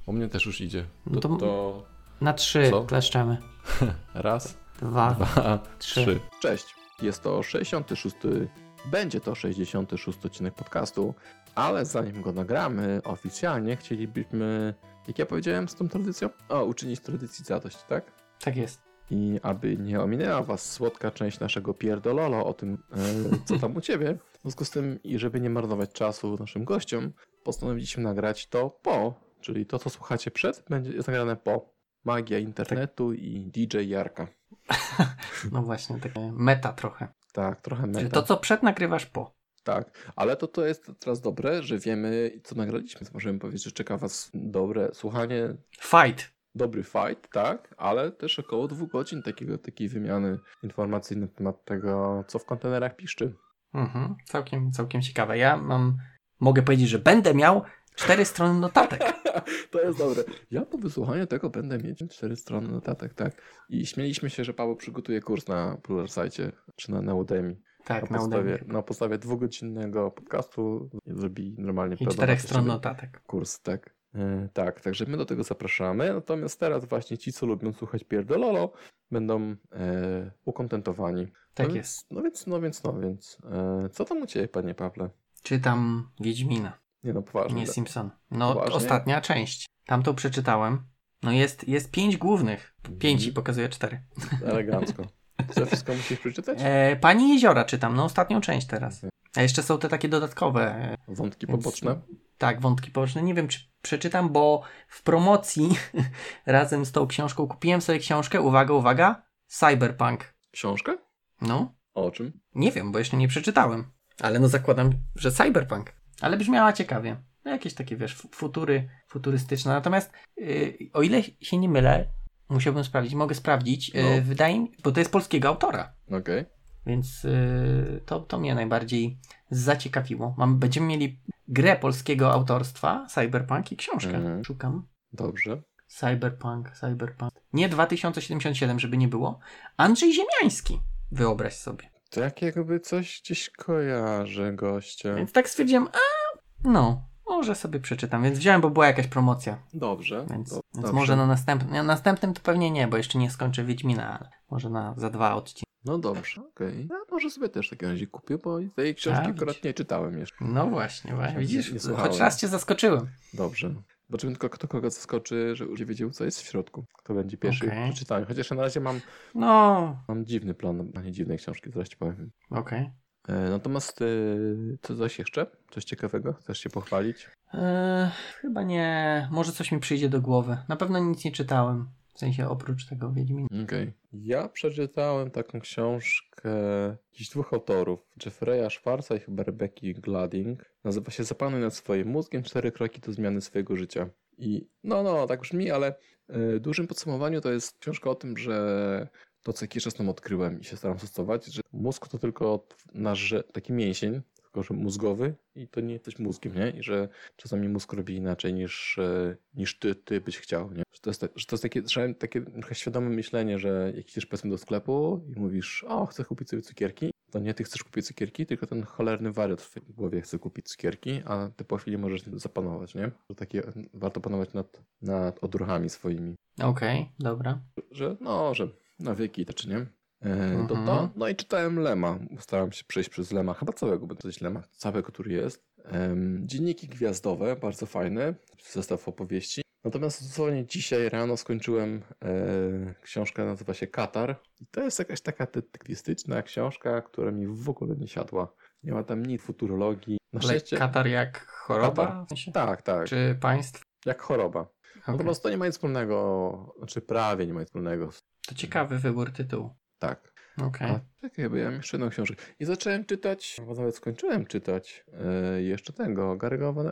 U mnie też już idzie. No to na 3 Co? kleszczemy. Raz, 2, dwa, 3. 3. Cześć, jest to 66. Będzie to 66 odcinek podcastu, ale zanim go nagramy oficjalnie, chcielibyśmy, jak ja powiedziałem z tą tradycją, uczynić tradycji zadość, tak? Tak jest. I aby nie ominęła was słodka część naszego pierdololo o tym, co tam u ciebie, w związku z tym i żeby nie marnować czasu naszym gościom, postanowiliśmy nagrać to czyli to, co słuchacie przed, będzie nagrane po. Magia internetu i DJ Jarka. No właśnie, takie meta trochę. Tak, trochę meta. Czyli to, co przed, nagrywasz po. Tak, ale to jest teraz dobre, że wiemy, co nagraliśmy. Możemy powiedzieć, że czeka was dobre słuchanie, Fight. dobry fight, tak, ale też około 2 godzin takiej wymiany informacji na temat tego, co w kontenerach piszczy. Mhm. Całkiem ciekawe. Mogę powiedzieć, że będę miał 4 strony notatek. To jest dobre. Ja po wysłuchaniu tego będę mieć 4 strony notatek, tak. I śmieliśmy się, że Paweł przygotuje kurs na Pluralsightie, czy na Udemy. Tak, Na podstawie 2-godzinnego podcastu zrobi normalnie i 4 stron notatek. Kurs, tak. Tak, także my do tego zapraszamy. Natomiast teraz właśnie ci, co lubią słuchać pierdololo, będą ukontentowani. Tak jest. No więc. Co tam u ciebie, panie Pawle? Czytam Wiedźmina. Nie no, poważnie. Nie Simpson. No, poważnie? Ostatnia część. Tamtą przeczytałem. No jest 5 głównych. 5 i pokazuje 4. Elegancko. Co wszystko musisz przeczytać? Pani Jeziora czytam, no ostatnią część teraz. A jeszcze są te takie dodatkowe. Wątki poboczne? Tak, wątki poboczne. Nie wiem, czy przeczytam, bo w promocji razem z tą książką kupiłem sobie książkę, uwaga, Cyberpunk. Książkę? No. O czym? Nie wiem, bo jeszcze nie przeczytałem. Ale no zakładam, że Cyberpunk. Ale brzmiała ciekawie. No jakieś takie, wiesz, futurystyczne. Natomiast o ile się nie mylę, musiałbym sprawdzić, mogę sprawdzić. No. Wydaje mi, bo to jest polskiego autora. Okej. Więc to mnie najbardziej zaciekawiło. Będziemy mieli grę polskiego autorstwa, Cyberpunk i książkę. Szukam. Dobrze. Cyberpunk. Nie 2077, żeby nie było. Andrzej Ziemiański. Wyobraź sobie. To jak jakby coś gdzieś kojarzę, goście. Więc tak stwierdziłem, może sobie przeczytam. Więc wziąłem, bo była jakaś promocja. Dobrze. Więc dobrze. może na następnym. Na następnym to pewnie nie, bo jeszcze nie skończę Wiedźmina, ale może za 2 odcinki. No dobrze, okej. Ja może sobie też takie razie kupię, bo tej książki akurat nie czytałem jeszcze. No właśnie. Widzisz, nie słuchałem. choć raz cię zaskoczyłem. Dobrze. Zobaczymy tylko, kto kogo zaskoczy, że już wiedział, co jest w środku. Kto będzie pierwszy w przeczytaniu. Chociaż ja na razie mam dziwny plan na nie dziwnej książki, zaraz ci powiem. Okej. Natomiast co coś jeszcze? Coś ciekawego? Chcesz się pochwalić? Chyba nie. Może coś mi przyjdzie do głowy. Na pewno nic nie czytałem. W sensie oprócz tego Wiedźmina. Okej. Ja przeczytałem taką książkę jakichś 2 autorów. Jeffrey'a Schwarza i chyba Rebecki Glading. Nazywa się Zapanuj nad swoim mózgiem. 4 kroki do zmiany swojego życia. I tak brzmi, ale w dużym podsumowaniu to jest książka o tym, że to, co jakiś czas tam odkryłem i się staram stosować, że mózg to tylko nasz taki mięsień, tylko że mózgowy i to nie jesteś mózgiem, nie? I że czasami mózg robi inaczej niż ty byś chciał, nie? Że to jest takie trochę świadome myślenie, że jak idziesz powiedzmy do sklepu i mówisz, chcę kupić sobie cukierki, to nie ty chcesz kupić cukierki, tylko ten cholerny wariat w twojej głowie chce kupić cukierki, a ty po chwili możesz zapanować, nie? Że warto panować nad odruchami swoimi. Okej, dobra. Że nawyki, czy nie? No i czytałem Lema. Starałem się przejść przez Lema. Chyba całego będę czytać Lema. Całego, który jest. Dzienniki gwiazdowe. Bardzo fajne. Zestaw opowieści. Natomiast dosłownie dzisiaj rano skończyłem książkę, nazywa się Katar. I to jest jakaś taka detektywistyczna książka, która mi w ogóle nie siadła. Nie ma tam nic futurologii. Na szczęście... Katar jak choroba? Katar? W sensie? Tak. Czy państwo? Jak choroba. Natomiast to nie ma nic wspólnego, znaczy prawie nie ma nic wspólnego. To ciekawy wybór tytułu. Tak. Okej. Czekaj, bo ja mam jeszcze jedną książkę. I zacząłem czytać, bo nawet skończyłem czytać jeszcze tego, Gary'ego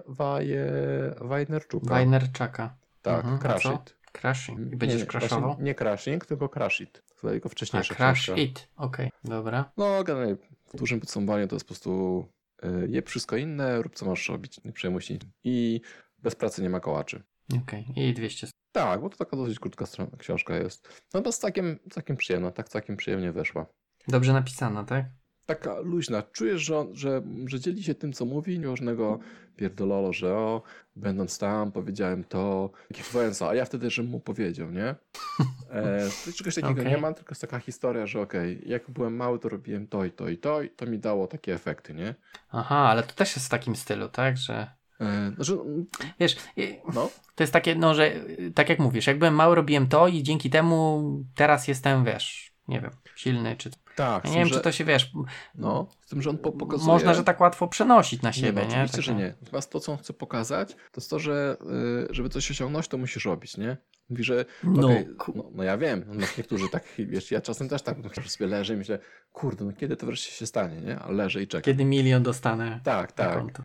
Wajnerczaka. Tak, Crash It. Crashing. I będziesz crashował? Nie Crashing, tylko Crash It. To jego wcześniejsza Crash książka. It, okej, dobra. No, generalnie w dużym podsumowaniu to jest po prostu je wszystko inne, rób co masz robić, nie przejmuj się. I bez pracy nie ma kołaczy. Okej, i 200. Tak, bo to taka dosyć krótka książka jest. No to całkiem przyjemna, całkiem przyjemnie weszła. Dobrze napisana, tak? taka luźna. Czujesz, że dzieli się tym, co mówi, nie różnego pierdololo, że będąc tam, powiedziałem to, influenza, a ja wtedy, żebym mu powiedział, nie? To czegoś takiego nie ma, tylko jest taka historia, że jak byłem mały, to robiłem to i to i to i to mi dało takie efekty, nie? Aha, ale to też jest w takim stylu, tak, że... Wiesz, to jest takie, że tak jak mówisz, jak byłem mały, robiłem to i dzięki temu teraz jestem, wiesz, nie wiem, silny, czy... Tak. Ja nie wiem, czy to się, wiesz... z tym, że on pokazuje... Można, że tak łatwo przenosić na siebie, nie? Oczywiście, że nie. Natomiast to, co on chce pokazać, to jest to, że żeby coś osiągnąć, to musisz robić, nie? Mówi, że ja wiem, niektórzy tak, wiesz, ja czasem też tak sobie leżę i myślę, kurde, kiedy to wreszcie się stanie, nie? A leżę i czekam. Kiedy 1 000 000 dostanę tak. na konto.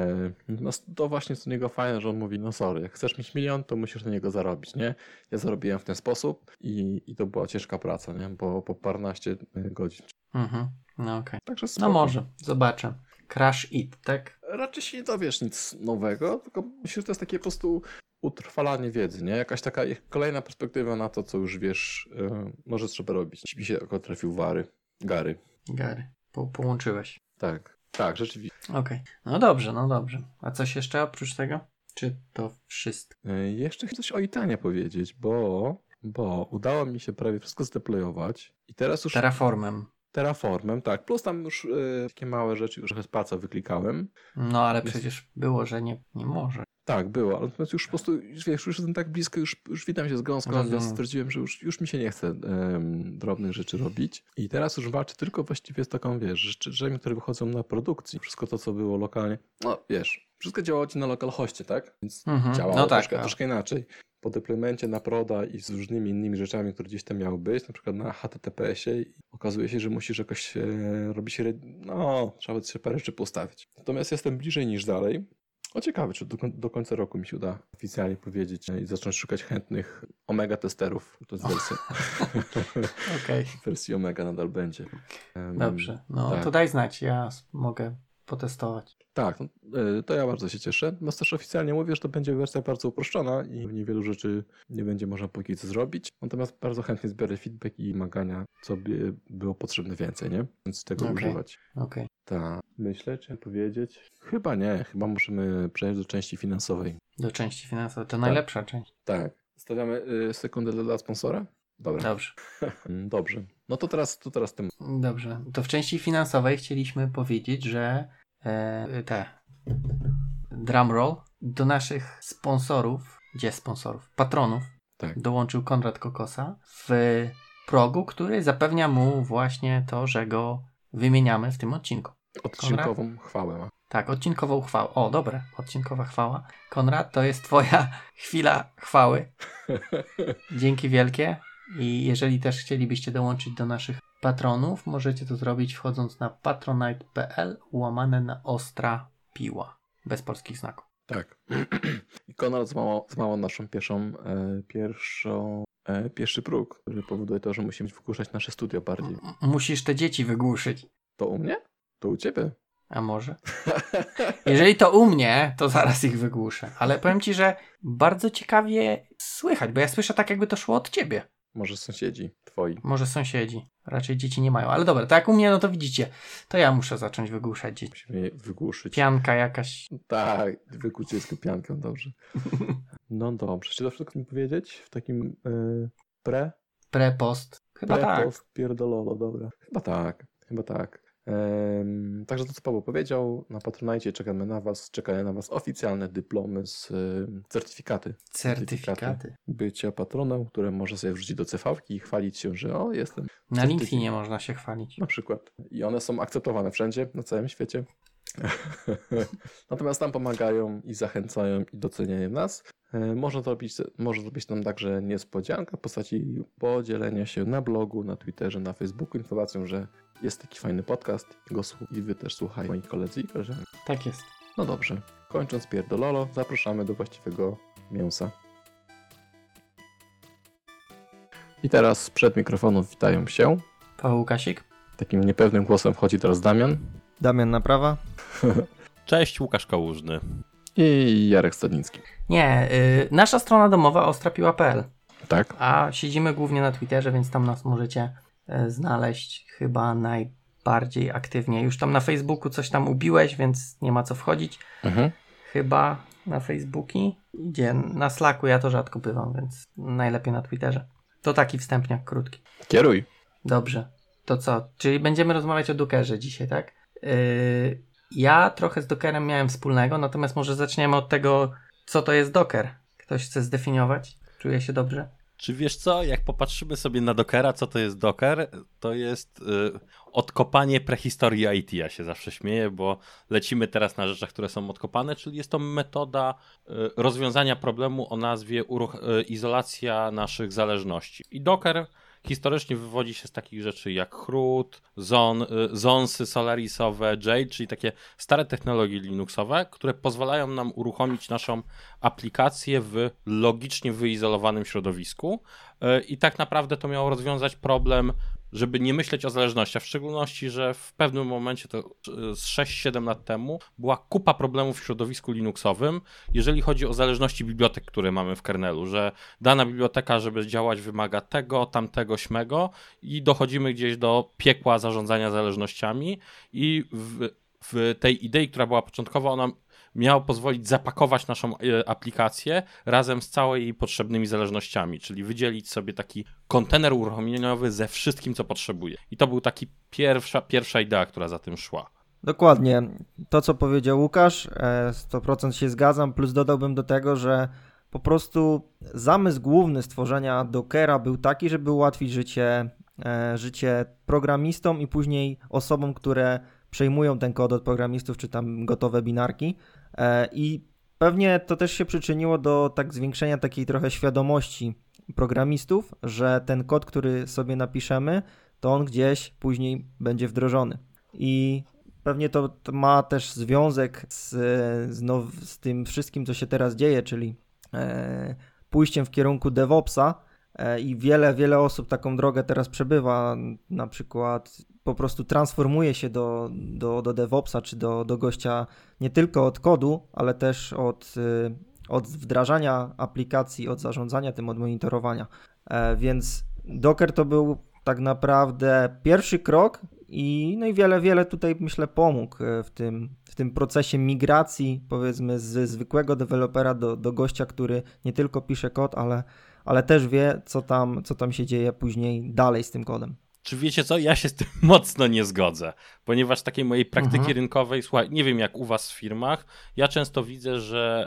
To właśnie jest u niego fajne, że on mówi, sorry, jak chcesz mieć 1 000 000, to musisz na niego zarobić, nie? Ja zarobiłem w ten sposób i to była ciężka praca, nie? Bo po paręnaście godzin. Okej. Także może, zobaczę. Crash It, tak? Raczej się nie dowiesz nic nowego, tylko myślę, że to jest takie po prostu utrwalanie wiedzy, nie? Jakaś taka kolejna perspektywa na to, co już wiesz, może trzeba robić. Mi się trafił Gary. Połączyłeś. Tak, rzeczywiście. Okej. No dobrze. A coś jeszcze oprócz tego? Czy to wszystko? Jeszcze chcę coś o Itanie powiedzieć, bo udało mi się prawie wszystko zdeployować i teraz już... Terraformem, tak. Plus tam już takie małe rzeczy, już trochę z palca wyklikałem. No ale przecież było, że nie może. Tak, było, ale natomiast już po prostu, wiesz, już jestem tak blisko, już witam się z gąską, więc stwierdziłem, że już mi się nie chce drobnych rzeczy robić. I teraz już walczę tylko właściwie z taką, wiesz, rzeczami, które wychodzą na produkcji. Wszystko to, co było lokalnie, wszystko działało ci na localhoście, tak? Więc działało troszkę inaczej. Po deploymencie na proda i z różnymi innymi rzeczami, które gdzieś tam miały być, na przykład na HTTPS-ie, i okazuje się, że musisz jakoś robić, trzeba by parę rzeczy postawić. Natomiast jestem bliżej niż dalej. Ciekawe, czy do końca roku mi się uda oficjalnie powiedzieć i zacząć szukać chętnych Omega testerów. To jest wersja. W wersji Omega nadal będzie. Dobrze, to daj znać, ja mogę potestować. Tak, to ja bardzo się cieszę. Natomiast też oficjalnie mówię, że to będzie wersja bardzo uproszczona i niewielu rzeczy nie będzie można póki co zrobić. Natomiast bardzo chętnie zbiorę feedback i wymagania, co by było potrzebne więcej, nie? Więc tego używać. Tak. Myślę, czy powiedzieć? Chyba nie. Chyba możemy przejść do części finansowej. Do części finansowej. To najlepsza część. Tak. Stawiamy sekundę dla sponsora? Dobra. Dobrze. Dobrze. No to teraz tym. Dobrze. To w części finansowej chcieliśmy powiedzieć, że drumroll do naszych patronów dołączył Konrad Kokosa w progu, który zapewnia mu właśnie to, że go wymieniamy w tym odcinku. Odcinkową chwałę ma. Tak, odcinkową chwałę. O, dobre. Odcinkowa chwała. Konrad, to jest twoja chwila chwały. Dzięki wielkie. I jeżeli też chcielibyście dołączyć do naszych patronów, możecie to zrobić wchodząc na patronite.pl/OstraPiła. Bez polskich znaków. Tak. I Konrad zmałał naszą pierwszy próg, który powoduje to, że musimy wygłuszać nasze studio bardziej. Musisz te dzieci wygłuszyć. To u mnie? To u ciebie? A może? Jeżeli to u mnie, to zaraz ich wygłuszę. Ale powiem ci, że bardzo ciekawie słychać, bo ja słyszę tak, jakby to szło od ciebie. Może sąsiedzi twoi. Może sąsiedzi. Raczej dzieci nie mają. Ale dobra, tak jak u mnie, no to widzicie. To ja muszę zacząć wygłuszać dzieci. Musimy je wygłuszyć. Pianka jakaś. Tak, wygłusz dziecko pianką, dobrze. No dobrze. Czy to wszystko mi powiedzieć? W takim Pre-post. Chyba pre-post pierdololo, dobra. Chyba tak. Także to, co Paweł powiedział, na Patronite czekają na was oficjalne dyplomy z certyfikaty bycia patronem, które można sobie wrzucić do CV-ki i chwalić się, że jestem. Na LinkedInie można się chwalić. Na przykład. I one są akceptowane wszędzie, na całym świecie. Natomiast tam pomagają i zachęcają i doceniają nas. Może zrobić nam także niespodziankę w postaci podzielenia się na blogu, na Twitterze, na Facebooku informacją, że jest taki fajny podcast i wy też słuchaj, moi koledzy i koleżanki. Tak jest. No dobrze, kończąc pierdololo, zapraszamy do właściwego mięsa. I teraz przed mikrofonem witają się Paweł Łukasik. Takim niepewnym głosem wchodzi teraz Damian. Damian Naprawa. Cześć, Łukasz Kałużny. I Jarek Stadnicki. Nie, nasza strona domowa ostrapiła.pl. Tak. A siedzimy głównie na Twitterze, więc tam nas możecie znaleźć chyba bardziej aktywnie. Już tam na Facebooku coś tam ubiłeś, więc nie ma co wchodzić. Chyba na Facebooki. Gdzie? Na Slacku ja to rzadko bywam, więc najlepiej na Twitterze. To taki wstępniak krótki. Kieruj. Dobrze. To co? Czyli będziemy rozmawiać o Dockerze dzisiaj, tak? Ja trochę z Dockerem miałem wspólnego, natomiast może zaczniemy od tego, co to jest Docker. Ktoś chce zdefiniować? Czuje się dobrze? Czy wiesz co, jak popatrzymy sobie na Dockera, co to jest Docker, to jest odkopanie prehistorii IT. Ja się zawsze śmieję, bo lecimy teraz na rzeczach, które są odkopane, czyli jest to metoda rozwiązania problemu o nazwie izolacja naszych zależności. I Docker historycznie wywodzi się z takich rzeczy jak CRUD, Zonsy solarisowe, Jade, czyli takie stare technologie linuxowe, które pozwalają nam uruchomić naszą aplikację w logicznie wyizolowanym środowisku. I tak naprawdę to miało rozwiązać problem, żeby nie myśleć o zależnościach, w szczególności, że w pewnym momencie, to z 6-7 lat temu, była kupa problemów w środowisku linuxowym, jeżeli chodzi o zależności bibliotek, które mamy w kernelu, że dana biblioteka, żeby działać, wymaga tego, tamtego, śmego i dochodzimy gdzieś do piekła zarządzania zależnościami i w tej idei, która była początkowa, ona miało pozwolić zapakować naszą aplikację razem z całymi jej potrzebnymi zależnościami, czyli wydzielić sobie taki kontener uruchomieniowy ze wszystkim, co potrzebuje. I to był taki pierwsza idea, która za tym szła. Dokładnie. To, co powiedział Łukasz, 100% się zgadzam, plus dodałbym do tego, że po prostu zamysł główny stworzenia Dockera był taki, żeby ułatwić życie programistom i później osobom, które przejmują ten kod od programistów, czy tam gotowe binarki. I pewnie to też się przyczyniło do zwiększenia takiej trochę świadomości programistów, że ten kod, który sobie napiszemy, to on gdzieś później będzie wdrożony. I pewnie to ma też związek z tym wszystkim, co się teraz dzieje, czyli pójściem w kierunku DevOpsa i wiele osób taką drogę teraz przebywa, na przykład po prostu transformuje się do DevOpsa, czy do gościa nie tylko od kodu, ale też od wdrażania aplikacji, od zarządzania tym, od monitorowania. Więc Docker to był tak naprawdę pierwszy krok i wiele tutaj, myślę, pomógł w tym procesie migracji, powiedzmy, z zwykłego dewelopera do gościa, który nie tylko pisze kod, ale też wie, co tam się dzieje później dalej z tym kodem. Czy wiecie co? Ja się z tym mocno nie zgodzę, ponieważ takiej mojej praktyki rynkowej, słuchaj, nie wiem jak u was w firmach, ja często widzę, że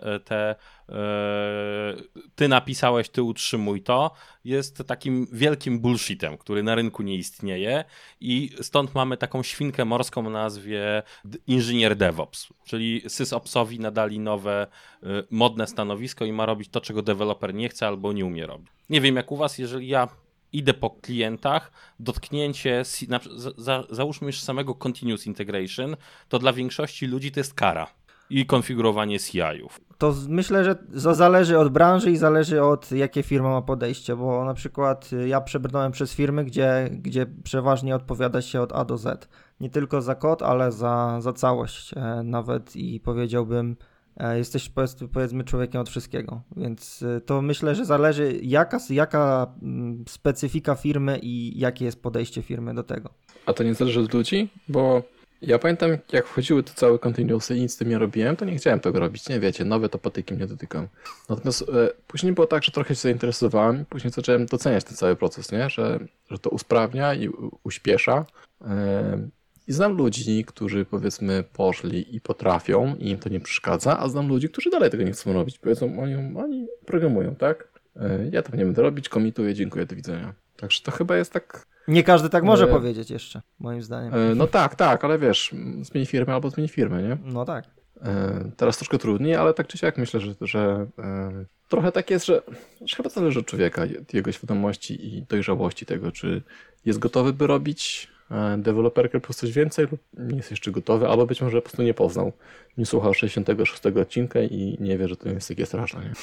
ty napisałeś, ty utrzymuj to, jest takim wielkim bullshitem, który na rynku nie istnieje i stąd mamy taką świnkę morską o nazwie inżynier DevOps, czyli sysopsowi nadali nowe, modne stanowisko i ma robić to, czego deweloper nie chce albo nie umie robić. Nie wiem jak u was, jeżeli ja idę po klientach, dotknięcie, załóżmy już samego Continuous Integration, to dla większości ludzi to jest kara i konfigurowanie CI-ów. To myślę, że to zależy od branży i zależy od jakie firma ma podejście, bo na przykład ja przebrnąłem przez firmy, gdzie przeważnie odpowiada się od A do Z. Nie tylko za kod, ale za całość nawet i powiedziałbym, jesteś powiedzmy człowiekiem od wszystkiego, więc to myślę, że zależy jaka specyfika firmy i jakie jest podejście firmy do tego. A to nie zależy od ludzi? Bo ja pamiętam, jak wchodziły to całe continuousy i nic z tym nie robiłem, to nie chciałem tego robić, nie wiecie, nowe to patyki mnie dotykam. Natomiast później było tak, że trochę się zainteresowałem i później zacząłem doceniać ten cały proces, nie? Że to usprawnia i uśpiesza. I znam ludzi, którzy powiedzmy poszli i potrafią i im to nie przeszkadza, a znam ludzi, którzy dalej tego nie chcą robić. Powiedzą, oni programują, tak? Ja to nie będę robić, komituję, dziękuję, do widzenia. Także to chyba jest tak... Nie każdy tak może powiedzieć jeszcze, moim zdaniem. No tak, ale wiesz, zmień firmę albo zmień firmę, nie? No tak. Teraz troszkę trudniej, ale tak czy siak myślę, że trochę tak jest, że chyba zależy od człowieka, jego świadomości i dojrzałości tego, czy jest gotowy, by robić deweloperkę plus coś więcej lub nie jest jeszcze gotowy, albo być może po prostu nie poznał. Nie słuchał 66 odcinka i nie wie, że to jest takie straszne. Nie?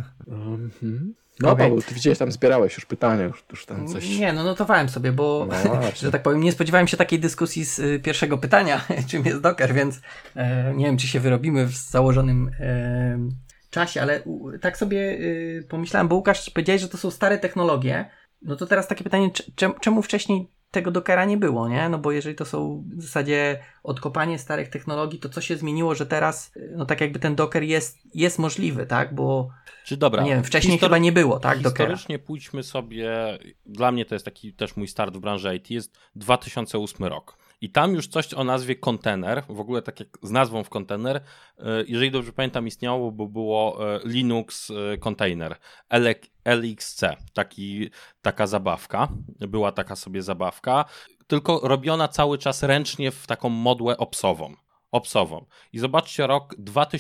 No okay. Paweł, ty widziałeś, tam zbierałeś już pytania, już tam coś... Nie, notowałem sobie, bo że tak powiem, nie spodziewałem się takiej dyskusji z pierwszego pytania, czym jest Docker, więc nie wiem, czy się wyrobimy w założonym czasie, ale tak sobie pomyślałem, bo Łukasz powiedziałeś, że to są stare technologie, no to teraz takie pytanie, czemu wcześniej tego Dockera nie było, nie? No bo jeżeli to są w zasadzie odkopanie starych technologii, to co się zmieniło, że teraz, no tak jakby ten Docker jest możliwy, tak? Bo Czy dobra, nie wiem, wcześniej chyba nie było, tak? Dockera. Historycznie pójdźmy sobie, dla mnie to jest taki też mój start w branży IT, jest 2008 rok. I tam już coś o nazwie kontener, w ogóle tak jak z nazwą w kontener, jeżeli dobrze pamiętam, istniało, bo było Linux Container, LXC, taka zabawka, była taka sobie zabawka, tylko robiona cały czas ręcznie w taką modłę opsową. I zobaczcie rok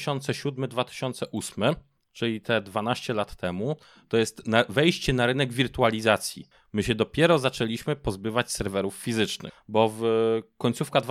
2007-2008, czyli te 12 lat temu, to jest wejście na rynek wirtualizacji. My się dopiero zaczęliśmy pozbywać serwerów fizycznych, bo w końcówka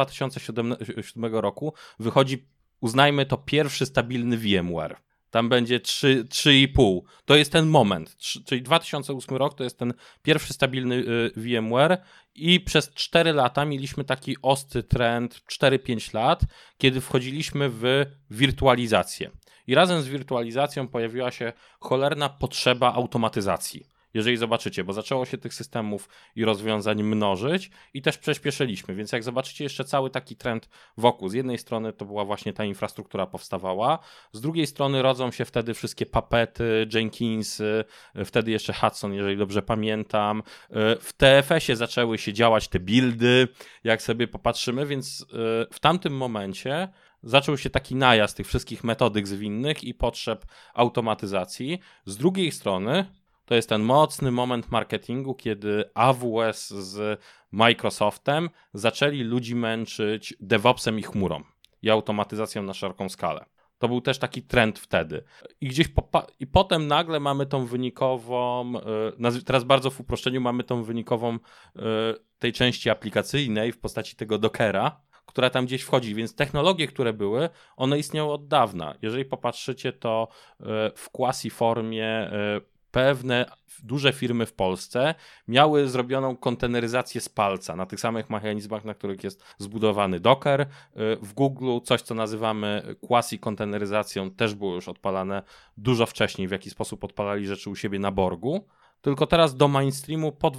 2007 roku wychodzi, uznajmy to, pierwszy stabilny VMware. Tam będzie 3,5. To jest ten moment, czyli 2008 rok to jest ten pierwszy stabilny VMware i przez 4 lata mieliśmy taki ostry trend, 4-5 lat, kiedy wchodziliśmy w wirtualizację. I razem z wirtualizacją pojawiła się cholerna potrzeba automatyzacji. Jeżeli zobaczycie, bo zaczęło się tych systemów i rozwiązań mnożyć i też przyspieszyliśmy, więc jak zobaczycie jeszcze cały taki trend wokół, z jednej strony to była właśnie ta infrastruktura powstawała, z drugiej strony rodzą się wtedy wszystkie Puppety, Jenkinsy, wtedy jeszcze Hudson, jeżeli dobrze pamiętam, w TFS-ie zaczęły się działać te buildy, jak sobie popatrzymy, więc w tamtym momencie zaczął się taki najazd tych wszystkich metodyk zwinnych i potrzeb automatyzacji. Z drugiej strony to jest ten mocny moment marketingu, kiedy AWS z Microsoftem zaczęli ludzi męczyć DevOpsem i chmurą i automatyzacją na szeroką skalę. To był też taki trend wtedy. I gdzieś i potem nagle mamy tą wynikową, teraz bardzo w uproszczeniu, mamy tą wynikową tej części aplikacyjnej w postaci tego Dockera, która tam gdzieś wchodzi, więc technologie, które były, one istniały od dawna. Jeżeli popatrzycie, to w quasi formie pewne duże firmy w Polsce miały zrobioną konteneryzację z palca na tych samych mechanizmach, na których jest zbudowany Docker. W Google coś, co nazywamy quasi-konteneryzacją, też było już odpalane dużo wcześniej, w jaki sposób odpalali rzeczy u siebie na Borgu. Tylko teraz do mainstreamu po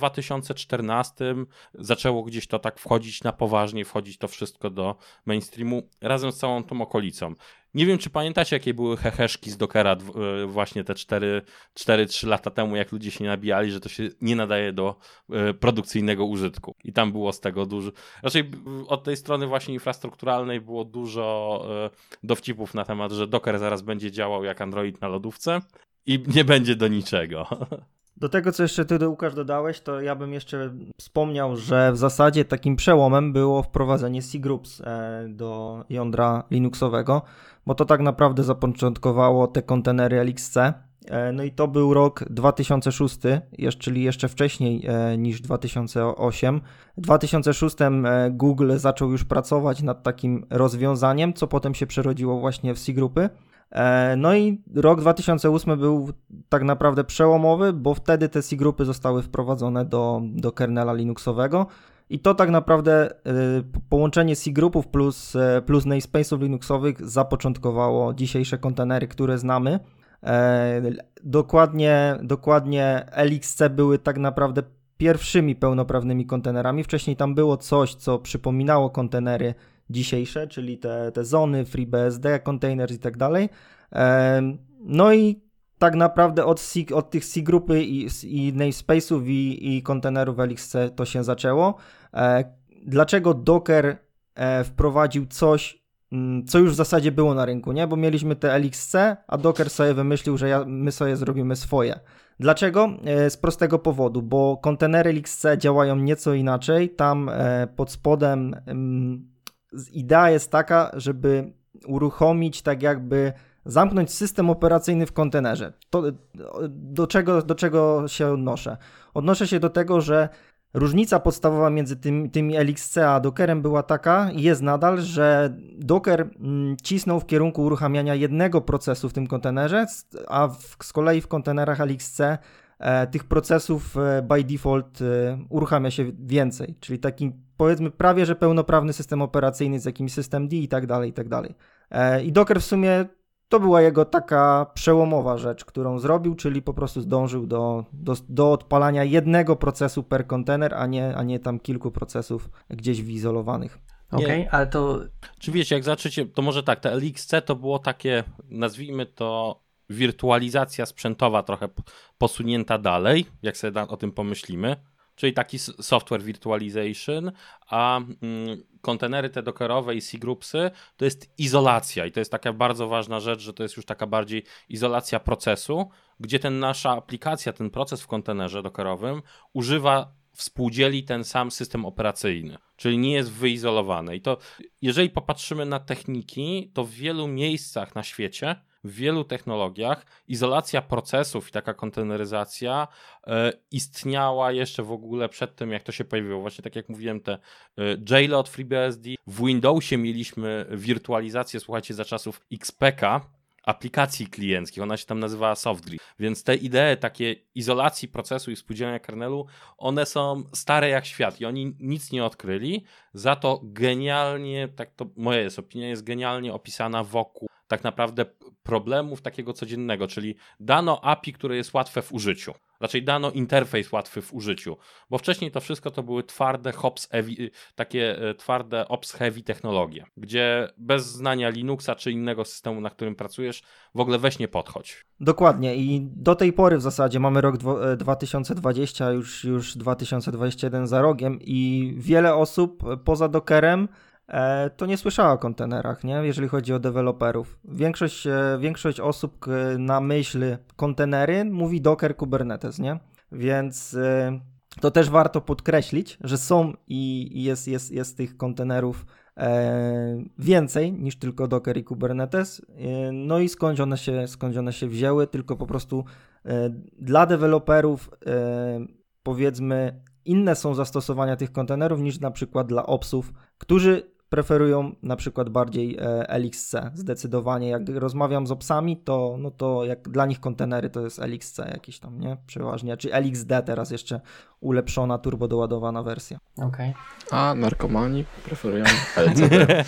2014 zaczęło gdzieś to tak wchodzić na poważnie, wchodzić to wszystko do mainstreamu razem z całą tą okolicą. Nie wiem, czy pamiętacie, jakie były heheszki z Dockera właśnie te 4-3 lata temu, jak ludzie się nabijali, że to się nie nadaje do produkcyjnego użytku. I tam było z tego dużo. Raczej od tej strony właśnie infrastrukturalnej było dużo dowcipów na temat, że Docker zaraz będzie działał jak Android na lodówce i nie będzie do niczego. Do tego, co jeszcze ty, Łukasz, dodałeś, to ja bym jeszcze wspomniał, że w zasadzie takim przełomem było wprowadzenie C-Groups do jądra Linuxowego, bo to tak naprawdę zapoczątkowało te kontenery LXC. No i to był rok 2006, czyli jeszcze wcześniej niż 2008. W 2006 Google zaczął już pracować nad takim rozwiązaniem, co potem się przerodziło właśnie w C-Grupy. No i rok 2008 był tak naprawdę przełomowy, bo wtedy te C-grupy zostały wprowadzone do kernela Linuxowego i to tak naprawdę połączenie C-grupów plus namespace'ów Linuxowych zapoczątkowało dzisiejsze kontenery, które znamy. Dokładnie LXC były tak naprawdę pierwszymi pełnoprawnymi kontenerami. Wcześniej tam było coś, co przypominało kontenery dzisiejsze, czyli te zony, FreeBSD, containers i tak dalej. No i tak naprawdę od tych C-grupy i namespace'ów i kontenerów LXC to się zaczęło. Dlaczego Docker wprowadził coś, co już w zasadzie było na rynku, nie? Bo mieliśmy te LXC, a Docker sobie wymyślił, że my sobie zrobimy swoje. Dlaczego? Z prostego powodu, bo kontenery LXC działają nieco inaczej. Tam pod spodem idea jest taka, żeby uruchomić, tak jakby zamknąć system operacyjny w kontenerze. To, do czego się odnoszę? Odnoszę się do tego, że różnica podstawowa między tymi LXC a Dockerem była taka i jest nadal, że Docker cisnął w kierunku uruchamiania jednego procesu w tym kontenerze, a z kolei w kontenerach LXC tych procesów by default uruchamia się więcej, czyli taki, powiedzmy, prawie że pełnoprawny system operacyjny z jakimś systemd i tak dalej, i tak dalej. I Docker w sumie to była jego taka przełomowa rzecz, którą zrobił, czyli po prostu zdążył do odpalania jednego procesu per kontener, a nie tam kilku procesów gdzieś wyizolowanych. Okej, ale to... Czy wiecie, jak zaczniecie, to może tak, te LXC to było takie, nazwijmy to, wirtualizacja sprzętowa trochę posunięta dalej, jak sobie o tym pomyślimy, czyli taki software virtualization, a kontenery te dockerowe i C-groupsy to jest izolacja i to jest taka bardzo ważna rzecz, że to jest już taka bardziej izolacja procesu, gdzie nasza aplikacja, ten proces w kontenerze dockerowym współdzieli ten sam system operacyjny, czyli nie jest wyizolowany. I to, jeżeli popatrzymy na techniki, to w wielu miejscach na świecie, w wielu technologiach izolacja procesów i taka konteneryzacja istniała jeszcze w ogóle przed tym, jak to się pojawiło. Właśnie tak jak mówiłem, te JLOT, FreeBSD. W Windowsie mieliśmy wirtualizację, słuchajcie, za czasów XPK, aplikacji klienckich, ona się tam nazywała SoftDrill, więc te idee takiej izolacji procesu i współdzielenia kernelu, one są stare jak świat i oni nic nie odkryli, za to genialnie, tak to moja jest opinia, jest genialnie opisana wokół tak naprawdę problemów takiego codziennego, czyli dano API, które jest łatwe w użyciu. Raczej dano interfejs łatwy w użyciu, bo wcześniej to wszystko to były twarde twarde ops heavy technologie, gdzie bez znania Linuxa czy innego systemu, na którym pracujesz, w ogóle weź nie podchodź. Dokładnie i do tej pory w zasadzie mamy rok 2020, już 2021 za rogiem i wiele osób poza Dockerem to nie słyszała o kontenerach, nie? Jeżeli chodzi o deweloperów. Większość osób na myśl kontenery mówi Docker, Kubernetes, nie? Więc to też warto podkreślić, że są i jest tych kontenerów więcej niż tylko Docker i Kubernetes. No i skąd one się wzięły, tylko po prostu dla deweloperów powiedzmy inne są zastosowania tych kontenerów niż na przykład dla opsów, którzy preferują na przykład bardziej LXC. Zdecydowanie jak rozmawiam z opsami, to jak dla nich kontenery to jest LXC jakieś tam, nie? Przeważnie, czy LXD teraz jeszcze ulepszona, turbo doładowana wersja. Okej. A narkomani preferują LCD.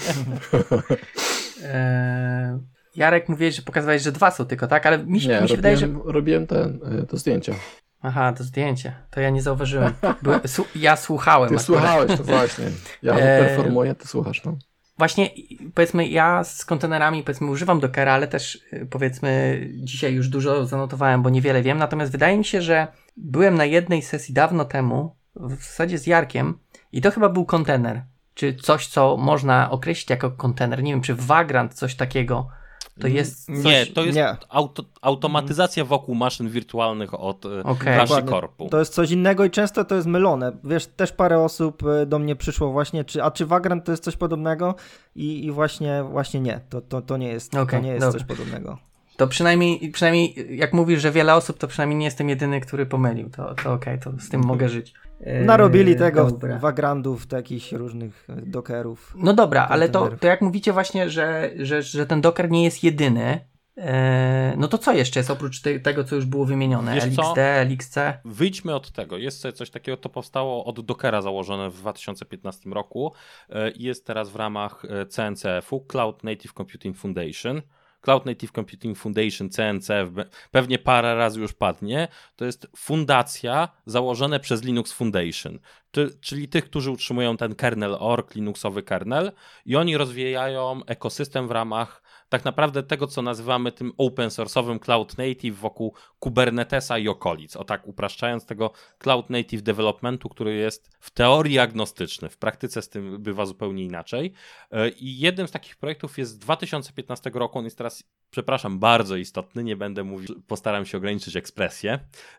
Jarek, mówiłeś, że pokazywałeś, że 2 są tylko, tak? Ale mi się wydaje, że... robiłem to zdjęcie. Aha, to zdjęcie. To ja nie zauważyłem. Ja słuchałem. Ty słuchałeś, to właśnie. Ja performuję, ty słuchasz, no. Właśnie, powiedzmy, ja z kontenerami, powiedzmy, używam Dockera, ale też, powiedzmy, dzisiaj już dużo zanotowałem, bo niewiele wiem, natomiast wydaje mi się, że byłem na jednej sesji dawno temu, w zasadzie z Jarkiem, i to chyba był kontener, czy coś, co można określić jako kontener. Nie wiem, czy Vagrant, coś takiego, to jest coś... Nie, to jest automatyzacja wokół maszyn wirtualnych od HashiCorpu. To jest coś innego i często to jest mylone. Wiesz, też parę osób do mnie przyszło właśnie, czy Vagrant to jest coś podobnego i właśnie nie. To nie jest, to nie jest coś podobnego. To przynajmniej jak mówisz, że wiele osób, to przynajmniej nie jestem jedyny, który pomylił. To okej, to z tym mogę żyć. Narobili tego Vagrantów, jakichś różnych Dockerów. No dobra, ale to jak mówicie właśnie, że ten Docker nie jest jedyny, no to co jeszcze jest oprócz tego, co już było wymienione? Wiesz LXD, LXC? Wyjdźmy od tego. Jest sobie coś takiego, to powstało od Dockera założone w 2015 roku i jest teraz w ramach CNCF-u, Cloud Native Computing Foundation. Cloud Native Computing Foundation, CNCF, pewnie parę razy już padnie, to jest fundacja założona przez Linux Foundation, czyli tych, którzy utrzymują ten kernel.org, Linuxowy kernel i oni rozwijają ekosystem w ramach tak naprawdę tego, co nazywamy tym open source'owym Cloud Native wokół Kubernetesa i okolic. O tak upraszczając tego Cloud Native Developmentu, który jest w teorii agностyczny, w praktyce z tym bywa zupełnie inaczej. I jednym z takich projektów jest z 2015 roku, on jest teraz, przepraszam, bardzo istotny, nie będę mówił, postaram się ograniczyć ekspresję.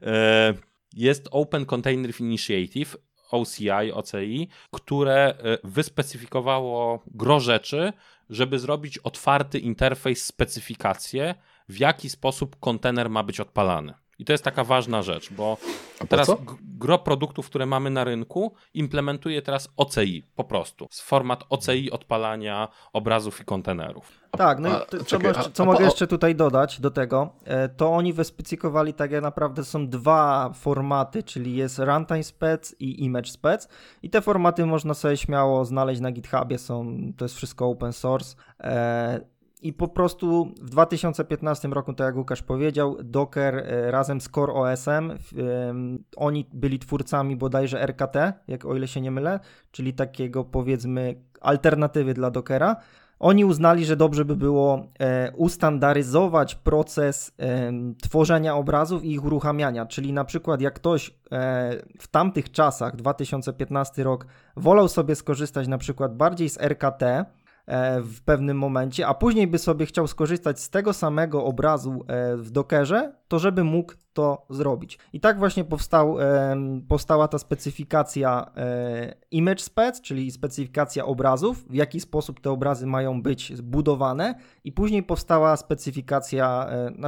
Jest Open Container Initiative, OCI, które wyspecyfikowało gro rzeczy, żeby zrobić otwarty interfejs, specyfikację, w jaki sposób kontener ma być odpalany. I to jest taka ważna rzecz, bo teraz gro produktów, które mamy na rynku, implementuje teraz OCI po prostu. Format OCI odpalania obrazów i kontenerów. Tak, no i co mogę jeszcze tutaj dodać do tego, to oni wyspecyfikowali tak jak naprawdę są 2 formaty, czyli jest Runtime Spec i Image Spec i te formaty można sobie śmiało znaleźć na GitHubie, to jest wszystko open source. I po prostu w 2015 roku, tak jak Łukasz powiedział, Docker razem z Core OS-em, oni byli twórcami bodajże RKT, o ile się nie mylę, czyli takiego powiedzmy alternatywy dla Dockera. Oni uznali, że dobrze by było ustandaryzować proces tworzenia obrazów i ich uruchamiania, czyli na przykład jak ktoś w tamtych czasach, 2015 rok, wolał sobie skorzystać na przykład bardziej z RKT w pewnym momencie, a później by sobie chciał skorzystać z tego samego obrazu w Dockerze, to żeby mógł to zrobić. I tak właśnie powstała ta specyfikacja image spec, czyli specyfikacja obrazów, w jaki sposób te obrazy mają być zbudowane, i później powstała specyfikacja,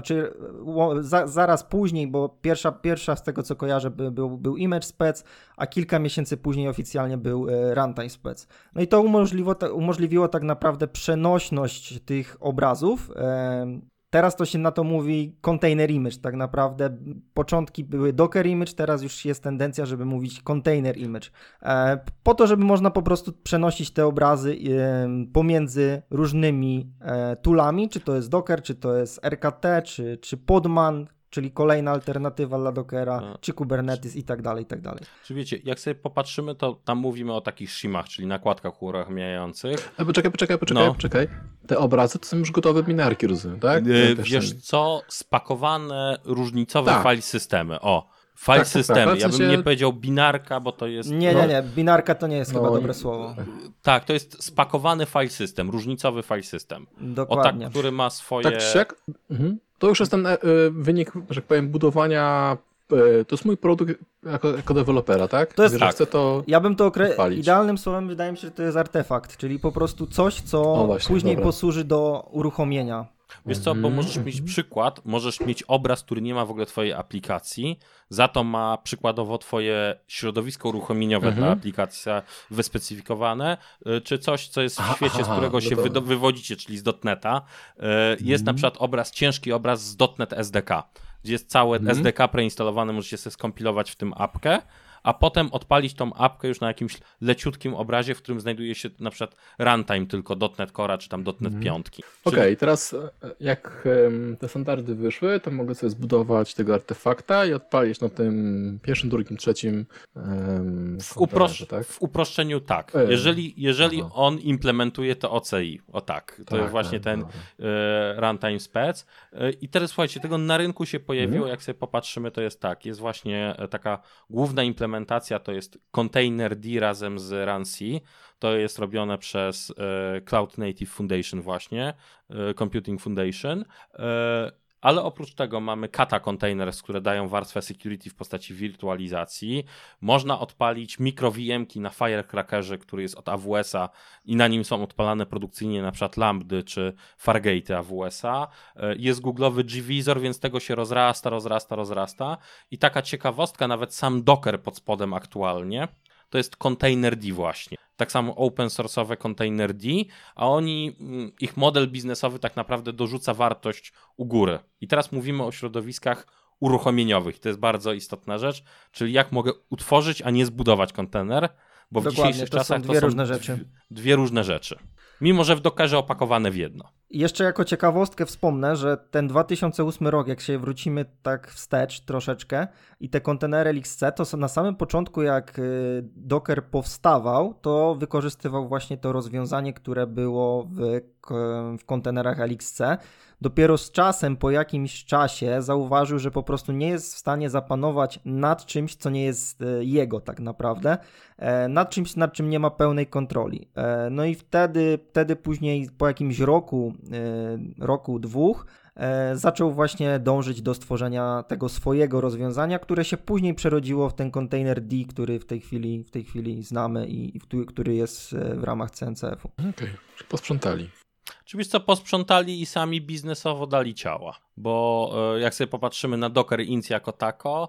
zaraz później, bo pierwsza z tego co kojarzę był image spec, a kilka miesięcy później oficjalnie był runtime spec. No i to umożliwiło tak naprawdę przenośność tych obrazów. Teraz to się na to mówi container image, tak naprawdę. Początki były Docker image, teraz już jest tendencja, żeby mówić container image. Po to, żeby można po prostu przenosić te obrazy pomiędzy różnymi toolami, czy to jest Docker, czy to jest RKT, czy Podman, czyli kolejna alternatywa dla Dockera, czy Kubernetes i tak dalej, i tak dalej. Czy wiecie, jak sobie popatrzymy, to tam mówimy o takich shimach, czyli nakładkach uruchamiających. Poczekaj. Te obrazy to są już gotowe binarki, rozumiem, tak? Wiesz co? Spakowane różnicowe file systemy. File systemy. Ja bym nie powiedział binarka, bo to jest... Nie. Binarka to nie jest chyba dobre słowo. Tak, to jest spakowany file system, różnicowy file system. Dokładnie. Który ma swoje... Tak czy siak? To już jest ten wynik, że tak powiem, budowania. To jest mój produkt jako dewelopera, tak? To jest tak. Chcę to ja bym to odpalić. Idealnym słowem wydaje mi się, że to jest artefakt, czyli po prostu coś, co później posłuży do uruchomienia. Wiesz co, bo możesz mieć przykład, możesz mieć obraz, który nie ma w ogóle twojej aplikacji, za to ma przykładowo twoje środowisko uruchomieniowe dla aplikacji wyspecyfikowane, czy coś, co jest w świecie, z którego się wywodzicie, czyli z .NET-a. Jest na przykład ciężki obraz z .NET SDK, gdzie jest całe SDK preinstalowane, możecie sobie skompilować w tym apkę, a potem odpalić tą apkę już na jakimś leciutkim obrazie, w którym znajduje się na przykład runtime tylko .NET Core'a czy tam .NET 5. Okej, teraz jak te standardy wyszły, to mogę sobie zbudować tego artefakta i odpalić na tym pierwszym, drugim, trzecim w uproszczeniu tak. Jeżeli on implementuje to OCI, to jest właśnie ten runtime spec. I teraz słuchajcie, tego na rynku się pojawiło, jak sobie popatrzymy, to jest tak, jest właśnie taka główna implementacja, to jest Containerd razem z RunC. To jest robione przez Cloud Native Foundation właśnie, Computing Foundation. Ale oprócz tego mamy Kata Containers, które dają warstwę security w postaci wirtualizacji. Można odpalić mikro VM-ki na Firecrackerze, który jest od AWS-a i na nim są odpalane produkcyjnie na przykład Lambdy czy Fargate'y AWS-a. Jest Google'owy gVisor, więc tego się rozrasta. I taka ciekawostka, nawet sam Docker pod spodem aktualnie, to jest Containerd właśnie. Tak samo open source'owe Containerd, a ich model biznesowy tak naprawdę dorzuca wartość u góry. I teraz mówimy o środowiskach uruchomieniowych. To jest bardzo istotna rzecz, czyli jak mogę utworzyć, a nie zbudować kontener, bo w dzisiejszych czasach to są dwie różne rzeczy. Mimo że w Dockerze opakowane w jedno. I jeszcze jako ciekawostkę wspomnę, że ten 2008 rok, jak się wrócimy tak wstecz troszeczkę i te kontenery LXC, to na samym początku jak Docker powstawał, to wykorzystywał właśnie to rozwiązanie, które było w kontenerach LXC. Dopiero z czasem, po jakimś czasie zauważył, że po prostu nie jest w stanie zapanować nad czymś, co nie jest jego tak naprawdę, nad czymś, nad czym nie ma pełnej kontroli. No i wtedy później po jakimś roku, dwóch, zaczął właśnie dążyć do stworzenia tego swojego rozwiązania, które się później przerodziło w ten Containerd, który w tej chwili znamy i który jest w ramach CNCF-u. Okej, posprzątali. Czy wiesz co, posprzątali i sami biznesowo dali ciała, bo jak sobie popatrzymy na Docker Inc. jako tako,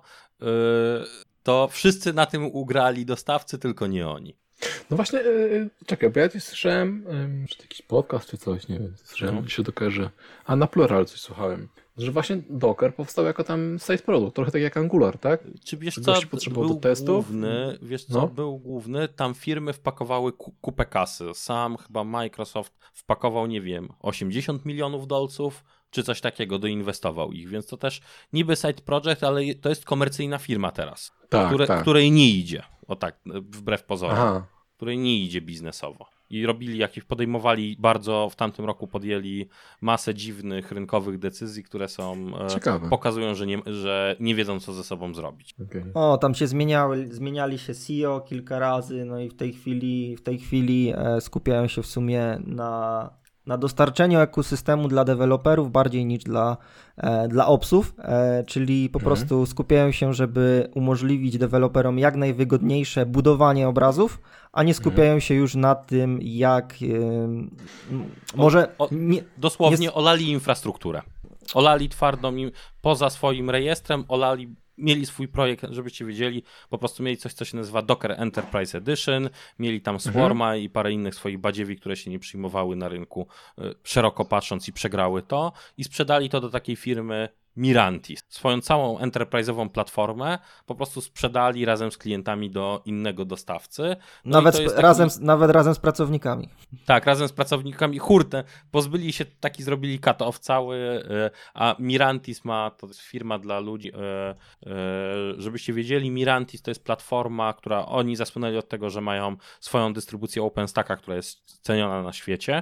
to wszyscy na tym ugrali dostawcy, tylko nie oni. No właśnie, czekaj, bo ja coś słyszałem, czy jakiś podcast czy coś, nie wiem, słyszałem gdzieś o Dockerze, a na Plural coś słuchałem, Że właśnie Docker powstał jako tam side product, trochę tak jak Angular, tak? Czy wiesz co, Gość potrzebował do testów? Był główny, tam firmy wpakowały kupę kasy. Sam chyba Microsoft wpakował, nie wiem, 80 milionów dolców, czy coś takiego, doinwestował ich, więc to też niby side project, ale to jest komercyjna firma teraz, Tak. której nie idzie, o tak, wbrew pozorom, Aha. której nie idzie biznesowo. I robili podejmowali bardzo, w tamtym roku podjęli masę dziwnych rynkowych decyzji, które są, pokazują, że nie wiedzą, co ze sobą zrobić. Okay. O, tam się zmieniali się CEO kilka razy, no i w tej chwili skupiają się w sumie na dostarczeniu ekosystemu dla deweloperów bardziej niż dla opsów, czyli po prostu skupiają się, żeby umożliwić deweloperom jak najwygodniejsze budowanie obrazów, a nie skupiają się już na tym, jak dosłownie olali infrastrukturę. Olali twardą, poza swoim rejestrem, mieli swój projekt, żebyście wiedzieli, po prostu mieli coś, co się nazywa Docker Enterprise Edition, mieli tam Swarma i parę innych swoich badziewi, które się nie przyjmowały na rynku, szeroko patrząc, i przegrały to i sprzedali to do takiej firmy Mirantis. Swoją całą enterprise'ową platformę po prostu sprzedali razem z klientami do innego dostawcy. No nawet razem z pracownikami. Tak, razem z pracownikami. Pozbyli się, zrobili cut-off cały, a Mirantis to jest firma dla ludzi, żebyście wiedzieli, Mirantis to jest platforma, która oni zasłynęli od tego, że mają swoją dystrybucję OpenStacka, która jest ceniona na świecie.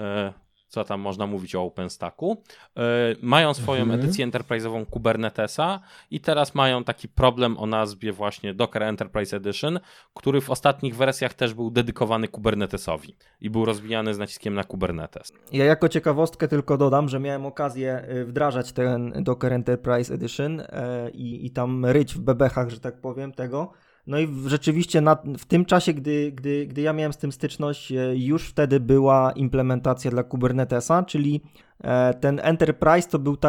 Co tam można mówić o OpenStacku. Mają swoją edycję enterprise'ową Kubernetesa i teraz mają taki problem o nazwie właśnie Docker Enterprise Edition, który w ostatnich wersjach też był dedykowany Kubernetesowi i był rozwijany z naciskiem na Kubernetes. Ja jako ciekawostkę tylko dodam, że miałem okazję wdrażać ten Docker Enterprise Edition i tam ryć w bebechach, że tak powiem, tego. No i rzeczywiście w tym czasie, gdy ja miałem z tym styczność, już wtedy była implementacja dla Kubernetesa, czyli ten Enterprise to był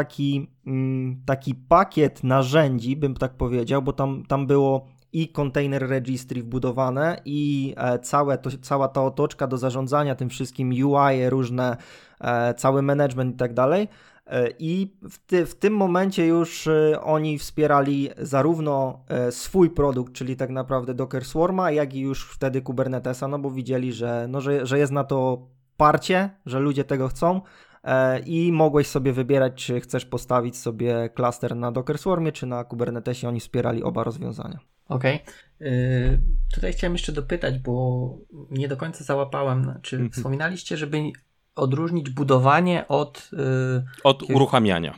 taki pakiet narzędzi, bym tak powiedział, bo tam było i Container Registry wbudowane i cała ta otoczka do zarządzania tym wszystkim, UI różne, cały management i tak dalej. I w tym momencie już oni wspierali zarówno swój produkt, czyli tak naprawdę Docker Swarma, jak i już wtedy Kubernetesa, no bo widzieli, że jest na to parcie, że ludzie tego chcą i mogłeś sobie wybierać, czy chcesz postawić sobie klaster na Docker Swarmie, czy na Kubernetesie. Oni wspierali oba rozwiązania. Okej. Tutaj chciałem jeszcze dopytać, bo nie do końca załapałem, czy wspominaliście, żeby odróżnić budowanie od uruchamiania.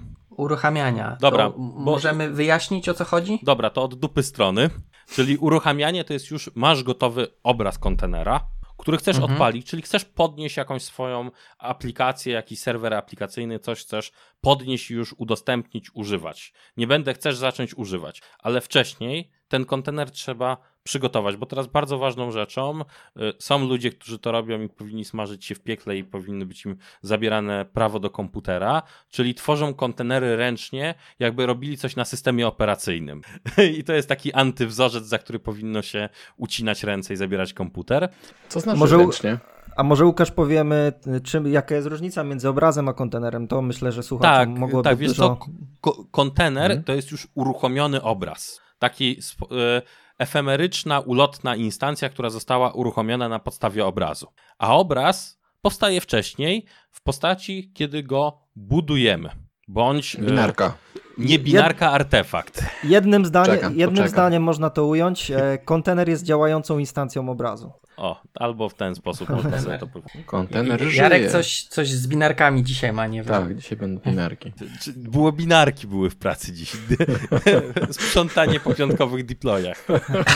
Dobra. Możemy wyjaśnić, o co chodzi? Dobra, to od dupy strony. Czyli uruchamianie to jest już masz gotowy obraz kontenera, który chcesz odpalić, czyli chcesz podnieść jakąś swoją aplikację, jakiś serwer aplikacyjny, coś chcesz podnieść i już udostępnić, używać. Chcesz zacząć używać, ale wcześniej ten kontener trzeba przygotować, bo teraz bardzo ważną rzeczą są ludzie, którzy to robią i powinni smażyć się w piekle i powinny być im zabierane prawo do komputera, czyli tworzą kontenery ręcznie, jakby robili coś na systemie operacyjnym. I to jest taki antywzorzec, za który powinno się ucinać ręce i zabierać komputer. Co znaczy ręcznie? A może Łukasz powiemy, jaka jest różnica między obrazem a kontenerem? To myślę, że słuchacze mogłoby tak, wiesz dużo... kontener to jest już uruchomiony obraz. Taki efemeryczna, ulotna instancja, która została uruchomiona na podstawie obrazu. A obraz powstaje wcześniej w postaci, kiedy go budujemy. Bądź binarka. Nie binarka, artefakt. Jednym zdaniem można to ująć. Kontener jest działającą instancją obrazu. O, albo w ten sposób można sobie to powiedzieć. Kontener żyje. Jarek coś z binarkami dzisiaj ma, nie wiem. Tak, dzisiaj będą binarki. Binarki były w pracy dzisiaj. Sprzątanie po piątkowych deployach.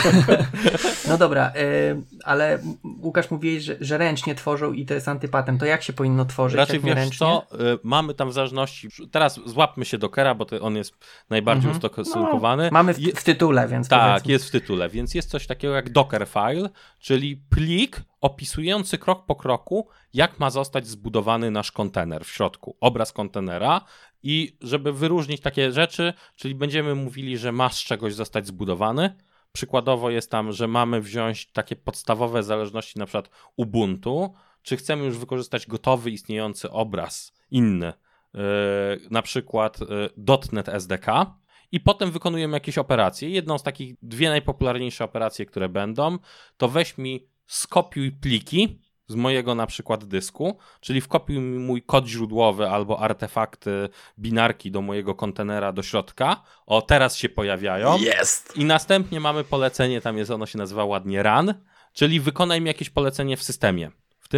No dobra, ale Łukasz mówiłeś, że ręcznie tworzą i to jest antypatem. To jak się powinno tworzyć? Raczej jak wiesz ręcznie? co, mamy tam w zależności, teraz złapmy się Dockera, bo on jest najbardziej ustosunkowany. Mamy w tytule, więc tak, powiedzmy. jest w tytule, więc jest coś takiego jak Dockerfile, czyli plik opisujący krok po kroku, jak ma zostać zbudowany nasz kontener w środku, obraz kontenera. I żeby wyróżnić takie rzeczy, czyli będziemy mówili, że ma z czegoś zostać zbudowany. Przykładowo jest tam, że mamy wziąć takie podstawowe zależności, na przykład Ubuntu, czy chcemy już wykorzystać gotowy, istniejący obraz inny na przykład .NET SDK i potem wykonujemy jakieś operacje. Jedną z takich, 2 najpopularniejsze operacje, które będą, to weź mi skopiuj pliki z mojego na przykład dysku, czyli wkopiuj mi mój kod źródłowy albo artefakty, binarki do mojego kontenera do środka. O, teraz się pojawiają. Jest! I następnie mamy polecenie, tam jest, ono się nazywa ładnie run, czyli wykonaj mi jakieś polecenie w systemie.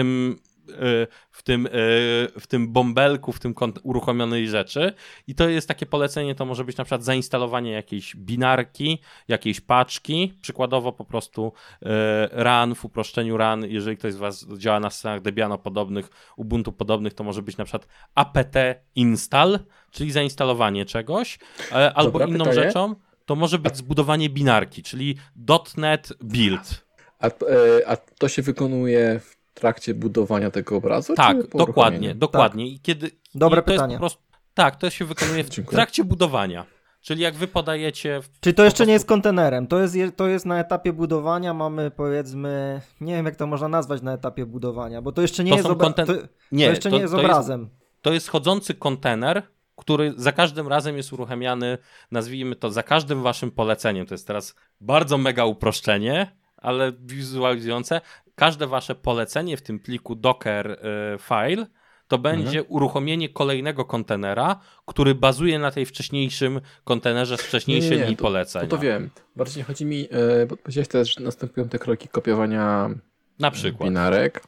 W tym bąbelku, w tym uruchomionej rzeczy. I to jest takie polecenie, to może być na przykład zainstalowanie jakiejś binarki, jakiejś paczki, przykładowo po prostu run, w uproszczeniu run, jeżeli ktoś z was działa na systemach Debiano podobnych, Ubuntu podobnych, to może być na przykład apt install, czyli zainstalowanie czegoś, albo Dobra, inną pytanie. rzeczą to może być zbudowanie binarki, czyli .NET build. A to się wykonuje w trakcie budowania tego obrazu? Tak, czy po uruchomieniu? dokładnie. I kiedy, Dobre i to pytanie. Jest po prostu, tak, to się wykonuje w Dziękuję. trakcie budowania. Czyli jak wy podajecie... Czy to jeszcze nie jest kontenerem? To jest na etapie budowania, mamy powiedzmy, nie wiem jak to można nazwać na etapie budowania, bo to jeszcze nie To jest, są to jeszcze nie jest obrazem. To jest chodzący kontener, który za każdym razem jest uruchamiany, nazwijmy to, za każdym waszym poleceniem. To jest teraz bardzo mega uproszczenie, ale wizualizujące. Każde wasze polecenie w tym pliku Docker file to będzie uruchomienie kolejnego kontenera, który bazuje na tej wcześniejszym kontenerze z wcześniejszej linii polecenia. To wiem. Bardziej chodzi mi, bo powiedziałeś też, że następują te kroki kopiowania Na przykład. binarek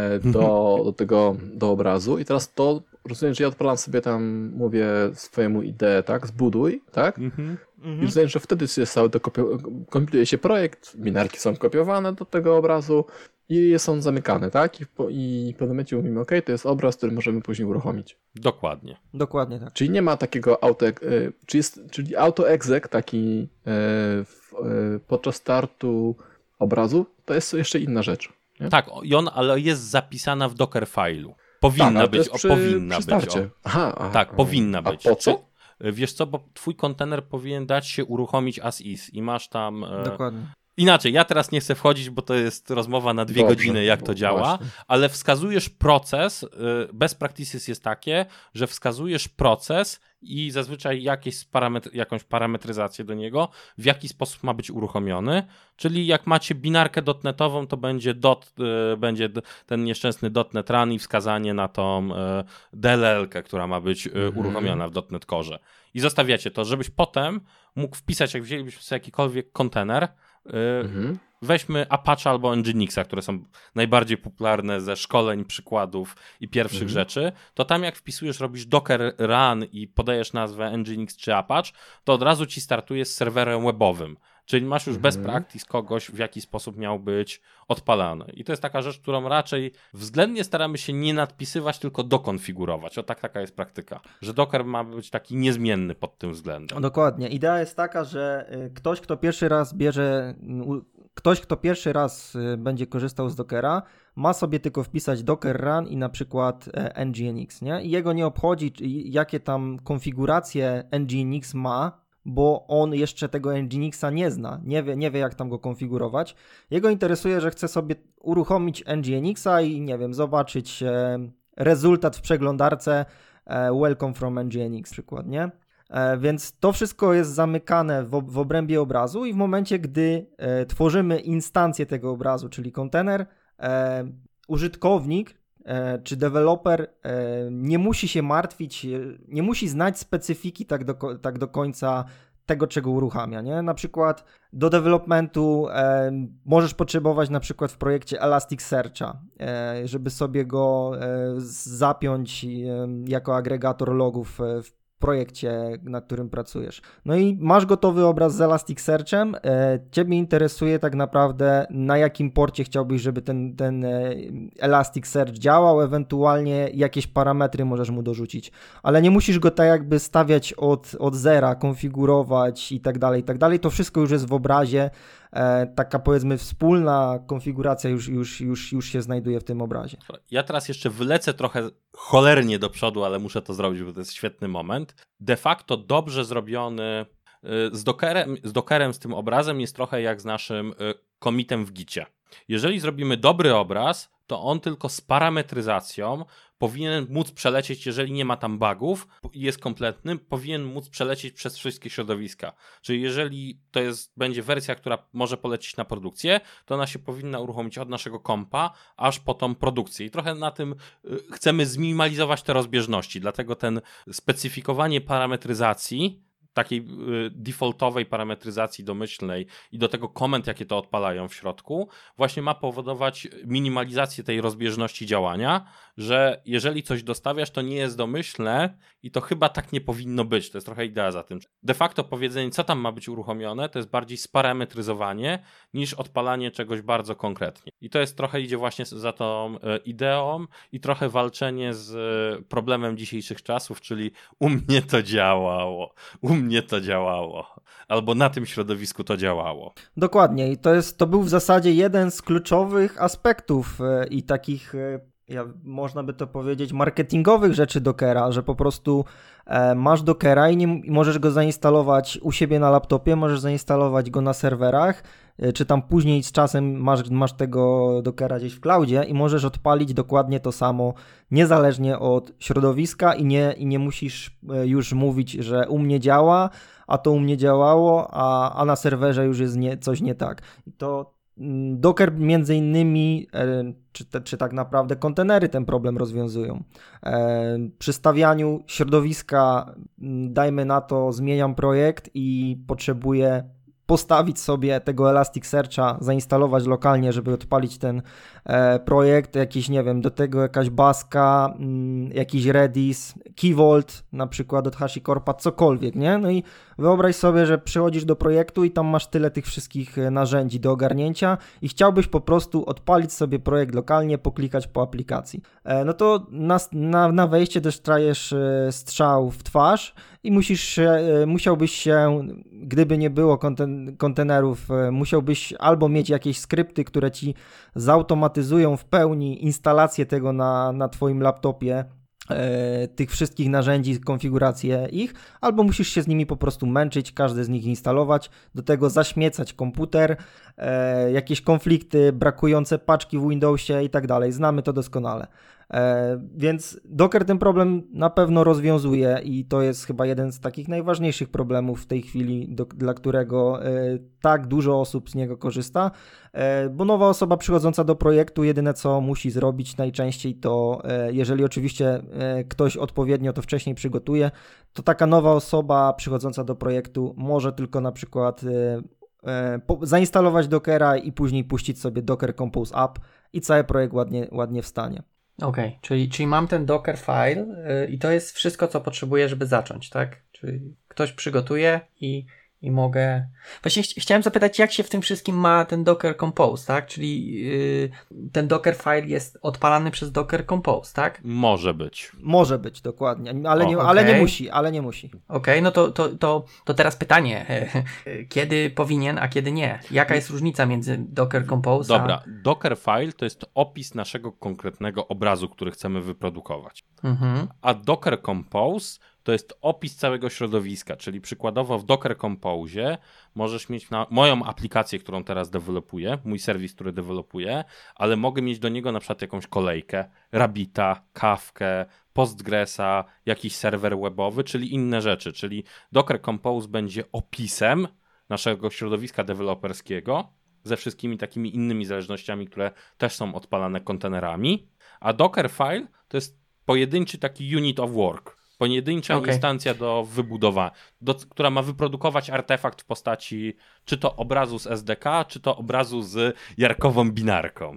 do obrazu i teraz to, rozumiem, że ja odpalam sobie tam, mówię swojemu IDE, tak, zbuduj, tak? I rozumiem, że wtedy jest cały kompiluje się projekt, binarki są kopiowane do tego obrazu i są zamykane, tak? I w pewnym momencie mówimy, ok, to jest obraz, który możemy później uruchomić. Dokładnie. Dokładnie tak. Czyli nie ma takiego czyli auto-exec taki podczas startu obrazu, to jest jeszcze inna rzecz. Nie? Tak, ale jest zapisana w Docker file'u. Powinna tak, być. Powinna przy być. starcie. Tak, powinna być. A po co? Wiesz co, bo twój kontener powinien dać się uruchomić as is i masz tam... Dokładnie. Inaczej, ja teraz nie chcę wchodzić, bo to jest rozmowa na 2 Dobrze, godziny, jak to działa, właśnie. ale wskazujesz proces, best practices jest takie, że wskazujesz proces i zazwyczaj jakąś parametryzację do niego, w jaki sposób ma być uruchomiony, czyli jak macie binarkę dotnetową, to będzie ten nieszczęsny .NET Run i wskazanie na tą DLL-kę, która ma być uruchomiona w .NET Core. I zostawiacie to, żebyś potem mógł wpisać, jak wzięlibyśmy sobie jakikolwiek kontener, weźmy Apache albo Nginxa, które są najbardziej popularne ze szkoleń, przykładów i pierwszych rzeczy, to tam jak wpisujesz, robisz Docker Run i podajesz nazwę Nginx czy Apache, to od razu ci startuje z serwerem webowym. Czyli masz już best practice kogoś, w jaki sposób miał być odpalany. I to jest taka rzecz, którą raczej względnie staramy się nie nadpisywać, tylko dokonfigurować. taka jest praktyka. Że Docker ma być taki niezmienny pod tym względem. Dokładnie. Idea jest taka, że ktoś, kto pierwszy raz będzie korzystał z Dockera, ma sobie tylko wpisać Docker Run i na przykład Nginx, nie? I jego nie obchodzi, jakie tam konfiguracje Nginx ma, bo on jeszcze tego Nginxa nie zna, nie wie jak tam go konfigurować. Jego interesuje, że chce sobie uruchomić Nginxa i nie wiem, zobaczyć rezultat w przeglądarce welcome from Nginx przykład, nie? Więc to wszystko jest zamykane w obrębie obrazu i w momencie, gdy tworzymy instancję tego obrazu, czyli kontener, użytkownik czy deweloper nie musi się martwić, nie musi znać specyfiki tak do końca tego, czego uruchamia, nie? Na przykład do developmentu możesz potrzebować na przykład w projekcie Elasticsearcha, żeby sobie go zapiąć jako agregator logów w projekcie, na którym pracujesz. No i masz gotowy obraz z Elasticsearchem, ciebie interesuje tak naprawdę, na jakim porcie chciałbyś, żeby ten Elasticsearch działał, ewentualnie jakieś parametry możesz mu dorzucić, ale nie musisz go tak jakby stawiać od zera, konfigurować i tak dalej, to wszystko już jest w obrazie, taka powiedzmy wspólna konfiguracja już się znajduje w tym obrazie. Ja teraz jeszcze wylecę trochę cholernie do przodu, ale muszę to zrobić, bo to jest świetny moment. De facto dobrze zrobiony z Dockerem, z tym obrazem jest trochę jak z naszym commitem w gicie. Jeżeli zrobimy dobry obraz, to on tylko z parametryzacją powinien móc przelecieć, jeżeli nie ma tam bugów i jest kompletny, powinien móc przelecieć przez wszystkie środowiska. Czyli jeżeli to będzie wersja, która może polecieć na produkcję, to ona się powinna uruchomić od naszego kompa aż po tą produkcję. I trochę na tym chcemy zminimalizować te rozbieżności, dlatego ten specyfikowanie parametryzacji, takiej defaultowej parametryzacji domyślnej i do tego komend, jakie to odpalają w środku, właśnie ma powodować minimalizację tej rozbieżności działania, że jeżeli coś dostawiasz, to nie jest domyślne i to chyba tak nie powinno być. To jest trochę idea za tym. De facto powiedzenie, co tam ma być uruchomione, to jest bardziej sparametryzowanie niż odpalanie czegoś bardzo konkretnie. I to jest trochę idzie właśnie za tą ideą i trochę walczenie z problemem dzisiejszych czasów, czyli u mnie to działało. Mnie to działało, albo na tym środowisku to działało. Dokładnie i to był w zasadzie jeden z kluczowych aspektów i takich, można by to powiedzieć, marketingowych rzeczy Dockera, że po prostu masz Dockera i możesz go zainstalować u siebie na laptopie, możesz zainstalować go na serwerach, czy tam później z czasem masz tego Dockera gdzieś w cloudzie i możesz odpalić dokładnie to samo, niezależnie od środowiska i nie musisz już mówić, że u mnie działa, a to u mnie działało, a na serwerze już jest coś nie tak. I to Docker między innymi, czy tak naprawdę kontenery ten problem rozwiązują. Przy stawianiu środowiska, dajmy na to, zmieniam projekt i potrzebuję postawić sobie tego Elasticsearcha, zainstalować lokalnie, żeby odpalić ten projekt, jakiś, nie wiem, do tego jakaś baska, jakiś Redis, Key Vault, na przykład od HashiCorpa, cokolwiek, nie? No i wyobraź sobie, że przychodzisz do projektu i tam masz tyle tych wszystkich narzędzi do ogarnięcia i chciałbyś po prostu odpalić sobie projekt lokalnie, poklikać po aplikacji. No to na wejście dostajesz strzał w twarz i musiałbyś się, gdyby nie było kontenerów, musiałbyś albo mieć jakieś skrypty, które ci zautomatyzują w pełni instalację tego na twoim laptopie, tych wszystkich narzędzi, konfigurację ich, albo musisz się z nimi po prostu męczyć, każdy z nich instalować, do tego zaśmiecać komputer, jakieś konflikty, brakujące paczki w Windowsie i tak dalej. Znamy to doskonale. Więc Docker ten problem na pewno rozwiązuje i to jest chyba jeden z takich najważniejszych problemów w tej chwili, dla którego tak dużo osób z niego korzysta, bo nowa osoba przychodząca do projektu jedyne co musi zrobić najczęściej to, jeżeli oczywiście ktoś odpowiednio to wcześniej przygotuje, to taka nowa osoba przychodząca do projektu może tylko na przykład zainstalować Dockera i później puścić sobie Docker Compose App i cały projekt ładnie wstanie. Okej, czyli mam ten Docker file i to jest wszystko, co potrzebuję, żeby zacząć, tak? Czyli ktoś przygotuje i mogę... Właśnie chciałem zapytać, jak się w tym wszystkim ma ten Docker Compose, tak? Czyli ten Docker file jest odpalany przez Docker Compose, tak? Może być. Może być, dokładnie, ale nie musi. Okej, no to teraz pytanie. Kiedy powinien, a kiedy nie? Jaka jest różnica między Docker Compose Dobra, Docker file to jest opis naszego konkretnego obrazu, który chcemy wyprodukować. A Docker Compose to jest opis całego środowiska, czyli przykładowo w Docker Compose możesz mieć moją aplikację, którą teraz dewelopuję, mój serwis, który dewelopuję, ale mogę mieć do niego na przykład jakąś kolejkę, Rabbita, Kafkę, Postgresa, jakiś serwer webowy, czyli inne rzeczy. Czyli Docker Compose będzie opisem naszego środowiska deweloperskiego ze wszystkimi takimi innymi zależnościami, które też są odpalane kontenerami, a Dockerfile to jest pojedynczy taki unit of work. Pojedyncza instancja do wybudowania, która ma wyprodukować artefakt w postaci czy to obrazu z SDK, czy to obrazu z jarkową binarką.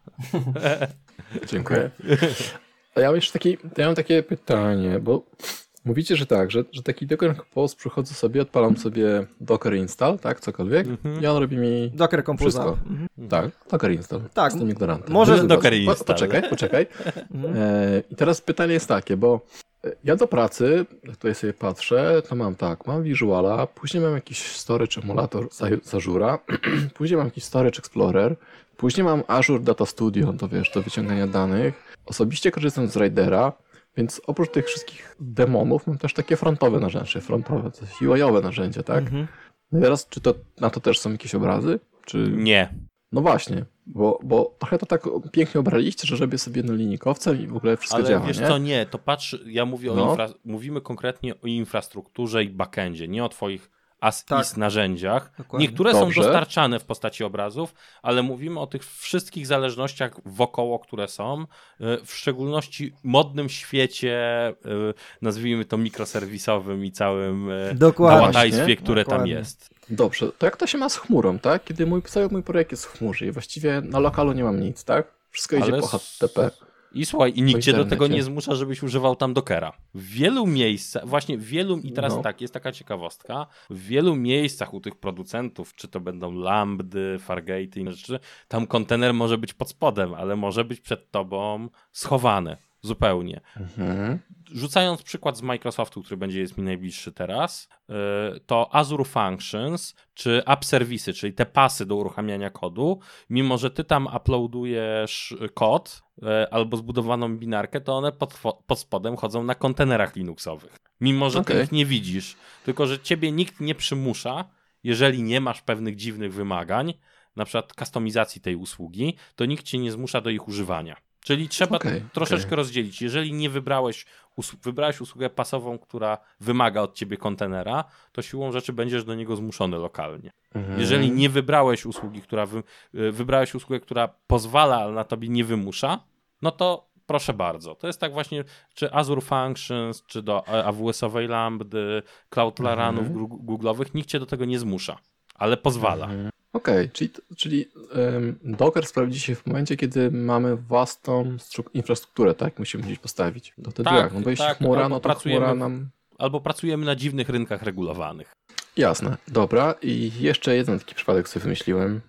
Dziękuję. A ja mam takie pytanie, bo mówicie, że tak, że taki Docker Compose przychodzę sobie, odpalam sobie Docker install, tak, cokolwiek i on robi mi Docker Compose wszystko. Tak, Docker install. Tak. Jestem ignorantem. Może Docker install. Poczekaj. I teraz pytanie jest takie, bo ja do pracy, jak tutaj sobie patrzę, to mam Visuala, później mam jakiś storage emulator z Azure'a, później mam jakiś storage explorer, później mam Azure Data Studio, to wiesz, do wyciągania danych. Osobiście korzystam z Ridera, więc oprócz tych wszystkich demonów mam też takie frontowe narzędzia, to jest UI-owe narzędzia, tak? No i teraz, czy na to też są jakieś obrazy? Czy... Nie. No właśnie. Bo trochę to tak pięknie obraliście, że robię sobie jednolinijkowcem i w ogóle wszystko Ale działa, wiesz nie? co, nie, to patrz, ja mówię No. mówimy konkretnie o infrastrukturze i backendzie, nie o twoich as-is Tak. narzędziach. Dokładnie. Niektóre Dobrze. są dostarczane w postaci obrazów, ale mówimy o tych wszystkich zależnościach wokoło, które są, w szczególności modnym świecie, nazwijmy to mikroserwisowym i całym Dokładnie. hałatajstwie, które tam Dokładnie. jest. Dobrze, to jak to się ma z chmurą, tak? Kiedy cały mój projekt jest w chmurze i właściwie na lokalu nie mam nic, tak? Wszystko idzie Ale po HTTP. I słuchaj, i nikt cię do tego internecie. nie zmusza, żebyś używał tam Dockera. W wielu miejscach, właśnie w wielu, i teraz No. tak, jest taka ciekawostka, w wielu miejscach u tych producentów, czy to będą Lambdy, Fargate i inne rzeczy, tam kontener może być pod spodem, ale może być przed tobą schowany. Zupełnie. Mhm. Rzucając przykład z Microsoftu, który jest mi najbliższy teraz, to Azure Functions czy App Services, czyli te pasy do uruchamiania kodu, mimo że ty tam uploadujesz kod albo zbudowaną binarkę, to one pod spodem chodzą na kontenerach linuxowych. Mimo że ty Okej. ich nie widzisz, tylko że ciebie nikt nie przymusza, jeżeli nie masz pewnych dziwnych wymagań, na przykład kustomizacji tej usługi, to nikt cię nie zmusza do ich używania. Czyli trzeba troszeczkę rozdzielić. Jeżeli nie wybrałeś usługę pasową, która wymaga od ciebie kontenera, to siłą rzeczy będziesz do niego zmuszony lokalnie. Mhm. Jeżeli nie wybrałeś usługi, wybrałeś usługę, która pozwala, ale na tobie nie wymusza, no to proszę bardzo. To jest tak właśnie, czy Azure Functions, czy do AWS-owej Lambdy, Cloudflare'ów Google'owych, nikt cię do tego nie zmusza, ale pozwala. Okej, czyli Docker sprawdzi się w momencie, kiedy mamy własną infrastrukturę, tak? Musimy gdzieś postawić. To wtedy Tak, jak? No bo jeśli tak, chmura, albo no to chmura nam... Albo pracujemy na dziwnych rynkach regulowanych. Jasne, dobra. I jeszcze jeden taki przypadek sobie wymyśliłem,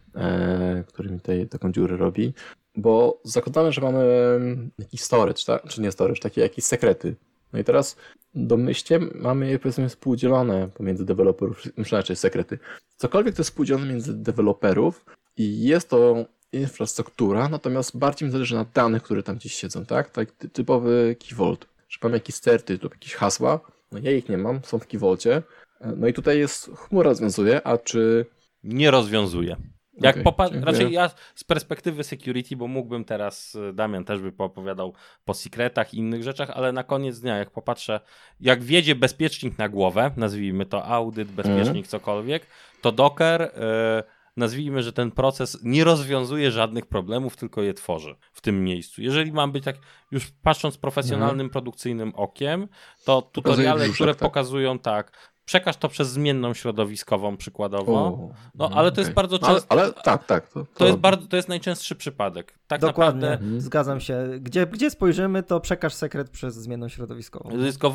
który mi tutaj taką dziurę robi, bo zakładamy, że mamy jakiś storage, tak? Czy nie storage, takie jakieś sekrety. No i teraz domyślnie mamy je powiedzmy współdzielone pomiędzy deweloperów, znaczy sekrety. Cokolwiek to jest współdzielone między deweloperów i jest to infrastruktura, natomiast bardziej mi zależy na danych, które tam gdzieś siedzą, tak? Tak typowy Key Vault. Że mam jakieś sterty lub jakieś hasła, no ja ich nie mam, są w Key Vaulcie. No i tutaj jest chmura rozwiązuje, a czy... Nie rozwiązuje. Jak Okej, raczej ja z perspektywy security, bo mógłbym teraz, Damian też by poopowiadał po secretach i innych rzeczach, ale na koniec dnia, jak popatrzę, jak wjedzie bezpiecznik na głowę, nazwijmy to audyt, bezpiecznik, cokolwiek, to Docker, nazwijmy, że ten proces nie rozwiązuje żadnych problemów, tylko je tworzy w tym miejscu. Jeżeli mam być tak, już patrząc profesjonalnym, produkcyjnym okiem, to tutoriale, które pokazują tak, przekaż to przez zmienną środowiskową przykładowo. Ale to jest bardzo często. Ale tak. To jest najczęstszy przypadek. Tak Dokładnie, naprawdę. Zgadzam się. Gdzie spojrzymy, to przekaż sekret przez zmienną środowiskową.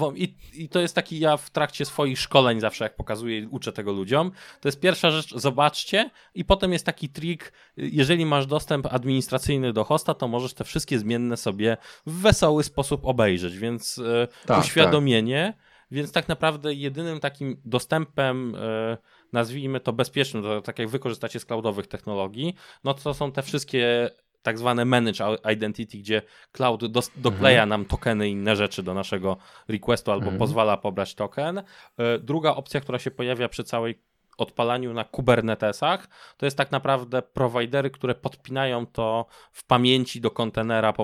I to jest taki, ja w trakcie swoich szkoleń zawsze jak pokazuję i uczę tego ludziom, to jest pierwsza rzecz, zobaczcie i potem jest taki trik, jeżeli masz dostęp administracyjny do hosta, to możesz te wszystkie zmienne sobie w wesoły sposób obejrzeć, więc uświadomienie. Więc tak naprawdę jedynym takim dostępem, nazwijmy to bezpiecznym, to tak jak wy korzystacie z cloudowych technologii, no to są te wszystkie tak zwane manage identity, gdzie cloud dokleja nam tokeny i inne rzeczy do naszego requestu albo pozwala pobrać token. Druga opcja, która się pojawia przy całej odpalaniu na Kubernetesach, to jest tak naprawdę prowajdery, które podpinają to w pamięci do kontenera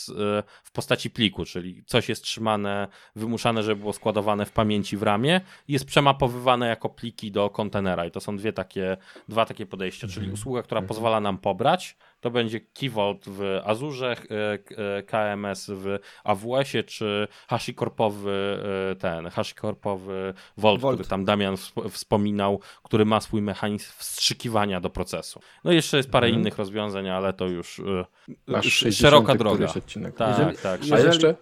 w postaci pliku, czyli coś jest trzymane, wymuszane, żeby było składowane w pamięci w ramie i jest przemapowywane jako pliki do kontenera i to są dwa takie podejścia, czyli usługa, która pozwala nam pobrać, to będzie Key Vault w Azurze, KMS w AWS-ie, czy HashiCorpowy Vault, który tam Damian wspominał, który ma swój mechanizm wstrzykiwania do procesu. No i jeszcze jest parę innych rozwiązań, ale to już szeroka droga. Tak. A jeszcze?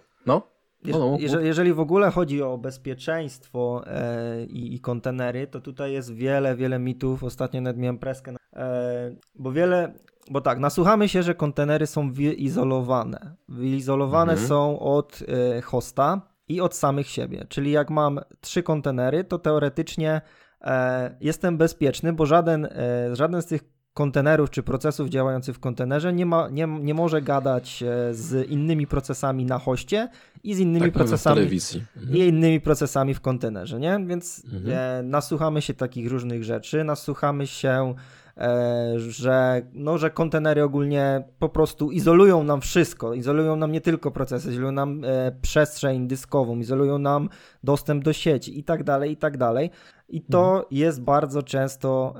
Jeżeli w ogóle chodzi o bezpieczeństwo i kontenery, to tutaj jest wiele mitów. Ostatnio nawet miałem preskę, bo tak, nasłuchamy się, że kontenery są wyizolowane. Wyizolowane są od hosta i od samych siebie. Czyli jak mam 3 kontenery, to teoretycznie jestem bezpieczny, bo żaden z tych kontenerów czy procesów działających w kontenerze nie może gadać z innymi procesami na hoście i z innymi procesami w kontenerze, nie? Więc nasłuchamy się takich różnych rzeczy, nasłuchamy się że kontenery ogólnie po prostu izolują nam wszystko, izolują nam nie tylko procesy, izolują nam przestrzeń dyskową, izolują nam dostęp do sieci i tak dalej, i tak dalej. I to jest bardzo często,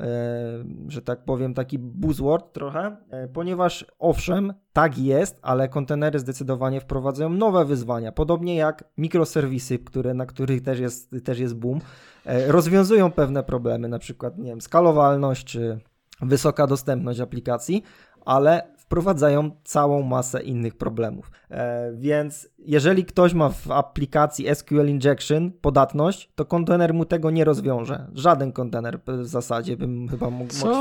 że tak powiem, taki buzzword trochę, ponieważ owszem, tak jest, ale kontenery zdecydowanie wprowadzają nowe wyzwania, podobnie jak mikroserwisy, na których też jest boom, rozwiązują pewne problemy, na przykład, nie wiem, skalowalność czy wysoka dostępność aplikacji, ale wprowadzają całą masę innych problemów. Więc jeżeli ktoś ma w aplikacji SQL Injection podatność, to kontener mu tego nie rozwiąże. Żaden kontener w zasadzie bym chyba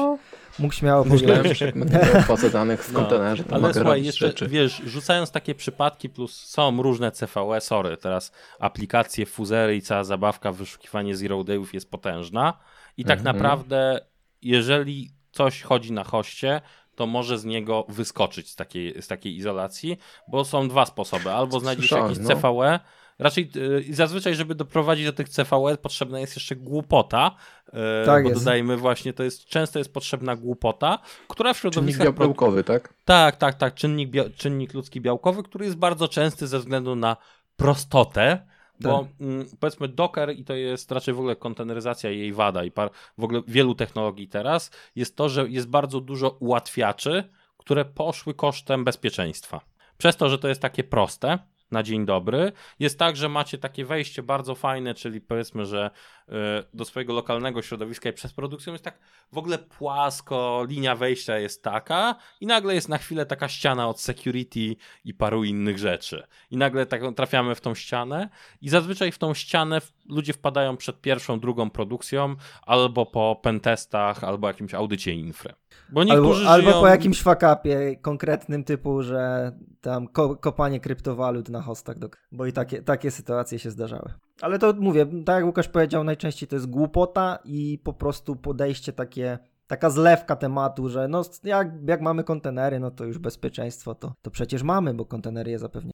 mógł śmiało powiedzieć. Że bazę danych w kontenerze. Ale słuchaj, jeszcze rzeczy. Wiesz, rzucając takie przypadki, plus są różne CVE, sorry, teraz aplikacje, fuzery i cała zabawka, wyszukiwanie zero dayów jest potężna i tak naprawdę jeżeli coś chodzi na hoście, to może z niego wyskoczyć z takiej izolacji, bo są dwa sposoby. Albo znajdziesz jakieś CVE, raczej zazwyczaj, żeby doprowadzić do tych CVE potrzebna jest jeszcze głupota, tak bo jest. dodajmy właśnie, często jest potrzebna głupota, która w środowiskach... Czynnik białkowy, tak? Tak, czynnik ludzki białkowy, który jest bardzo częsty ze względu na prostotę, bo powiedzmy Docker i to jest raczej w ogóle konteneryzacja jej wada i w ogóle wielu technologii teraz jest to, że jest bardzo dużo ułatwiaczy, które poszły kosztem bezpieczeństwa. Przez to, że to jest takie proste, na dzień dobry, jest tak, że macie takie wejście bardzo fajne, czyli powiedzmy, że do swojego lokalnego środowiska i przez produkcję jest tak w ogóle płasko, linia wejścia jest taka i nagle jest na chwilę taka ściana od security i paru innych rzeczy. I nagle trafiamy w tą ścianę i zazwyczaj w tą ścianę ludzie wpadają przed pierwszą, drugą produkcją albo po pentestach, albo jakimś audycie infry. Bo niektórzy albo po jakimś fuck-upie konkretnym typu, że tam kopanie kryptowalut na hostach, bo i takie sytuacje się zdarzały. Ale to mówię, tak jak Łukasz powiedział, najczęściej to jest głupota i po prostu podejście taka zlewka tematu, że no jak mamy kontenery, no to już bezpieczeństwo to przecież mamy, bo kontenery je zapewniają.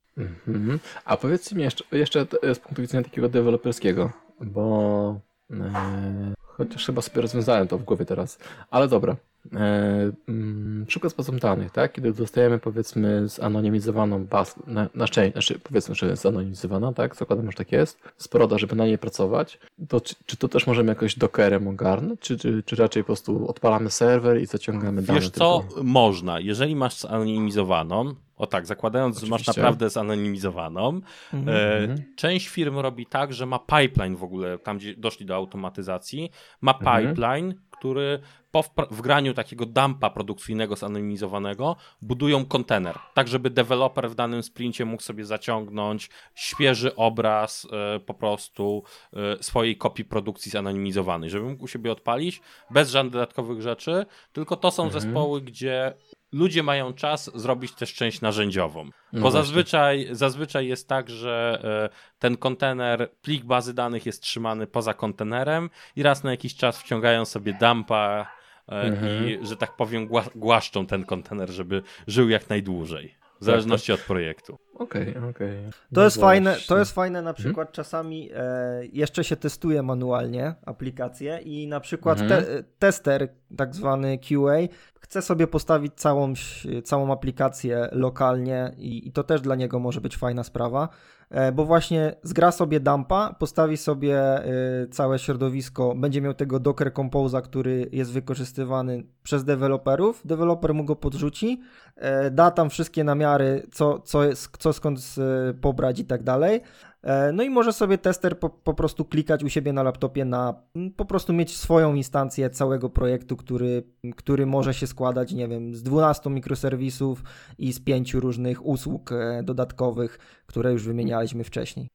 A powiedzcie mi jeszcze z punktu widzenia takiego deweloperskiego, bo chociaż chyba sobie rozwiązałem to w głowie teraz, ale dobra. Przykład z bazą danych, tak? Kiedy dostajemy powiedzmy zanonimizowaną bazę, powiedzmy, że jest zanonimizowana, tak? Zakładam, że tak jest, z proda, żeby na niej pracować, to czy to też możemy jakoś Dockerem ogarnąć, czy raczej po prostu odpalamy serwer i zaciągamy dane? Wiesz co? Można. Jeżeli masz zanonimizowaną, zakładając, że masz naprawdę zanonimizowaną, część firm robi tak, że ma pipeline w ogóle, tam gdzie doszli do automatyzacji, ma pipeline, który po wgraniu takiego dumpa produkcyjnego zanonimizowanego budują kontener, tak żeby deweloper w danym sprincie mógł sobie zaciągnąć świeży obraz po prostu swojej kopii produkcji zanonimizowanej, żeby mógł u siebie odpalić bez żadnych dodatkowych rzeczy, tylko to są zespoły, gdzie ludzie mają czas zrobić też część narzędziową. Bo zazwyczaj jest tak, że ten kontener, plik bazy danych jest trzymany poza kontenerem i raz na jakiś czas wciągają sobie dumpa i, że tak powiem, głaszczą ten kontener, żeby żył jak najdłużej. W zależności od projektu. Okej. To jest fajne na przykład czasami jeszcze się testuje manualnie aplikacje i na przykład tester, tak zwany QA, chce sobie postawić całą aplikację lokalnie i to też dla niego może być fajna sprawa, bo właśnie zgra sobie dumpa, postawi sobie całe środowisko, będzie miał tego Docker Compose'a, który jest wykorzystywany przez deweloperów, deweloper mu go podrzuci, da tam wszystkie namiary, co skąd pobrać i tak dalej. No i może sobie tester po prostu klikać u siebie na laptopie po prostu mieć swoją instancję całego projektu, który może się składać, nie wiem, z 12 mikroserwisów i z 5 różnych usług dodatkowych, które już wymienialiśmy wcześniej.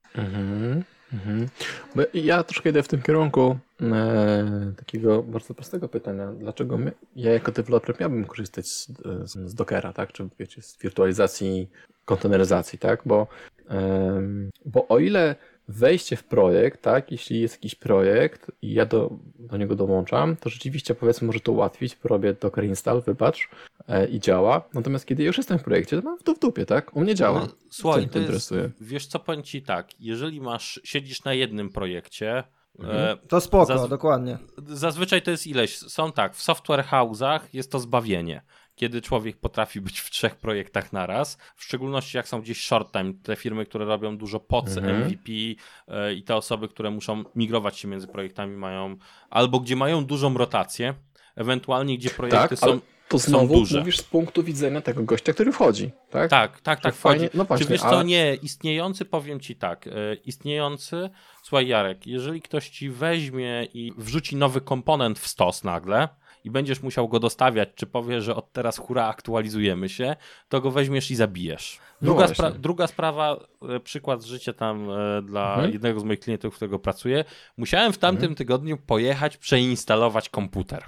Bo ja troszkę idę w tym kierunku takiego bardzo prostego pytania. Dlaczego ja jako deweloper miałbym korzystać z Dockera, tak? Czy wiecie, z wirtualizacji, konteneryzacji, tak? Bo o ile wejście w projekt, tak, jeśli jest jakiś projekt i ja do niego dołączam, to rzeczywiście powiedzmy może to ułatwić, robię docker install, i działa. Natomiast kiedy już jestem w projekcie, to mam to w dupie, tak? U mnie działa. Słuchaj, wiesz co, powiem ci tak, jeżeli siedzisz na jednym projekcie, To spoko, dokładnie. Zazwyczaj to jest ileś. Są tak, w software house'ach jest to zbawienie, kiedy człowiek potrafi być w 3 projektach naraz, w szczególności jak są gdzieś short time, te firmy, które robią dużo POC, MVP i te osoby, które muszą migrować się między projektami mają, albo gdzie mają dużą rotację, ewentualnie gdzie projekty są to znowu duże. Mówisz z punktu widzenia tego gościa, który wchodzi, tak? Tak, fajnie, wchodzi. no właśnie, Czy wiesz co, nie, istniejący, powiem ci tak, istniejący, słuchaj Jarek, jeżeli ktoś ci weźmie i wrzuci nowy komponent w stos nagle i będziesz musiał go dostawiać, czy powie, że od teraz hura, aktualizujemy się, to go weźmiesz i zabijesz. Druga sprawa, przykład z życia tam dla jednego z moich klientów, którego pracuję, musiałem w tamtym tygodniu pojechać, przeinstalować komputer.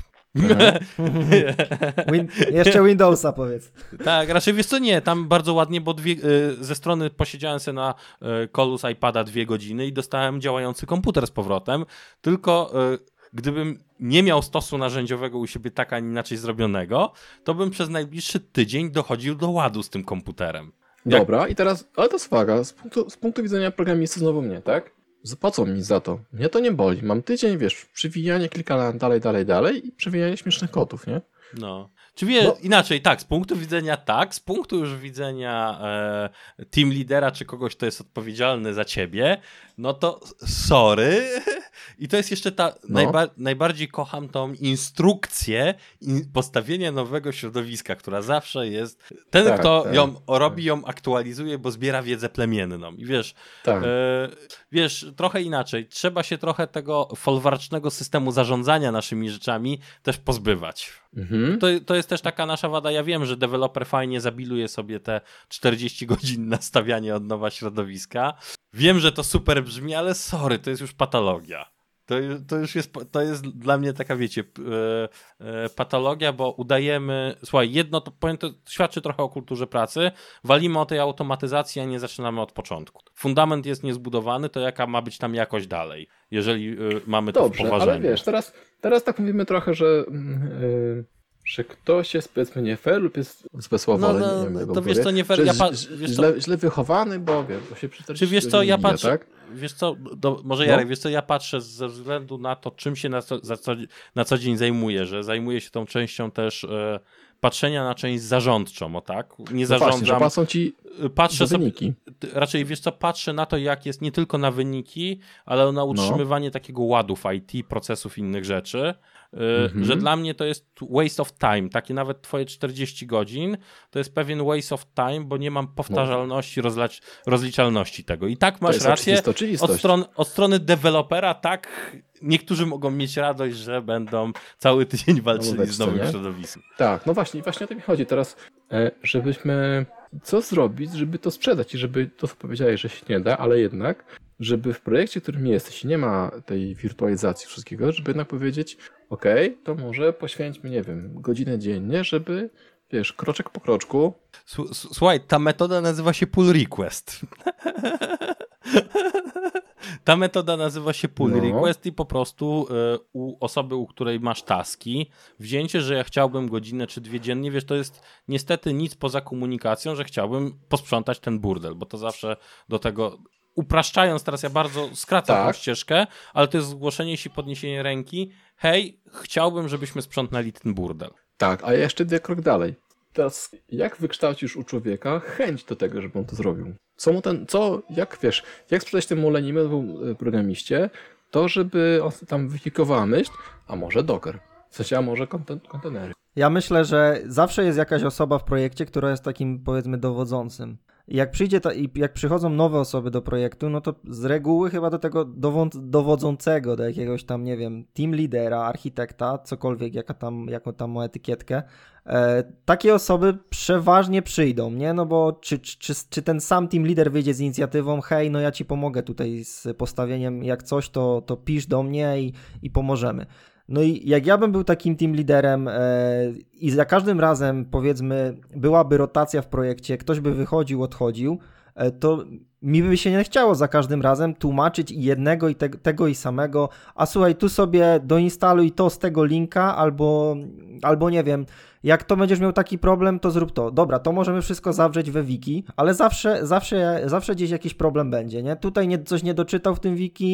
Jeszcze Windowsa powiedz. Tak, raczej wiesz co, nie, tam bardzo ładnie, bo ze strony posiedziałem sobie na callu z iPada 2 godziny i dostałem działający komputer z powrotem, tylko gdybym nie miał stosu narzędziowego u siebie tak, a nie inaczej zrobionego, to bym przez najbliższy tydzień dochodził do ładu z tym komputerem. Dobra, i teraz, ale to jest uwaga, z punktu widzenia programisty znowu mnie, tak? Zapłacą mi za to. Mnie to nie boli. Mam tydzień, wiesz, przewijanie, klikania dalej i przewijanie śmiesznych kotów, nie? No. Czy inaczej, tak, z punktu widzenia z punktu już widzenia team lidera, czy kogoś, kto jest odpowiedzialny za ciebie, no to sorry. I to jest jeszcze najbardziej kocham tą instrukcję postawienia nowego środowiska, która zawsze jest, kto ją robi, ją aktualizuje, bo zbiera wiedzę plemienną. I wiesz, trochę inaczej, trzeba się trochę tego folwarcznego systemu zarządzania naszymi rzeczami też pozbywać. To jest też taka nasza wada. Ja wiem, że deweloper fajnie zabiluje sobie te 40 godzin nastawiania od nowa środowiska. Wiem, że to super brzmi, ale sorry, to jest już patologia. To jest dla mnie taka, wiecie, patologia, bo udajemy, słuchaj, to świadczy trochę o kulturze pracy, walimy o tej automatyzacji, a nie zaczynamy od początku. Fundament jest niezbudowany, to jaka ma być tam jakość dalej, jeżeli mamy to w poważeniu. Dobrze, ale wiesz, teraz tak mówimy trochę, że ktoś jest, powiedzmy, nie fair lub jest zbesławany. To wiesz co, nie fair, źle wychowany, bo się przy Czy wiesz co, ja patrzę, tak? wiesz co, może Jarek, wiesz co, ja patrzę ze względu na to, czym się na co dzień zajmuję, że zajmuję się tą częścią też patrzenia na część zarządczą, tak? Nie zarządzam. Właśnie, że płacą ci patrzę za wyniki. Raczej, wiesz co, patrzę na to, jak jest nie tylko na wyniki, ale na utrzymywanie takiego ładu w IT, procesów, innych rzeczy, że dla mnie to jest waste of time. Takie nawet twoje 40 godzin to jest pewien waste of time, bo nie mam powtarzalności, rozliczalności tego. I tak masz rację, od strony dewelopera, tak, niektórzy mogą mieć radość, że będą cały tydzień walczyli z nowym środowiskiem. Tak, no właśnie o to mi chodzi teraz, żebyśmy co zrobić, żeby to sprzedać i żeby to, co powiedziałeś, że się nie da, ale jednak, żeby w projekcie, w którym jesteś, nie ma tej wirtualizacji wszystkiego, żeby jednak powiedzieć, okej, to może poświęćmy, nie wiem, godzinę dziennie, żeby, wiesz, kroczek po kroczku. Słuchaj, ta metoda nazywa się pull request. Ta metoda nazywa się pull request i po prostu u osoby, u której masz taski, wzięcie, że ja chciałbym godzinę czy 2 dziennie, wiesz, to jest niestety nic poza komunikacją, że chciałbym posprzątać ten burdel, bo to zawsze do tego, upraszczając, teraz ja bardzo skracam tą ścieżkę, ale to jest zgłoszenie się, podniesienie ręki, hej, chciałbym, żebyśmy sprzątnęli ten burdel. Tak, a jeszcze krok dalej. Teraz jak wykształcisz u człowieka chęć do tego, żeby on to zrobił? Jak sprzedać temu lenimemu programiście to, żeby on tam wyfikowała myśl, a może Docker, w sensie, a może kontenery. Ja myślę, że zawsze jest jakaś osoba w projekcie, która jest takim, powiedzmy, dowodzącym. Jak przychodzą nowe osoby do projektu, no to z reguły chyba do tego dowodzącego, do jakiegoś tam, nie wiem, team lidera, architekta, cokolwiek, jaką tam ma etykietkę, takie osoby przeważnie przyjdą, nie? No bo czy ten sam team lider wyjdzie z inicjatywą, hej, no ja ci pomogę tutaj z postawieniem, jak coś, to pisz do mnie i pomożemy. No i jak ja bym był takim team liderem i za każdym razem, powiedzmy, byłaby rotacja w projekcie, ktoś by wychodził, odchodził, to mi by się nie chciało za każdym razem tłumaczyć i jednego i tego i samego, a słuchaj, tu sobie doinstaluj to z tego linka, albo nie wiem, jak to będziesz miał taki problem, to zrób to. Dobra, to możemy wszystko zawrzeć we wiki, ale zawsze gdzieś jakiś problem będzie, nie? Tutaj coś nie doczytał w tym wiki,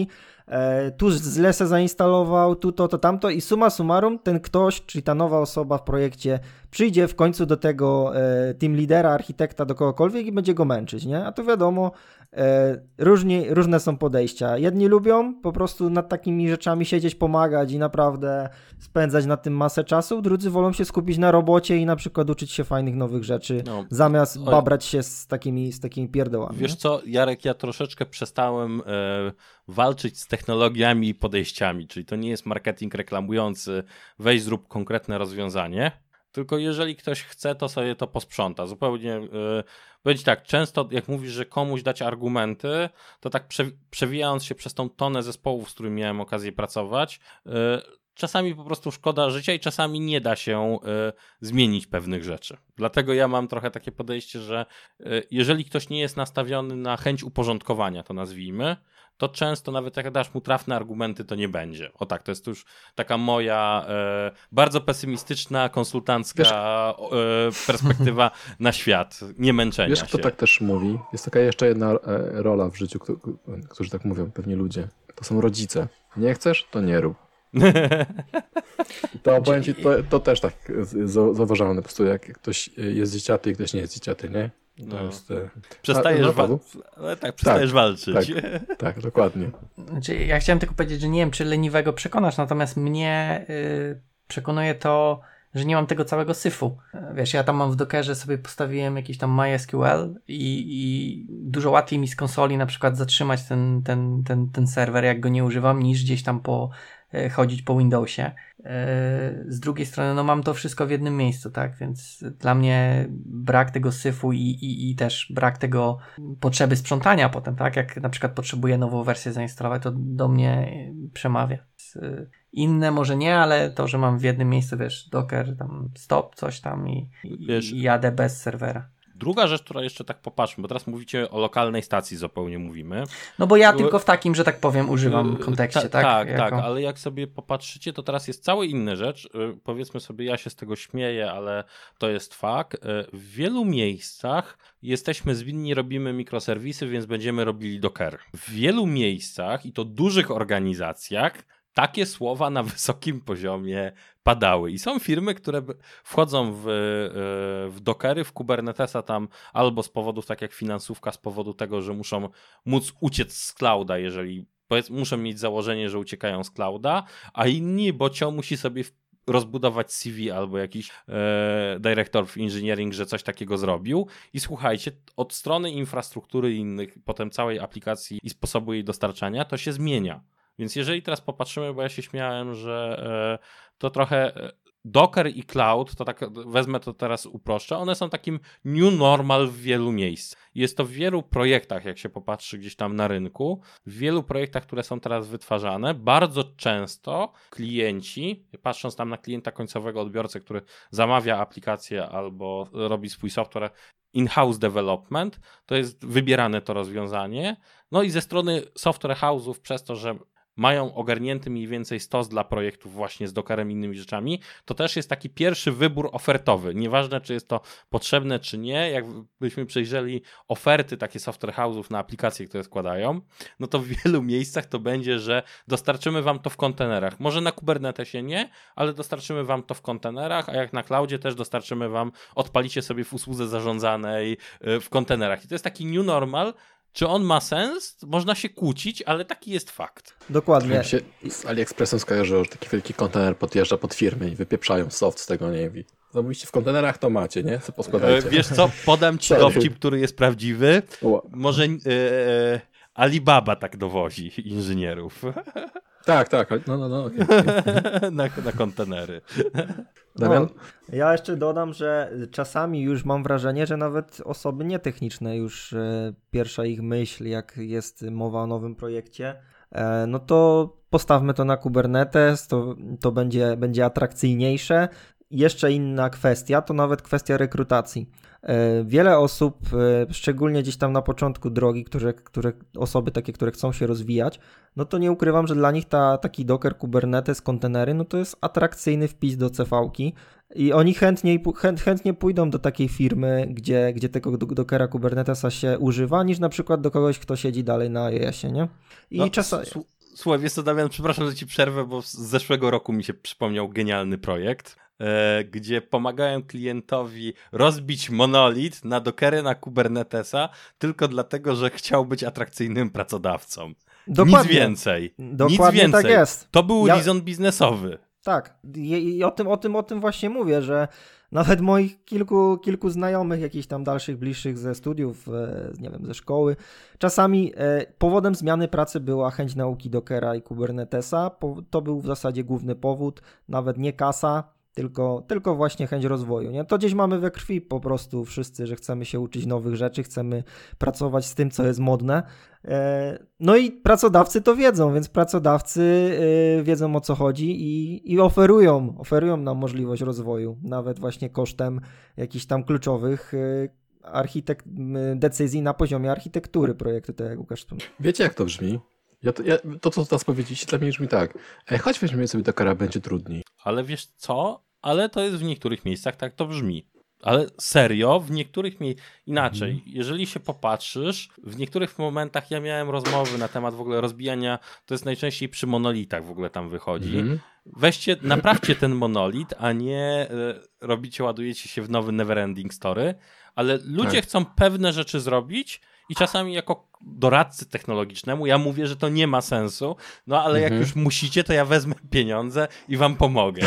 tu źle se zainstalował, tu to tamto i summa summarum ten ktoś, czyli ta nowa osoba w projekcie przyjdzie w końcu do tego team lidera, architekta, do kogokolwiek i będzie go męczyć, nie? A to wiadomo, różne są podejścia. Jedni lubią po prostu nad takimi rzeczami siedzieć, pomagać i naprawdę spędzać na tym masę czasu, drudzy wolą się skupić na robocie i na przykład uczyć się fajnych nowych rzeczy, zamiast babrać się z takimi pierdołami. Wiesz co, Jarek, ja troszeczkę przestałem walczyć z technologiami i podejściami, czyli to nie jest marketing reklamujący weź zrób konkretne rozwiązanie, tylko jeżeli ktoś chce, to sobie to posprząta. Zupełnie, powiedzieć tak, często jak mówisz, że komuś dać argumenty, to tak przewijając się przez tą tonę zespołów, z którymi miałem okazję pracować, czasami po prostu szkoda życia i czasami nie da się zmienić pewnych rzeczy. Dlatego ja mam trochę takie podejście, że jeżeli ktoś nie jest nastawiony na chęć uporządkowania, to nazwijmy, to często nawet jak dasz mu trafne argumenty, to nie będzie. O tak, to jest już taka moja bardzo pesymistyczna, konsultancka perspektywa na świat, nie męczenia się. Wiesz, kto tak też mówi? Jest taka jeszcze jedna rola w życiu, którzy tak mówią, pewnie ludzie. To są rodzice. Nie chcesz, to nie rób. To powiem ci, to też tak zauważalne, po prostu jak ktoś jest dzieciaty i ktoś nie jest dzieciaty, nie? To jest, przestajesz walczyć. Tak, dokładnie. Znaczy, ja chciałem tylko powiedzieć, że nie wiem, czy leniwego przekonasz, natomiast mnie przekonuje to, że nie mam tego całego syfu. Wiesz, ja tam mam w Dockerze sobie postawiłem jakiś tam MySQL i dużo łatwiej mi z konsoli na przykład zatrzymać ten serwer, jak go nie używam, niż gdzieś tam chodzić po Windowsie. Z drugiej strony, no mam to wszystko w jednym miejscu, tak, więc dla mnie brak tego syfu i też brak tego potrzeby sprzątania potem, tak, jak na przykład potrzebuję nową wersję zainstalować, to do mnie przemawia. Inne może nie, ale to, że mam w jednym miejscu, wiesz, Docker, tam stop, coś tam i jadę bez serwera. Druga rzecz, która jeszcze tak popatrzmy, bo teraz mówicie o lokalnej stacji zupełnie mówimy. No bo ja tylko w takim, że tak powiem, używam kontekście, tak? Tak, ale jak sobie popatrzycie, to teraz jest cała inna rzecz. Powiedzmy sobie, ja się z tego śmieję, ale to jest fakt. W wielu miejscach jesteśmy zwinni, robimy mikroserwisy, więc będziemy robili Docker. W wielu miejscach, i to dużych organizacjach, takie słowa na wysokim poziomie padały. I są firmy, które wchodzą w Dockery, w Kubernetesa tam albo z powodów tak jak finansówka, z powodu tego, że muszą móc uciec z clouda, jeżeli muszą mieć założenie, że uciekają z clouda, a inni, bo musi sobie rozbudować CV albo jakiś director of engineering, że coś takiego zrobił. I słuchajcie, od strony infrastruktury i innych, potem całej aplikacji i sposobu jej dostarczania, to się zmienia. Więc jeżeli teraz popatrzymy, bo ja się śmiałem, że to trochę Docker i cloud, to tak wezmę to teraz uproszczę, one są takim new normal w wielu miejscach. Jest to w wielu projektach, jak się popatrzy gdzieś tam na rynku, w wielu projektach, które są teraz wytwarzane, bardzo często klienci, patrząc tam na klienta końcowego odbiorcę, który zamawia aplikację albo robi swój software, in-house development, to jest wybierane to rozwiązanie. No i ze strony software house'ów, przez to, że mają ogarnięty mniej więcej stos dla projektów właśnie z Dockerem i innymi rzeczami, to też jest taki pierwszy wybór ofertowy. Nieważne, czy jest to potrzebne, czy nie, jakbyśmy przejrzeli oferty takie software house'ów na aplikacje, które składają, no to w wielu miejscach to będzie, że dostarczymy wam to w kontenerach. Może na Kubernetesie nie, ale dostarczymy wam to w kontenerach, a jak na cloudzie też dostarczymy wam, odpalicie sobie w usłudze zarządzanej w kontenerach. I to jest taki new normal. Czy on ma sens? Można się kłócić, ale taki jest fakt. Dokładnie. Mi się z AliExpressem skojarzyło, że taki wielki kontener podjeżdża pod firmę i wypieprzają soft z tego, nie wiem. Zamówicie w kontenerach, to macie, nie? Co poskładajcie. Wiesz co, podam ci dowcip, który jest prawdziwy. Może Alibaba tak dowozi inżynierów. Tak. No. Okay. na kontenery. Damian? Ja jeszcze dodam, że czasami już mam wrażenie, że nawet osoby nietechniczne już pierwsza ich myśl, jak jest mowa o nowym projekcie, no to postawmy to na Kubernetes, to będzie atrakcyjniejsze. Jeszcze inna kwestia, to nawet kwestia rekrutacji. Wiele osób, szczególnie gdzieś tam na początku drogi, osoby takie, które chcą się rozwijać, no to nie ukrywam, że dla nich taki Docker, Kubernetes, kontenery, no to jest atrakcyjny wpis do CV-ki i oni chętnie pójdą do takiej firmy, gdzie tego Dockera, Kubernetesa się używa, niż na przykład do kogoś, kto siedzi dalej na iOSie, nie? I Słuchaj, wiesz co, Damian, przepraszam, że ci przerwę, bo z zeszłego roku mi się przypomniał genialny projekt, gdzie pomagałem klientowi rozbić monolit na Dockery, na Kubernetesa, tylko dlatego, że chciał być atrakcyjnym pracodawcą. Dokładnie. Nic więcej. Dokładnie Nic więcej. tak jest. To był rezon biznesowy. Tak. I o tym właśnie mówię, że nawet moich kilku znajomych, jakichś tam dalszych, bliższych ze studiów, nie wiem, ze szkoły, czasami powodem zmiany pracy była chęć nauki Dockera i Kubernetesa. To był w zasadzie główny powód, nawet nie kasa, tylko właśnie chęć rozwoju. Nie? To gdzieś mamy we krwi po prostu wszyscy, że chcemy się uczyć nowych rzeczy, chcemy pracować z tym, co jest modne. No i pracodawcy to wiedzą, więc pracodawcy wiedzą, o co chodzi i oferują nam możliwość rozwoju, nawet właśnie kosztem jakichś tam kluczowych decyzji na poziomie architektury projektu, tak jak Łukasz wspomniał. Wiecie, jak to brzmi? To, co teraz powiedzieliście, dla mnie brzmi tak. Chodź weźmiemy sobie Dockera, będzie trudniej. Ale wiesz co? Ale to jest w niektórych miejscach, tak to brzmi. Ale serio, w niektórych inaczej. Jeżeli się popatrzysz, w niektórych momentach ja miałem rozmowy na temat w ogóle rozbijania, to jest najczęściej przy monolitach w ogóle tam wychodzi. Weźcie, naprawcie ten monolit, a nie ładujecie się w nowy Neverending Story, ale ludzie chcą pewne rzeczy zrobić i czasami jako doradcy technologicznemu ja mówię, że to nie ma sensu, no ale jak już musicie, to ja wezmę pieniądze i wam pomogę.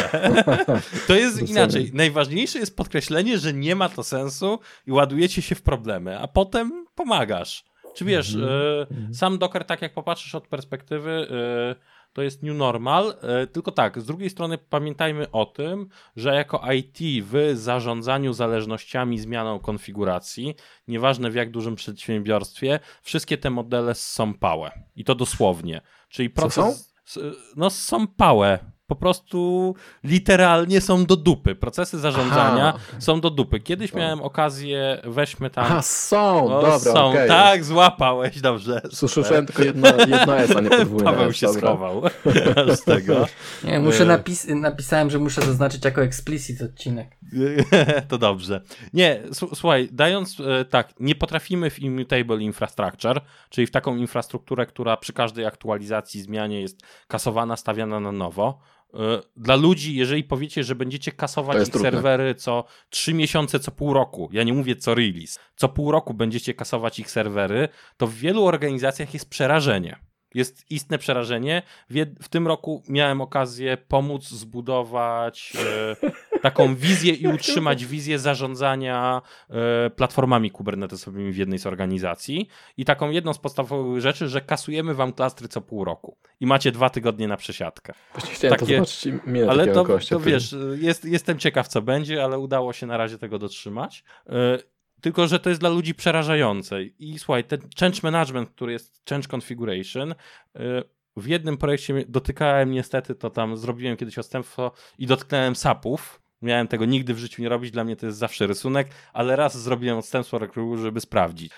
To jest inaczej. Najważniejsze jest podkreślenie, że nie ma to sensu i ładujecie się w problemy, a potem pomagasz. Czy wiesz, sam Docker, tak jak popatrzysz od perspektywy, to jest new normal, tylko tak, z drugiej strony pamiętajmy o tym, że jako IT w zarządzaniu zależnościami, zmianą konfiguracji, nieważne w jak dużym przedsiębiorstwie, wszystkie te modele są pałe. I to dosłownie. Czyli proces... są pałe. Po prostu literalnie są do dupy. Procesy zarządzania są do dupy. Kiedyś miałem okazję, weźmy tam... Dobra, są. Okay. Tak, złapałeś, dobrze. Słyszałem tylko jedna S, a nie podwójna. Paweł się schował z tego. Nie, napisałem, że muszę zaznaczyć jako explicit odcinek. To dobrze. Nie, słuchaj, dając tak, nie potrafimy w immutable infrastructure, czyli w taką infrastrukturę, która przy każdej aktualizacji, zmianie jest kasowana, stawiana na nowo. Dla ludzi, jeżeli powiecie, że będziecie kasować ich serwery co 3 miesiące, co pół roku, ja nie mówię co release, co pół roku będziecie kasować ich serwery, to w wielu organizacjach jest przerażenie. Jest istne przerażenie. W tym roku miałem okazję pomóc zbudować taką wizję i utrzymać wizję zarządzania platformami kubernetesowymi w jednej z organizacji. I taką jedną z podstawowych rzeczy, że kasujemy wam klastry co pół roku. I macie 2 tygodnie na przesiadkę. Właśnie chciałem to zobaczyć i mieć ale takiego gościa. To wiesz, jestem ciekaw co będzie, ale udało się na razie tego dotrzymać. Tylko, że to jest dla ludzi przerażające. I słuchaj, ten change management, który jest change configuration, w jednym projekcie dotykałem niestety, to tam zrobiłem kiedyś odstępstwo i dotknąłem SAP-ów. Miałem tego nigdy w życiu nie robić, dla mnie to jest zawsze rysunek, ale raz zrobiłem odstępstwo rekrutu, żeby sprawdzić.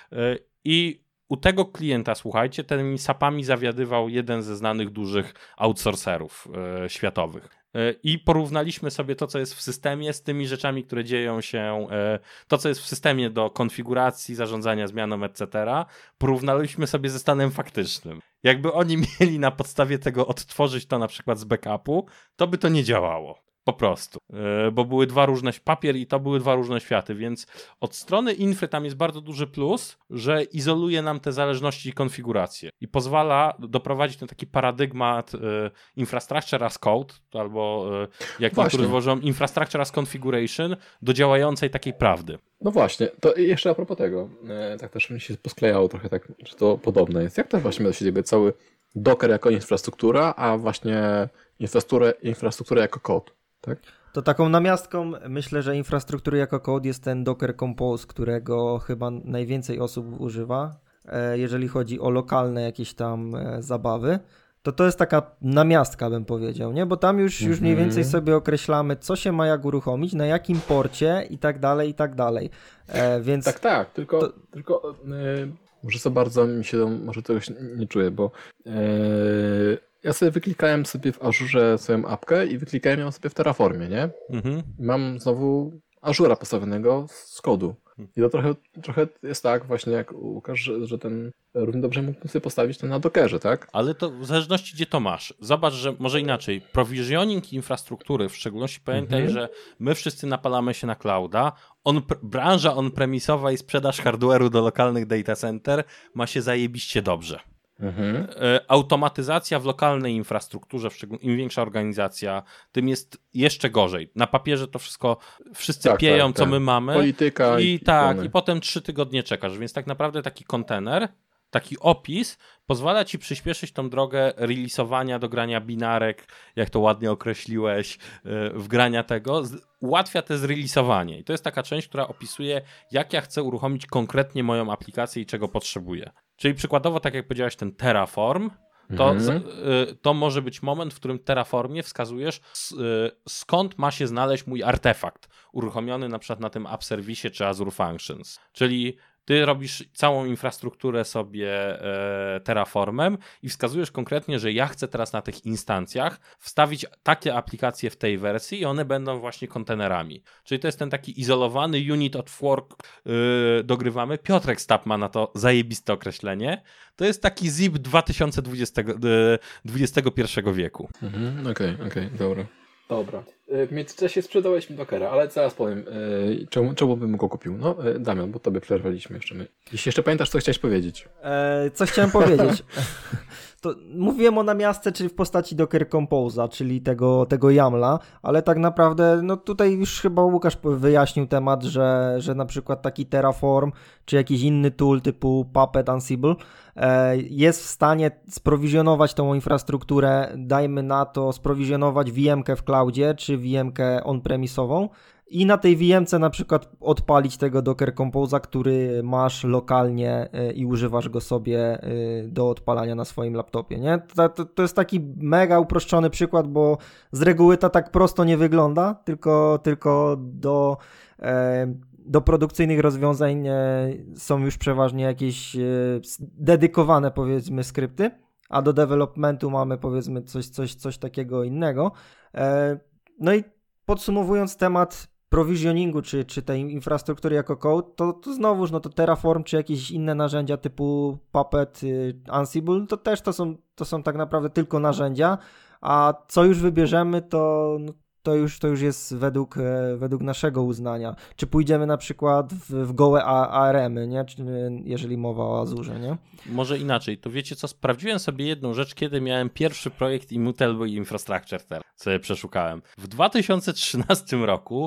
I u tego klienta, słuchajcie, tymi SAP-ami zawiadywał jeden ze znanych dużych outsourcerów światowych. I porównaliśmy sobie to, co jest w systemie z tymi rzeczami, które dzieją się, to, co jest w systemie do konfiguracji, zarządzania zmianą, etc. Porównaliśmy sobie ze stanem faktycznym. Jakby oni mieli na podstawie tego odtworzyć to na przykład z backupu, to by to nie działało. Po prostu. Bo były 2 różne papier i to były 2 różne światy, więc od strony infry tam jest bardzo duży plus, że izoluje nam te zależności i konfiguracje i pozwala doprowadzić ten taki paradygmat infrastructure as code, albo jak niektórzy uważają infrastructure as configuration do działającej takiej prawdy. No właśnie, to jeszcze a propos tego, tak też mi się posklejało trochę tak, że to podobne jest. Jak to właśnie ma do siebie cały Docker jako infrastruktura, a właśnie infrastruktura jako kod? Tak? To taką namiastką myślę, że infrastruktury jako code jest ten Docker Compose, którego chyba najwięcej osób używa, jeżeli chodzi o lokalne jakieś tam zabawy. To jest taka namiastka, bym powiedział, nie? Bo tam już mniej więcej sobie określamy, co się ma jak uruchomić, na jakim porcie i tak dalej, i tak dalej. Więc tak, tylko może za bardzo mi się może tego nie czuję, bo ja sobie wyklikałem sobie w Azure swoją apkę i wyklikałem ją sobie w Terraformie, nie? Mam znowu Azure'a postawionego z kodu. I to trochę jest tak właśnie jak u Łukasz, że ten równie dobrze mógłbym sobie postawić to na Dockerze, tak? Ale to w zależności gdzie to masz. Zobacz, że może inaczej. Provisioning infrastruktury, w szczególności pamiętaj, że my wszyscy napalamy się na clouda. Branża on-premisowa i sprzedaż hardware'u do lokalnych data center ma się zajebiście dobrze. Automatyzacja w lokalnej infrastrukturze, im większa organizacja, tym jest jeszcze gorzej. Na papierze to wszystko wszyscy pieją, co my mamy. Polityka i potem 3 tygodnie czekasz. Więc tak naprawdę taki kontener, taki opis pozwala ci przyspieszyć tą drogę releasowania do grania binarek, jak to ładnie określiłeś, wgrania tego. Ułatwia te zreleasowanie. I to jest taka część, która opisuje, jak ja chcę uruchomić konkretnie moją aplikację i czego potrzebuję. Czyli przykładowo, tak jak powiedziałeś, ten Terraform, to może być moment, w którym Terraformie wskazujesz, skąd ma się znaleźć mój artefakt uruchomiony na przykład na tym App Service czy Azure Functions. Czyli ty robisz całą infrastrukturę sobie Terraformem i wskazujesz konkretnie, że ja chcę teraz na tych instancjach wstawić takie aplikacje w tej wersji i one będą właśnie kontenerami. Czyli to jest ten taki izolowany unit of work dogrywamy. Piotrek Stap ma na to zajebiste określenie. To jest taki ZIP 2021 wieku. Okej, dobra. W międzyczasie sprzedałeś mi Dockera, ale zaraz powiem, czemu bym go kupił. No, Damian, bo tobie przerwaliśmy jeszcze my. Jeśli jeszcze pamiętasz, co chciałeś powiedzieć. Co chciałem powiedzieć? To mówiłem o namiastce, czyli w postaci Docker Compose'a, czyli tego YAML-a, ale tak naprawdę, no tutaj już chyba Łukasz wyjaśnił temat, że na przykład taki Terraform, czy jakiś inny tool typu Puppet, Ansible jest w stanie sprowizjonować tą infrastrukturę, dajmy na to sprowizjonować VM-kę w cloudzie, czy VM-kę on-premisową i na tej VM-ce na przykład odpalić tego Docker Compose'a, który masz lokalnie i używasz go sobie do odpalania na swoim laptopie, nie? To jest taki mega uproszczony przykład, bo z reguły to tak prosto nie wygląda, tylko do produkcyjnych rozwiązań są już przeważnie jakieś dedykowane, powiedzmy, skrypty, a do developmentu mamy, powiedzmy, coś takiego innego. No i podsumowując temat provisioningu, czy tej infrastruktury jako code, to znowuż, no to Terraform, czy jakieś inne narzędzia typu Puppet, Ansible, to też to są tak naprawdę tylko narzędzia, a co już wybierzemy, to już jest według naszego uznania. Czy pójdziemy na przykład w gołe ARM-y, nie? Jeżeli mowa o Azurze, nie? Może inaczej. To wiecie co, sprawdziłem sobie jedną rzecz, kiedy miałem pierwszy projekt Immutable Infrastructure, sobie przeszukałem. W 2013 roku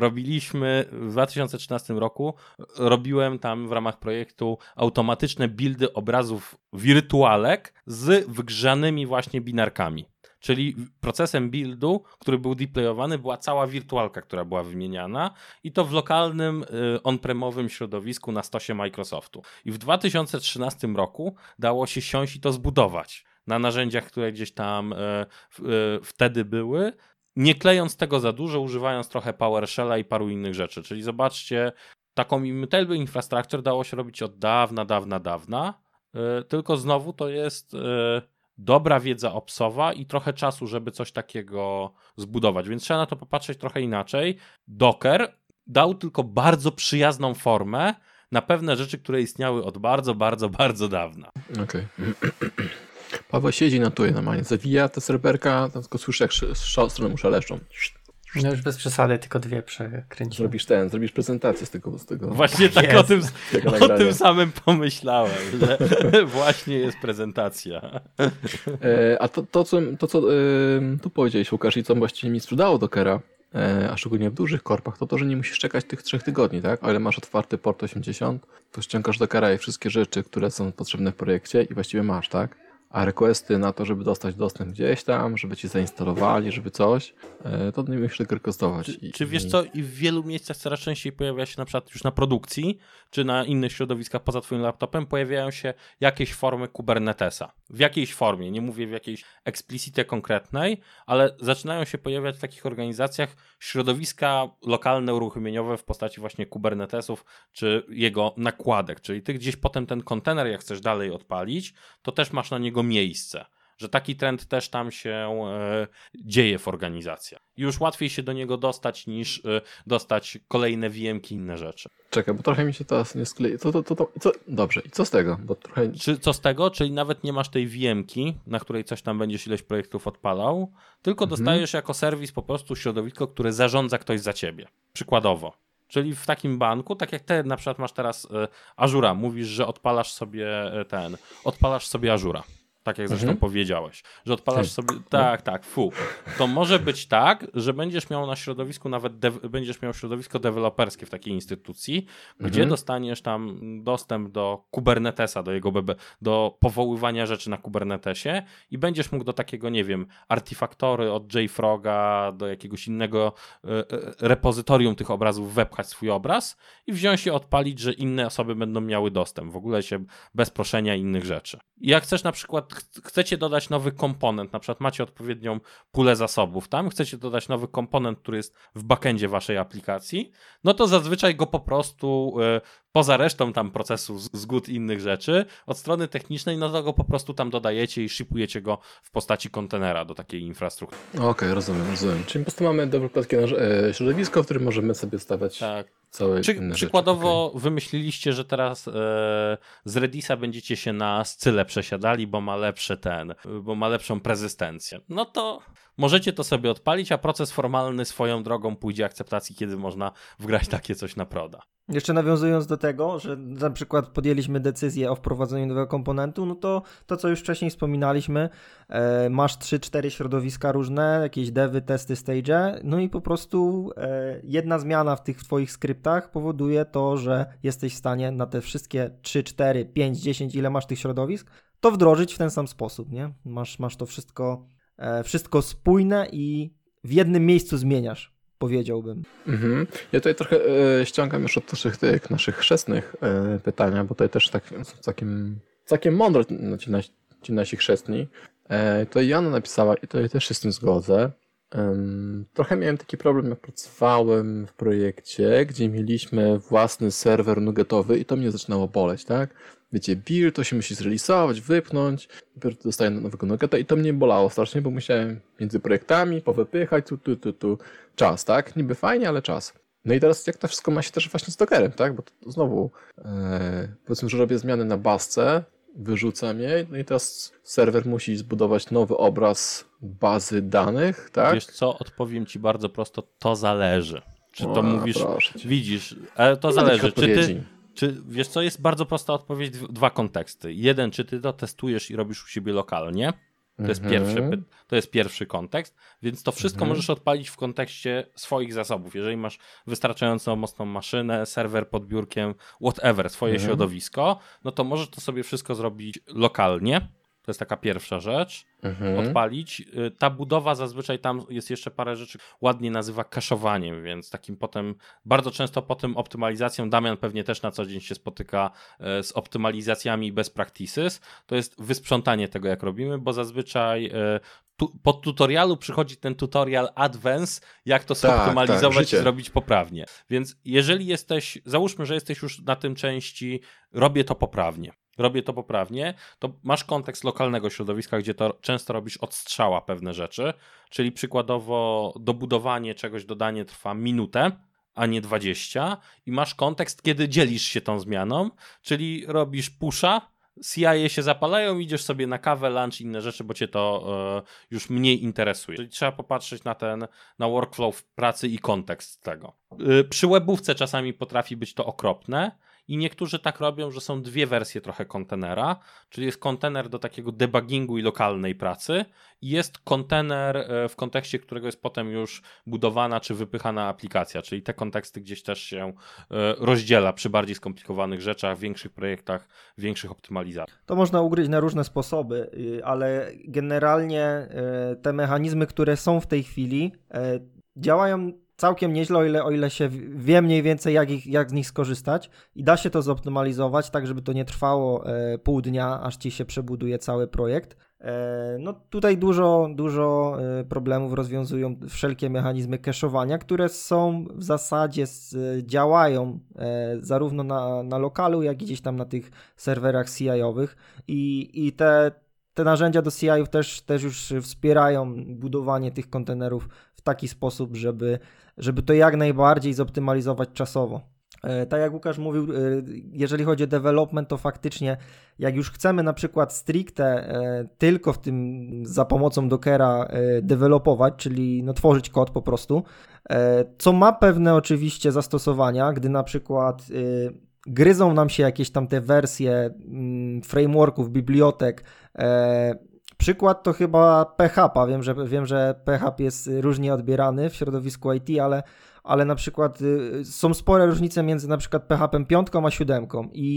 robiłem tam w ramach projektu automatyczne buildy obrazów wirtualek z wygrzanymi właśnie binarkami. Czyli procesem buildu, który był deployowany, była cała wirtualka, która była wymieniana i to w lokalnym on-premowym środowisku na stosie Microsoftu. I w 2013 roku dało się siąść i to zbudować na narzędziach, które gdzieś tam wtedy były, nie klejąc tego za dużo, używając trochę PowerShella i paru innych rzeczy. Czyli zobaczcie, taką Immutable Infrastructure dało się robić od dawna, tylko znowu to jest dobra wiedza opsowa i trochę czasu, żeby coś takiego zbudować, więc trzeba na to popatrzeć trochę inaczej. Docker dał tylko bardzo przyjazną formę na pewne rzeczy, które istniały od bardzo dawna. Okej. Paweł siedzi, notuje normalnie, zawija te serwerka, tam tylko słyszę, jak strony mu szeleszczą. No już bez przesady, tylko 2 przekręciłem. Zrobisz prezentację z tego. Właśnie tak o tym samym pomyślałem, że właśnie jest prezentacja. A to co tu powiedziałeś, Łukasz, i co właściwie mi sprzedało Dockera, a szczególnie w dużych korpach, to, że nie musisz czekać tych 3 tygodni, tak? O ile masz otwarty port 80, to ściągasz Dockera i wszystkie rzeczy, które są potrzebne w projekcie i właściwie masz, tak? A requesty na to, żeby dostać dostęp gdzieś tam, żeby ci zainstalowali, żeby coś, to nie musisz tego requestować. Czy wiesz co, i w wielu miejscach coraz częściej pojawia się na przykład już na produkcji, czy na innych środowiskach poza twoim laptopem, pojawiają się jakieś formy Kubernetesa. W jakiejś formie, nie mówię w jakiejś explicite konkretnej, ale zaczynają się pojawiać w takich organizacjach środowiska lokalne, uruchomieniowe w postaci właśnie Kubernetesów, czy jego nakładek, czyli ty gdzieś potem ten kontener, jak chcesz dalej odpalić, to też masz na niego miejsce. że taki trend też tam się dzieje w organizacjach. Już łatwiej się do niego dostać niż dostać kolejne VM-ki i inne rzeczy. Czekaj, bo trochę mi się teraz nie sklei. Dobrze, i co z tego? Bo trochę... Co z tego? Czyli nawet nie masz tej VM-ki, na której coś tam będziesz ileś projektów odpalał, tylko dostajesz jako serwis po prostu środowisko, które zarządza ktoś za ciebie. Przykładowo. Czyli w takim banku, tak jak ty na przykład masz teraz Azura, mówisz, że odpalasz sobie Azura. Tak jak zresztą powiedziałeś, że odpalasz sobie, to może być tak, że będziesz miał na środowisku będziesz miał środowisko deweloperskie w takiej instytucji, gdzie dostaniesz tam dostęp do Kubernetesa, do powoływania rzeczy na Kubernetesie i będziesz mógł do takiego, nie wiem, Artifactory od JFroga, do jakiegoś innego repozytorium tych obrazów wepchać swój obraz i wziąć i odpalić, że inne osoby będą miały dostęp, w ogóle się bez proszenia innych rzeczy. I jak chcesz na przykład chcecie dodać nowy komponent, na przykład macie odpowiednią pulę zasobów tam, chcecie dodać nowy komponent, który jest w backendzie waszej aplikacji, no to zazwyczaj go po prostu poza resztą tam procesu zgód i innych rzeczy, od strony technicznej, no to go po prostu tam dodajecie i shipujecie go w postaci kontenera do takiej infrastruktury. Okej, rozumiem. Czyli po prostu mamy deweloperskie środowisko, w którym możemy sobie stawiać całe inne Przykładowo wymyśliliście, że teraz z Redisa będziecie się na Scyle przesiadali, bo ma lepszą prezystencję. No to możecie to sobie odpalić, a proces formalny swoją drogą pójdzie akceptacji, kiedy można wgrać takie coś na proda. Jeszcze nawiązując do tego, że na przykład podjęliśmy decyzję o wprowadzeniu nowego komponentu, no to co już wcześniej wspominaliśmy, masz 3-4 środowiska różne, jakieś devy, testy, stage, no i po prostu jedna zmiana w tych twoich skryptach powoduje to, że jesteś w stanie na te wszystkie 3, 4, 5, 10, ile masz tych środowisk, to wdrożyć w ten sam sposób, nie? Masz to wszystko spójne i w jednym miejscu zmieniasz, powiedziałbym. Ja tutaj trochę ściągam już od tych naszych chrzestnych pytania, bo tutaj też tak całkiem mądro ci nasi chrzestni. To Joanna napisała i tutaj też się z tym zgodzę. Trochę miałem taki problem, jak pracowałem w projekcie, gdzie mieliśmy własny serwer nuggetowy i to mnie zaczynało boleć, tak? Wiecie, build, to się musi zrealizować, wypchnąć, dopiero dostaję nowego nuggeta i to mnie bolało strasznie, bo musiałem między projektami powypychać, czas, tak? Niby fajnie, ale czas. No i teraz jak to wszystko ma się też właśnie z Dockerem, tak? Bo to znowu, powiedzmy, że robię zmiany na bazce, wyrzucam je, no i teraz serwer musi zbudować nowy obraz bazy danych, tak? Wiesz co, odpowiem ci bardzo prosto, to zależy. Czy to mówisz, widzisz, ale to nie zależy, czy wiesz co, jest bardzo prosta odpowiedź, dwa konteksty. Jeden, czy ty to testujesz i robisz u siebie lokalnie, to jest pierwszy kontekst, więc to wszystko możesz odpalić w kontekście swoich zasobów. Jeżeli masz wystarczająco mocną maszynę, serwer pod biurkiem, whatever, swoje środowisko, no to możesz to sobie wszystko zrobić lokalnie. To jest taka pierwsza rzecz. Odpalić. Ta budowa zazwyczaj tam jest jeszcze parę rzeczy, ładnie nazywa kaszowaniem, więc takim potem, bardzo często potem optymalizacją, Damian pewnie też na co dzień się spotyka z optymalizacjami best practices, to jest wysprzątanie tego, jak robimy, bo zazwyczaj po tutorialu przychodzi ten tutorial advance, jak to zoptymalizować i zrobić poprawnie. Więc jeżeli załóżmy, że jesteś już na tym części, robię to poprawnie, to masz kontekst lokalnego środowiska, gdzie to często robisz od strzała pewne rzeczy, czyli przykładowo dobudowanie czegoś, dodanie trwa minutę, a nie 20 i masz kontekst, kiedy dzielisz się tą zmianą, czyli robisz pusha, CI się zapalają, idziesz sobie na kawę, lunch, inne rzeczy, bo cię to już mniej interesuje. Czyli trzeba popatrzeć na workflow pracy i kontekst tego. Przy webówce czasami potrafi być to okropne, i niektórzy tak robią, że są dwie wersje trochę kontenera, czyli jest kontener do takiego debuggingu i lokalnej pracy i jest kontener, w kontekście którego jest potem już budowana czy wypychana aplikacja, czyli te konteksty gdzieś też się rozdziela przy bardziej skomplikowanych rzeczach, większych projektach, większych optymalizacjach. To można ugryźć na różne sposoby, ale generalnie te mechanizmy, które są w tej chwili, działają całkiem nieźle, o ile się wie mniej więcej, jak z nich skorzystać i da się to zoptymalizować tak, żeby to nie trwało pół dnia, aż ci się przebuduje cały projekt. No tutaj dużo problemów rozwiązują wszelkie mechanizmy cache'owania, które są w zasadzie działają zarówno na lokalu, jak i gdzieś tam na tych serwerach CI-owych i te te narzędzia do CI-ów też już wspierają budowanie tych kontenerów w taki sposób, żeby to jak najbardziej zoptymalizować czasowo. Tak jak Łukasz mówił, jeżeli chodzi o development, to faktycznie jak już chcemy na przykład stricte tylko w tym za pomocą Dockera developować, czyli tworzyć kod po prostu, co ma pewne oczywiście zastosowania, gdy na przykład gryzą nam się jakieś tam te wersje frameworków, bibliotek. Przykład to chyba PHP. Wiem, że PHP jest różnie odbierany w środowisku IT, ale na przykład są spore różnice między na przykład PHP 5 a 7 i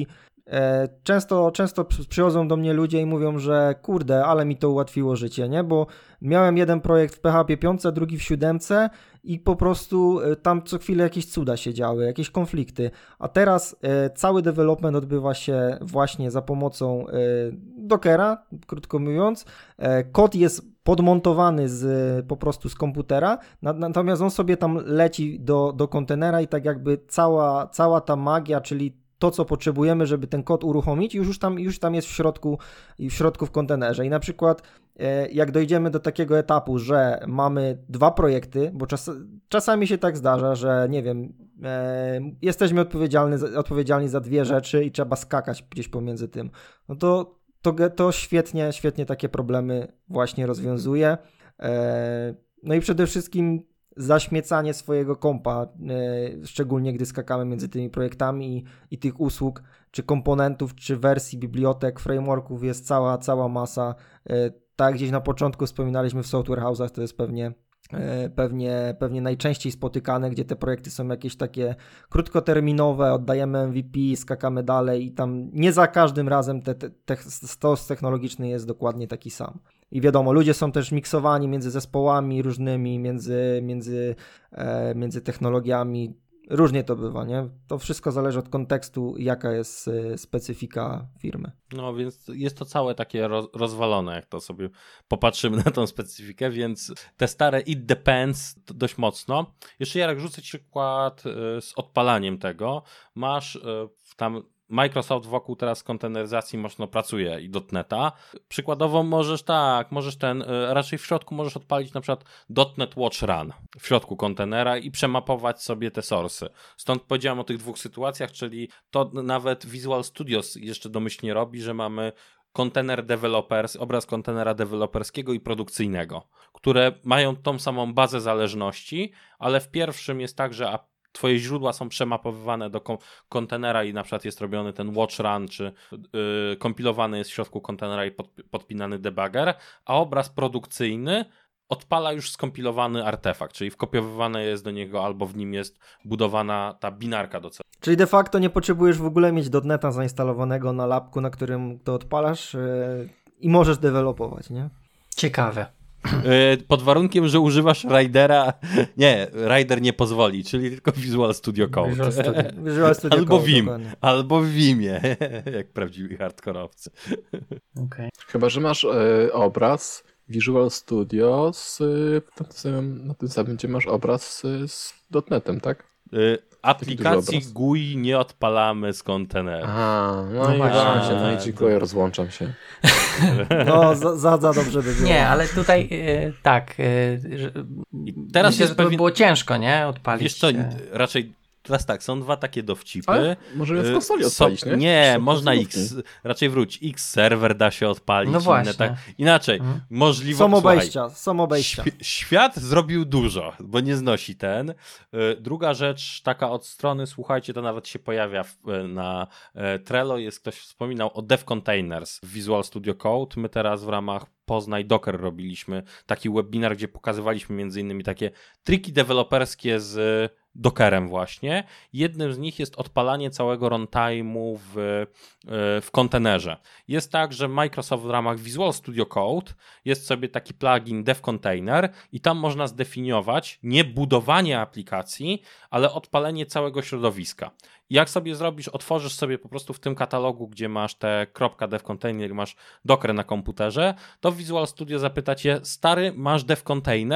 często przychodzą do mnie ludzie i mówią, że kurde, ale mi to ułatwiło życie, nie? Bo miałem jeden projekt w PHP 5, drugi w 7 i po prostu tam co chwilę jakieś cuda się działy, jakieś konflikty, a teraz cały development odbywa się właśnie za pomocą Dockera, krótko mówiąc. Kod jest podmontowany po prostu z komputera, natomiast on sobie tam leci do kontenera i tak jakby cała ta magia, czyli to, co potrzebujemy, żeby ten kod uruchomić, już tam jest w środku w kontenerze. I na przykład jak dojdziemy do takiego etapu, że mamy 2 projekty, bo czasami się tak zdarza, że nie wiem, jesteśmy odpowiedzialni za 2 rzeczy i trzeba skakać gdzieś pomiędzy tym, no to świetnie takie problemy właśnie rozwiązuje. No i przede wszystkim zaśmiecanie swojego kompa, szczególnie gdy skakamy między tymi projektami i tych usług, czy komponentów, czy wersji bibliotek, frameworków jest cała masa. Tak gdzieś na początku wspominaliśmy w software house'ach, to jest pewnie najczęściej spotykane, gdzie te projekty są jakieś takie krótkoterminowe, oddajemy MVP, skakamy dalej i tam nie za każdym razem stos technologiczny jest dokładnie taki sam. I wiadomo, ludzie są też miksowani między zespołami różnymi, między technologiami. Różnie to bywa, nie? To wszystko zależy od kontekstu, jaka jest specyfika firmy. No więc jest to całe takie rozwalone, jak to sobie popatrzymy na tą specyfikę, więc te stare it depends dość mocno. Jeszcze Jarek, rzucę ci przykład z odpalaniem tego. Masz tam Microsoft wokół teraz konteneryzacji mocno pracuje i .NETA. Przykładowo raczej w środku możesz odpalić na przykład .NET Watch Run w środku kontenera i przemapować sobie te source'y. Stąd powiedziałem o tych 2 sytuacjach, czyli to nawet Visual Studio jeszcze domyślnie robi, że mamy obraz kontenera deweloperskiego i produkcyjnego, które mają tą samą bazę zależności, ale w pierwszym jest tak, że twoje źródła są przemapowywane do kontenera i na przykład jest robiony ten watch run, czy kompilowany jest w środku kontenera i podpinany debugger, a obraz produkcyjny odpala już skompilowany artefakt, czyli wkopiowywane jest do niego albo w nim jest budowana ta binarka do celu. Czyli de facto nie potrzebujesz w ogóle mieć .NETA zainstalowanego na lapku, na którym to odpalasz i możesz dewelopować, nie? Ciekawe. Pod warunkiem, że używasz Ridera. Nie, Rider nie pozwoli, czyli tylko Visual Studio Code. Visual Studio albo Code, Vim, dokładnie. albo w Vimie, jak prawdziwi hardkorowcy. Okay. Chyba że masz obraz Visual Studio na tym samym, gdzie masz obraz z .NET-em, tak? Aplikacji GUI nie odpalamy z kontenera. No i dziękuję, rozłączam się. No, za dobrze by było. Nie, ale tutaj teraz myślę, że to by było ciężko, nie? Odpalić. Wiesz co, raczej teraz tak, są 2 takie dowcipy. Ale możemy w konsoli odpalić, nie? Nie, można raczej wróć. X-server da się odpalić. No właśnie. Inaczej, możliwość... Są obejścia. Świat zrobił dużo, bo nie znosi ten. Druga rzecz, taka od strony, słuchajcie, to nawet się pojawia na Trello, ktoś wspominał o Dev Containers w Visual Studio Code. My teraz w ramach Poznaj Docker robiliśmy taki webinar, gdzie pokazywaliśmy między innymi takie triki deweloperskie z Dockerem właśnie. Jednym z nich jest odpalanie całego runtime'u w kontenerze. Jest tak, że Microsoft w ramach Visual Studio Code jest sobie taki plugin Dev Container i tam można zdefiniować nie budowanie aplikacji, ale odpalenie całego środowiska. I jak sobie zrobisz, otworzysz sobie po prostu w tym katalogu, gdzie masz te .dev container, masz Docker na komputerze, to w Visual Studio zapyta cię, stary, masz Dev Container?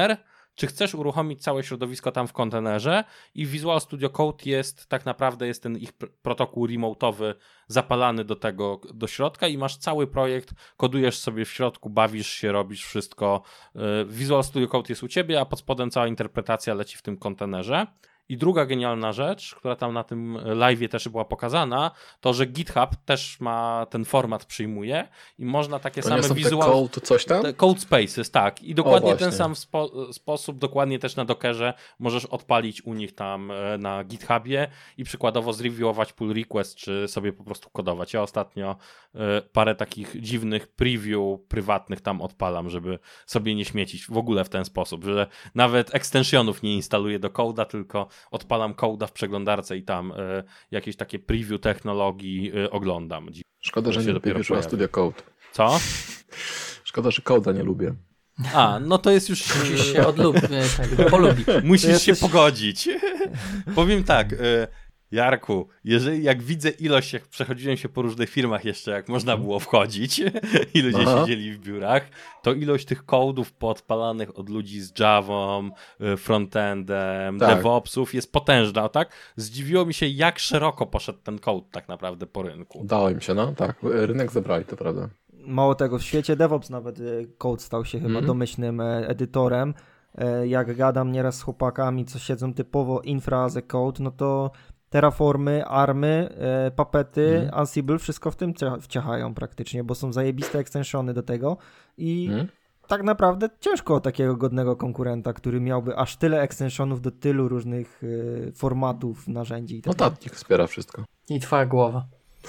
czy chcesz uruchomić całe środowisko tam w kontenerze i w Visual Studio Code jest tak naprawdę jest ten ich protokół remote'owy zapalany do środka i masz cały projekt, kodujesz sobie w środku, bawisz się, robisz wszystko. Visual Studio Code jest u ciebie, a pod spodem cała interpretacja leci w tym kontenerze. I druga genialna rzecz, która tam na tym live'ie też była pokazana, to, że GitHub też ma ten format przyjmuje i można takie To same nie są Visual... te code coś tam? Code Spaces, tak. I dokładnie ten właśnie. sam sposób, dokładnie też na Dockerze możesz odpalić u nich tam na GitHubie i przykładowo zreviewować pull request, czy sobie po prostu kodować. Ja ostatnio parę takich dziwnych preview prywatnych tam odpalam, żeby sobie nie śmiecić w ogóle w ten sposób, że nawet extensionów nie instaluję do code'a, tylko odpalam code'a w przeglądarce i tam jakieś takie preview technologii oglądam. Szkoda, że nie lubię Visual Studio Code. Co? Szkoda, że code'a nie lubię. A, no to jest już... Musisz się polubić. Musisz się pogodzić. Powiem tak, Jarku, jak widzę ilość, jak przechodziłem się po różnych firmach jeszcze, jak można było wchodzić i ludzie siedzieli w biurach, to ilość tych kodów podpalanych od ludzi z Javą, frontendem, DevOpsów jest potężna, tak? Zdziwiło mi się, jak szeroko poszedł ten kod tak naprawdę po rynku. Udało im się, no tak. Rynek zebrali, to prawda. Mało tego, w świecie DevOps nawet Code stał się chyba domyślnym edytorem. Jak gadam nieraz z chłopakami, co siedzą typowo infra as a code, no to Terraformy, Army, Puppety, Ansible, wszystko w tym wciachają praktycznie, bo są zajebiste extensiony do tego i tak naprawdę ciężko o takiego godnego konkurenta, który miałby aż tyle extensionów do tylu różnych formatów, narzędzi i tak dalej. Notatnik wspiera wszystko. I twoja głowa.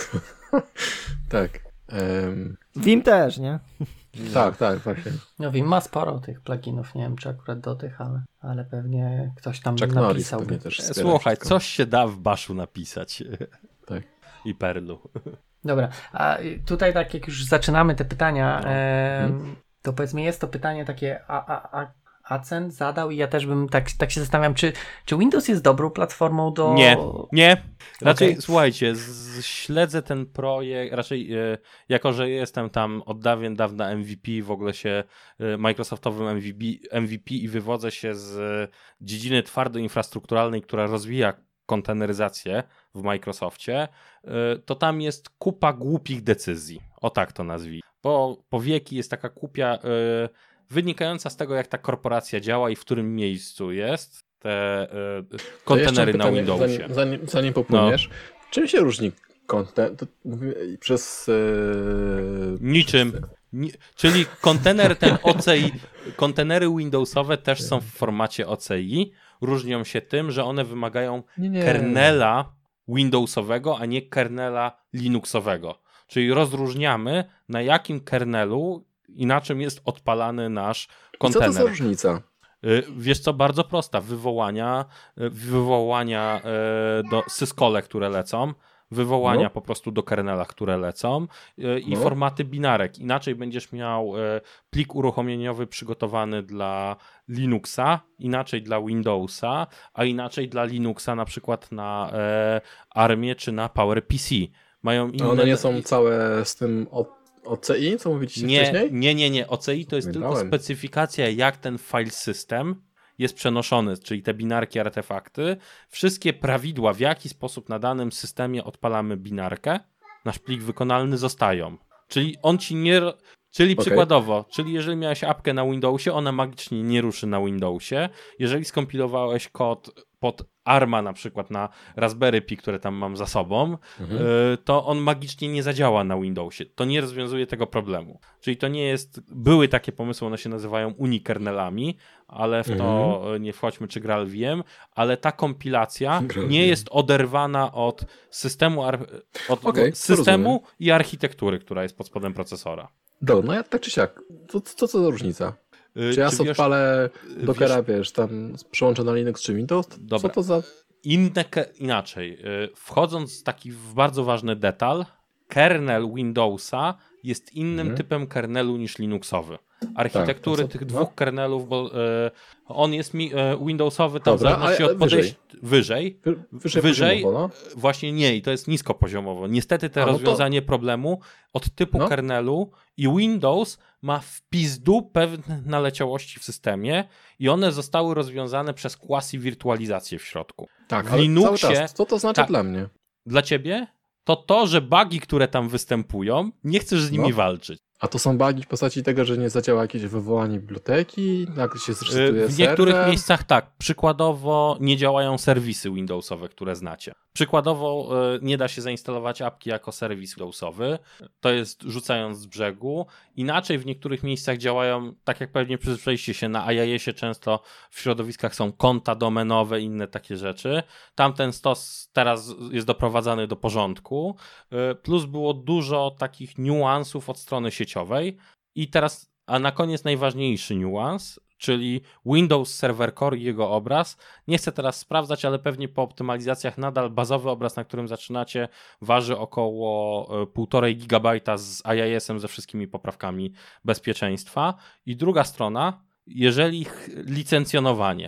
Tak. Vim też, nie? Tak, właśnie. No Vim ma sporo tych pluginów, nie wiem czy akurat do tych, ale pewnie ktoś tam Chuck Norris napisałby. pewnie też wspiera Słuchaj, wszystko. coś się da w Bashu napisać. Tak. I Perlu. Dobra, a tutaj tak jak już zaczynamy te pytania, to powiedzmy jest to pytanie takie Acen zadał i ja też bym tak się zastanawiam, czy Windows jest dobrą platformą do... Nie. Raczej, Okay. Słuchajcie, śledzę ten projekt, raczej jako, że jestem tam od dawna MVP, w ogóle się Microsoftowym MVP i wywodzę się z dziedziny twardoinfrastrukturalnej, która rozwija konteneryzację w Microsoftie, to tam jest kupa głupich decyzji. O tak to nazwijmy. Bo po wieki jest taka kupia wynikająca z tego, jak ta korporacja działa i w którym miejscu jest te kontenery na Windowsie. Zanim popłyniesz, czym się różni przez... Niczym. Czyli kontener ten OCI, kontenery Windowsowe też są w formacie OCI. Różnią się tym, że one wymagają kernela Windowsowego, a nie kernela Linuxowego. Czyli rozróżniamy, na jakim kernelu i na czym jest odpalany nasz kontener. Co to za różnica? Wiesz co, bardzo prosta. Wywołania do syskole, które lecą, wywołania po prostu do kernela, które lecą i formaty binarek. Inaczej będziesz miał plik uruchomieniowy przygotowany dla Linuxa, inaczej dla Windowsa, a inaczej dla Linuxa na przykład na Armie czy na PowerPC. Mają inne... One nie są całe z tym OCI, co mówiliście wcześniej? Nie. OCI to jest tylko specyfikacja, jak ten file system jest przenoszony, czyli te binarki, artefakty, wszystkie prawidła, w jaki sposób na danym systemie odpalamy binarkę, nasz plik wykonalny zostają. Czyli on ci nie... Czyli przykładowo, jeżeli miałeś apkę na Windowsie, ona magicznie nie ruszy na Windowsie. Jeżeli skompilowałeś kod pod Arma na przykład na Raspberry Pi, które tam mam za sobą, to on magicznie nie zadziała na Windowsie. To nie rozwiązuje tego problemu. Czyli to nie jest... Były takie pomysły, one się nazywają unikernelami, ale w to nie wchodźmy, czy Graal wiem, ale ta kompilacja nie jest oderwana od systemu, systemu i architektury, która jest pod spodem procesora. Dobra, no ja tak czy siak. Co za różnica? Czy ja sobie odpalę Dockera, tam przyłączę na Linux czy Windows? Dobra. Co to za... Inaczej. Wchodząc w taki bardzo ważny detal, kernel Windowsa jest innym typem kernelu niż Linuxowy. architektury Tak, tych dwóch kernelów, bo on jest Windowsowy tam Dobra, w zależności od podejścia wyżej. Wyżej poziomowo, no. Właśnie nie, i to jest niskopoziomowo. Niestety to no to- rozwiązanie problemu od typu No. kernelu i Windows ma w pizdu pewne naleciałości w systemie i one zostały rozwiązane przez quasi wirtualizację w środku. Tak, w ale Linuxie- cały czas, co to znaczy tak. dla mnie? Dla ciebie to, że bugi, które tam występują, nie chcesz z nimi No. walczyć. A to są bugi w postaci tego, że nie zadziała jakieś wywołanie biblioteki, nagle się zresetuje W niektórych serwer. miejscach tak. Przykładowo nie działają serwisy Windowsowe, które znacie. Przykładowo nie da się zainstalować apki jako serwis Windowsowy. To jest rzucając z brzegu. Inaczej w niektórych miejscach działają, tak jak pewnie przyzwyczailiście się, na IIS-ie często w środowiskach są konta domenowe i inne takie rzeczy. Tamten stos teraz jest doprowadzany do porządku. Plus było dużo takich niuansów od strony sieciowej. I teraz, a na koniec najważniejszy niuans, czyli Windows Server Core i jego obraz. Nie chcę teraz sprawdzać, ale pewnie po optymalizacjach nadal bazowy obraz, na którym zaczynacie, waży około 1,5 GB z IIS-em ze wszystkimi poprawkami bezpieczeństwa. I druga strona, jeżeli licencjonowanie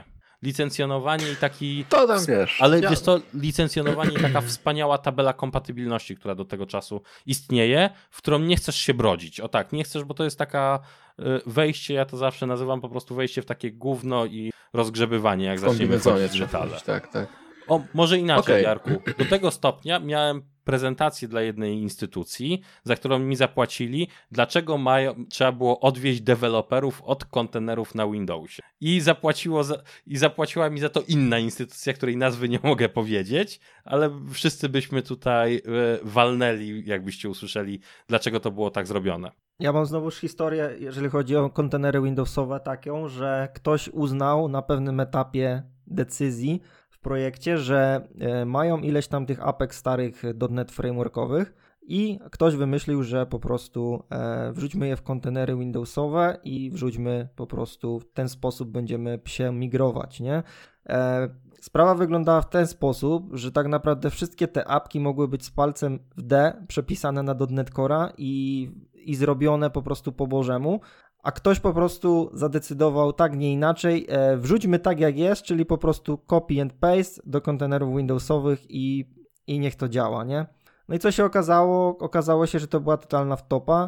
i taki... To tam wiesz. Ale wiesz co, licencjonowanie i taka wspaniała tabela kompatybilności, która do tego czasu istnieje, w którą nie chcesz się brodzić. O tak, nie chcesz, bo to jest taka wejście, ja to zawsze nazywam po prostu wejście w takie gówno i rozgrzebywanie, jak zaczniemy wchodzić w detale. Tak, tak. O, może inaczej, Okej. Jarku. Do tego stopnia miałem prezentację dla jednej instytucji, za którą mi zapłacili, dlaczego trzeba było odwieźć deweloperów od kontenerów na Windowsie. I zapłaciła mi za to inna instytucja, której nazwy nie mogę powiedzieć, ale wszyscy byśmy tutaj walnęli, jakbyście usłyszeli, dlaczego to było tak zrobione. Ja mam znowuż historię, jeżeli chodzi o kontenery Windowsowe, taką, że ktoś uznał na pewnym etapie decyzji w projekcie, że mają ileś tam tych apek starych .NET frameworkowych i ktoś wymyślił, że po prostu wrzućmy je w kontenery Windowsowe i wrzućmy po prostu w ten sposób będziemy się migrować, nie? Sprawa wyglądała w ten sposób, że tak naprawdę wszystkie te apki mogły być z palcem w D przepisane na .NET Core'a i zrobione po prostu po bożemu, a ktoś po prostu zadecydował tak, nie inaczej, wrzućmy tak jak jest, czyli po prostu copy and paste do kontenerów Windowsowych i niech to działa, nie? No i co się okazało? Okazało się, że to była totalna wtopa.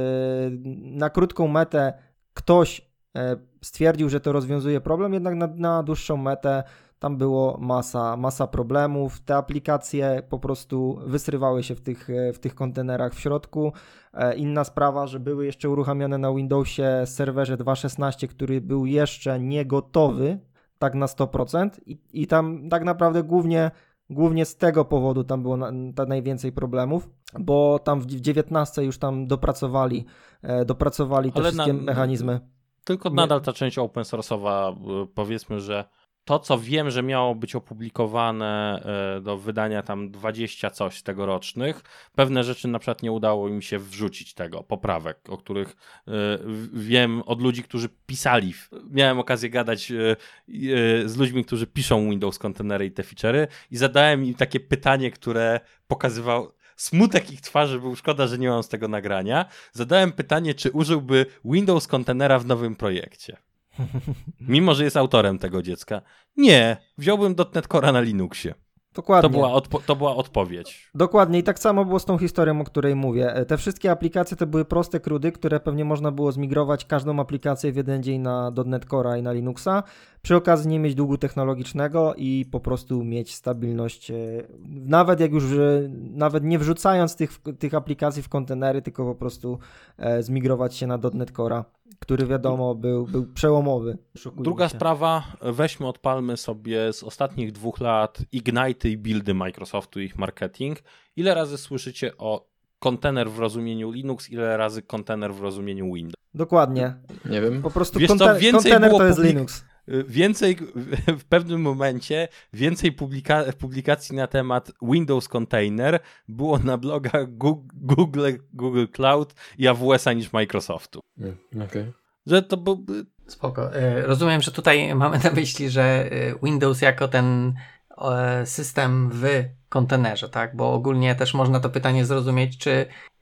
Na krótką metę ktoś stwierdził, że to rozwiązuje problem, jednak na dłuższą metę tam było masa problemów. Te aplikacje po prostu wysrywały się w tych kontenerach w środku. Inna sprawa, że były jeszcze uruchamiane na Windowsie serwerze 2.16, który był jeszcze nie gotowy tak na 100% i tam tak naprawdę głównie z tego powodu tam było najwięcej problemów, bo tam w 19 już tam dopracowali te wszystkie mechanizmy. Tylko nadal ta część open source'owa, powiedzmy, że to, co wiem, że miało być opublikowane do wydania tam 20 coś tegorocznych, pewne rzeczy na przykład nie udało im się wrzucić poprawek, o których wiem od ludzi, którzy pisali. Miałem okazję gadać z ludźmi, którzy piszą Windows kontenery i te feature'y i zadałem im takie pytanie, które pokazywało smutek ich twarzy, był szkoda, że nie mam z tego nagrania. Zadałem pytanie, czy użyłby Windows kontenera w nowym projekcie. Mimo, że jest autorem tego dziecka. Nie, wziąłbym .NET Core'a na Linuxie. Dokładnie. To była odpowiedź. Dokładnie i tak samo było z tą historią, o której mówię. Te wszystkie aplikacje to były proste CRUDy, które pewnie można było zmigrować każdą aplikację w jeden dzień na .NET Core'a i na Linuxa. Przy okazji nie mieć długu technologicznego i po prostu mieć stabilność. Nawet nie wrzucając tych aplikacji w kontenery, tylko po prostu zmigrować się na .NET Core'a, który wiadomo był przełomowy. Druga sprawa, odpalmy sobie z ostatnich 2 lat Ignite i buildy Microsoftu i ich marketing. Ile razy słyszycie o kontener w rozumieniu Linux, ile razy kontener w rozumieniu Windows? Dokładnie. Nie wiem. Po prostu kontener to jest Linux. W pewnym momencie więcej publikacji na temat Windows Container było na blogach Google Cloud i AWS-a niż Microsoftu. Okay. Że to byłby... Spoko. Rozumiem, że tutaj mamy na myśli, że Windows jako ten system w kontenerze, tak? Bo ogólnie też można to pytanie zrozumieć, czy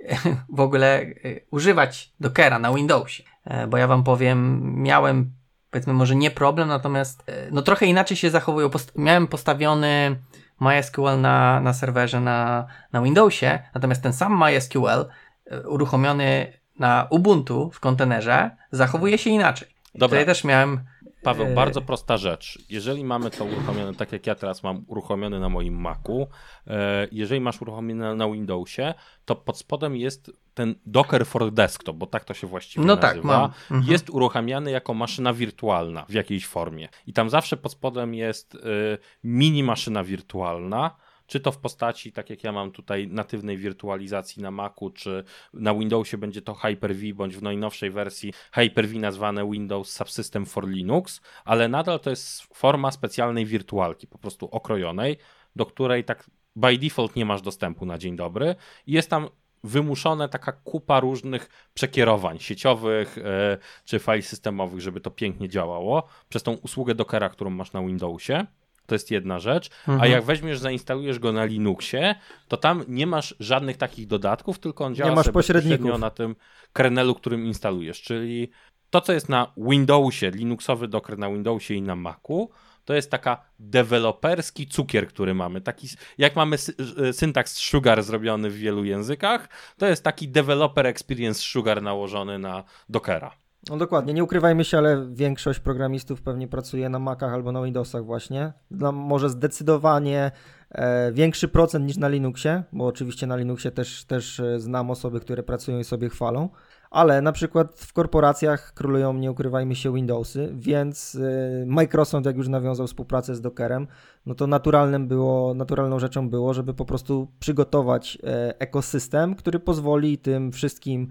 w ogóle używać Dockera na Windowsie. Bo ja wam powiem, miałem, powiedzmy, może nie problem, natomiast no trochę inaczej się zachowują. Miałem postawiony MySQL na serwerze na Windowsie, natomiast ten sam MySQL uruchomiony na Ubuntu w kontenerze zachowuje się inaczej. Dobra. Tutaj też miałem... Paweł, bardzo prosta rzecz. Jeżeli mamy to uruchomione, tak jak ja teraz mam uruchomiony na moim Macu, jeżeli masz uruchomione na Windowsie, to pod spodem jest ten Docker for Desktop, bo tak to się właściwie nazywa. Tak, mam. Jest uruchamiany jako maszyna wirtualna w jakiejś formie. I tam zawsze pod spodem jest mini maszyna wirtualna, czy to w postaci, tak jak ja mam tutaj, natywnej wirtualizacji na Macu, czy na Windowsie będzie to Hyper-V, bądź w najnowszej wersji Hyper-V nazwane Windows Subsystem for Linux, ale nadal to jest forma specjalnej wirtualki, po prostu okrojonej, do której tak by default nie masz dostępu na dzień dobry i jest tam wymuszone taka kupa różnych przekierowań sieciowych czy fali systemowych, żeby to pięknie działało przez tą usługę Dockera, którą masz na Windowsie. To jest jedna rzecz, a jak weźmiesz, zainstalujesz go na Linuxie, to tam nie masz żadnych takich dodatków, tylko on działa sobie bezpośrednio na tym kernelu, którym instalujesz, czyli to, co jest na Windowsie, Linuxowy Docker na Windowsie i na Macu, to jest taka deweloperski cukier, który mamy. Taki, jak mamy syntaks sugar zrobiony w wielu językach, to jest taki developer experience sugar nałożony na Dockera. No dokładnie, nie ukrywajmy się, ale większość programistów pewnie pracuje na Macach albo na Windowsach właśnie. Może zdecydowanie większy procent niż na Linuxie, bo oczywiście na Linuxie też znam osoby, które pracują i sobie chwalą, ale na przykład w korporacjach królują, nie ukrywajmy się, Windowsy, więc Microsoft, jak już nawiązał współpracę z Dockerem, no to naturalną rzeczą było, żeby po prostu przygotować ekosystem, który pozwoli tym wszystkim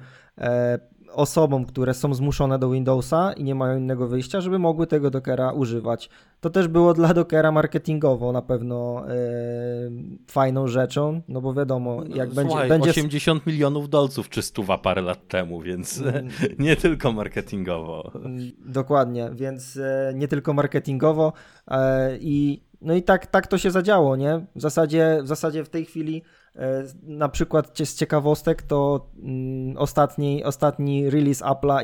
osobom, które są zmuszone do Windowsa i nie mają innego wyjścia, żeby mogły tego Dockera używać. To też było dla Dockera marketingowo na pewno fajną rzeczą, no bo wiadomo, jak Słuchaj, będzie 80 milionów dolców czy stuwa parę lat temu, więc nie tylko marketingowo. Dokładnie, więc nie tylko marketingowo no i tak to się zadziało, nie? W zasadzie w tej chwili na przykład z ciekawostek to ostatni release Apple'a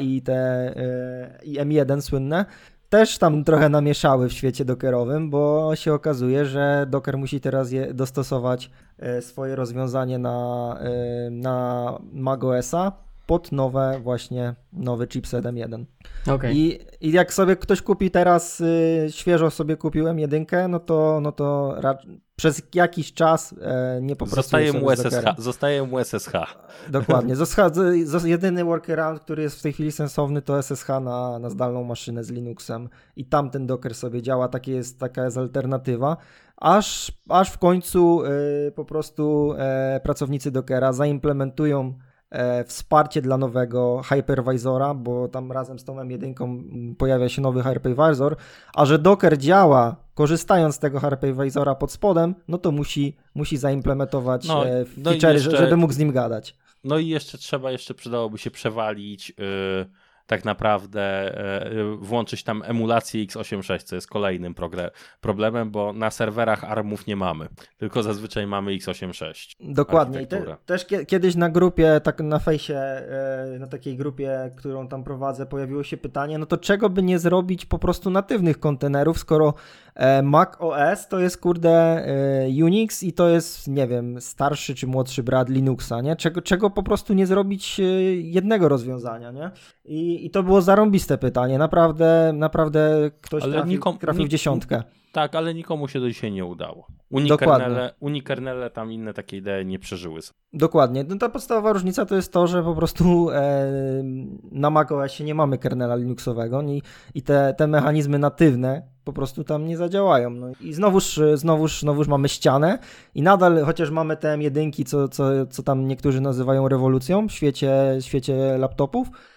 i M1 słynne też tam trochę namieszały w świecie dockerowym, bo się okazuje, że Docker musi teraz dostosować swoje rozwiązanie na macOS-a pod nowy chipset M1. Okay. I jak sobie ktoś kupi teraz, świeżo sobie kupił M1, no to przez jakiś czas nie popracuje Zostaje mu SSH. Dokładnie. Jedyny workaround, który jest w tej chwili sensowny, to SSH na zdalną maszynę z Linuxem i tam ten Docker sobie działa, taka jest alternatywa. Aż w końcu po prostu pracownicy Dockera zaimplementują wsparcie dla nowego hypervisora, bo tam razem z tą M1 pojawia się nowy hypervisor, a że Docker działa korzystając z tego hypervisora pod spodem, no to musi zaimplementować feature, żeby mógł z nim gadać. No i przydałoby się przewalić tak naprawdę włączyć tam emulację x86, co jest kolejnym problemem, bo na serwerach ARMów nie mamy, tylko zazwyczaj mamy x86. Dokładnie. I też kiedyś na grupie, tak na fejsie, na takiej grupie, którą tam prowadzę, pojawiło się pytanie, no to czego by nie zrobić po prostu natywnych kontenerów, skoro Mac OS to jest Unix i to jest, nie wiem, starszy czy młodszy brat Linuxa, nie? Czego po prostu nie zrobić jednego rozwiązania, nie? I to było zarąbiste pytanie. Naprawdę ktoś trafił w dziesiątkę. Tak, ale nikomu się do dzisiaj nie udało. Unikernele tam inne takie idee nie przeżyły. Dokładnie. No ta podstawowa różnica to jest to, że po prostu na macOSie nie mamy kernela linuxowego i te mechanizmy natywne po prostu tam nie zadziałają. No i znowuż mamy ścianę i nadal, chociaż mamy te M1, co tam niektórzy nazywają rewolucją w świecie laptopów,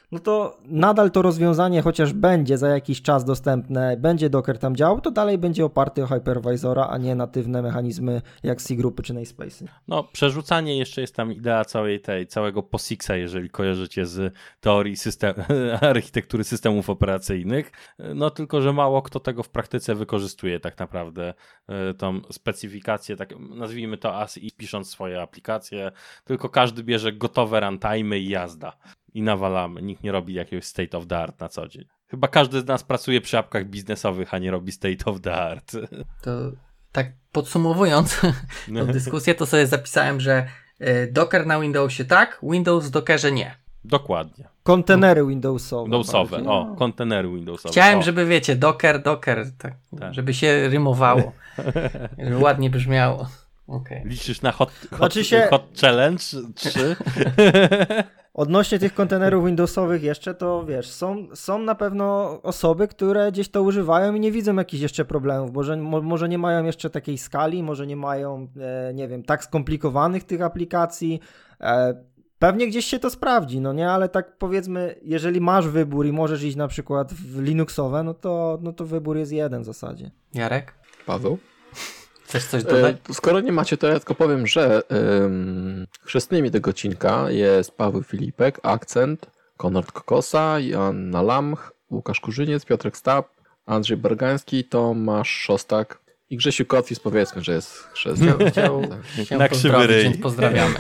no to nadal to rozwiązanie, chociaż będzie za jakiś czas dostępne, będzie Docker tam działał, to dalej będzie oparty o hypervisora, a nie natywne mechanizmy jak C-grupy czy namespace'y. No, przerzucanie jeszcze jest tam idea całego POSIX-a, jeżeli kojarzycie z teorii architektury systemów operacyjnych. No tylko, że mało kto tego w praktyce wykorzystuje tak naprawdę, tą specyfikację, tak nazwijmy to ASI, pisząc swoje aplikacje, tylko każdy bierze gotowe runtime'y i jazda. I nawalamy. Nikt nie robi jakiegoś state of the art na co dzień. Chyba każdy z nas pracuje przy apkach biznesowych, a nie robi state of the art. To tak podsumowując tę dyskusję, to sobie zapisałem, że Docker na Windowsie tak, Windows w Dockerze nie. Dokładnie. Kontenery Windowsowe. Kontenery Windowsowe. Chciałem, żeby wiecie, Docker, tak. Żeby się rymowało. Żeby ładnie brzmiało. Okay. Liczysz na Hot Challenge 3? Odnośnie tych kontenerów Windowsowych jeszcze, to wiesz, są na pewno osoby, które gdzieś to używają i nie widzą jakichś jeszcze problemów, może nie mają jeszcze takiej skali, może nie mają, nie wiem, tak skomplikowanych tych aplikacji. Pewnie gdzieś się to sprawdzi, no nie, ale tak powiedzmy, jeżeli masz wybór i możesz iść na przykład w Linuxowe, no to wybór jest jeden w zasadzie. Jarek? Paweł? Chcesz coś dodać? Skoro nie macie, to ja tylko powiem, że chrzestnymi tego odcinka jest Paweł Filipek, Akcent, Konrad Kokosa, Joanna Lamch, Łukasz Kurzyniec, Piotrek Stab, Andrzej Bargański, Tomasz Szostak i Grzesiu Kotwis, powiedzmy, że jest chrzestny. Chciał na krzywy ryj. Więc pozdrawiamy.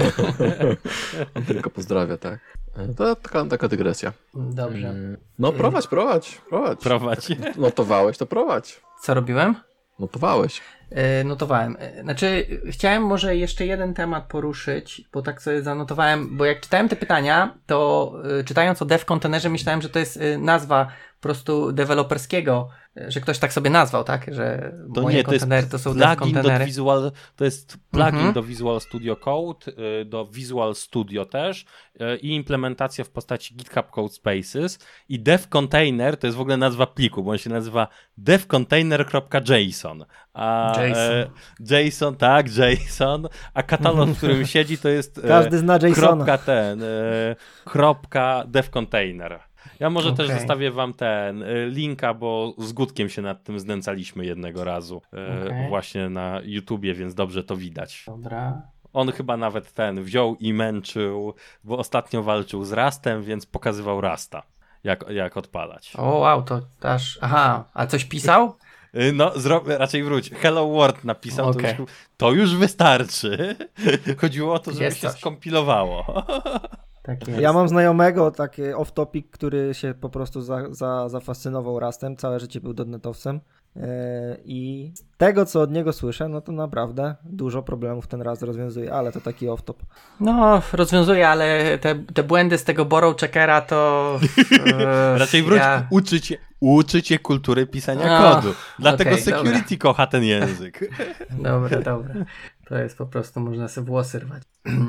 On tylko pozdrawia, tak. To taka dygresja. Dobrze. No prowadź. Prowadź. Notowałeś, to prowadź. Co robiłem? Notowałeś. Notowałem. Znaczy, chciałem może jeszcze jeden temat poruszyć, bo tak sobie zanotowałem, bo jak czytałem te pytania, to czytając o dev containerze myślałem, że to jest nazwa po prostu deweloperskiego, że ktoś tak sobie nazwał, tak? Że to moje nie, kontenery to są dev containery. To jest plugin do Visual Studio Code, do Visual Studio też i implementacja w postaci GitHub Codespaces i dev container to jest w ogóle nazwa pliku, bo on się nazywa devcontainer.json. JSON, a katalog, w którym siedzi, to jest każdy zna JSON-a. kropka devcontainer. Ja może też zostawię wam linka, bo z Gutkiem się nad tym znęcaliśmy jednego razu właśnie na YouTubie, więc dobrze to widać. Dobra. On chyba nawet wziął i męczył, bo ostatnio walczył z Rustem, więc pokazywał Rusta, jak odpalać. O wow, to aż... Aha, a coś pisał? No, raczej wróć. Hello World napisał, to już wystarczy. Chodziło o to, żeby się skompilowało. Tak jest. Ja mam znajomego, taki off-topic, który się po prostu zafascynował Rustem, całe życie był dotnetowcem i z tego, co od niego słyszę, no to naprawdę dużo problemów ten Rust rozwiązuje, ale to taki off-top. No, rozwiązuje, ale te błędy z tego borrow checkera to... Raczej wróć, uczycie kultury pisania kodu. Dlatego security kocha ten język. Dobra. To jest po prostu, można sobie włosy rwać.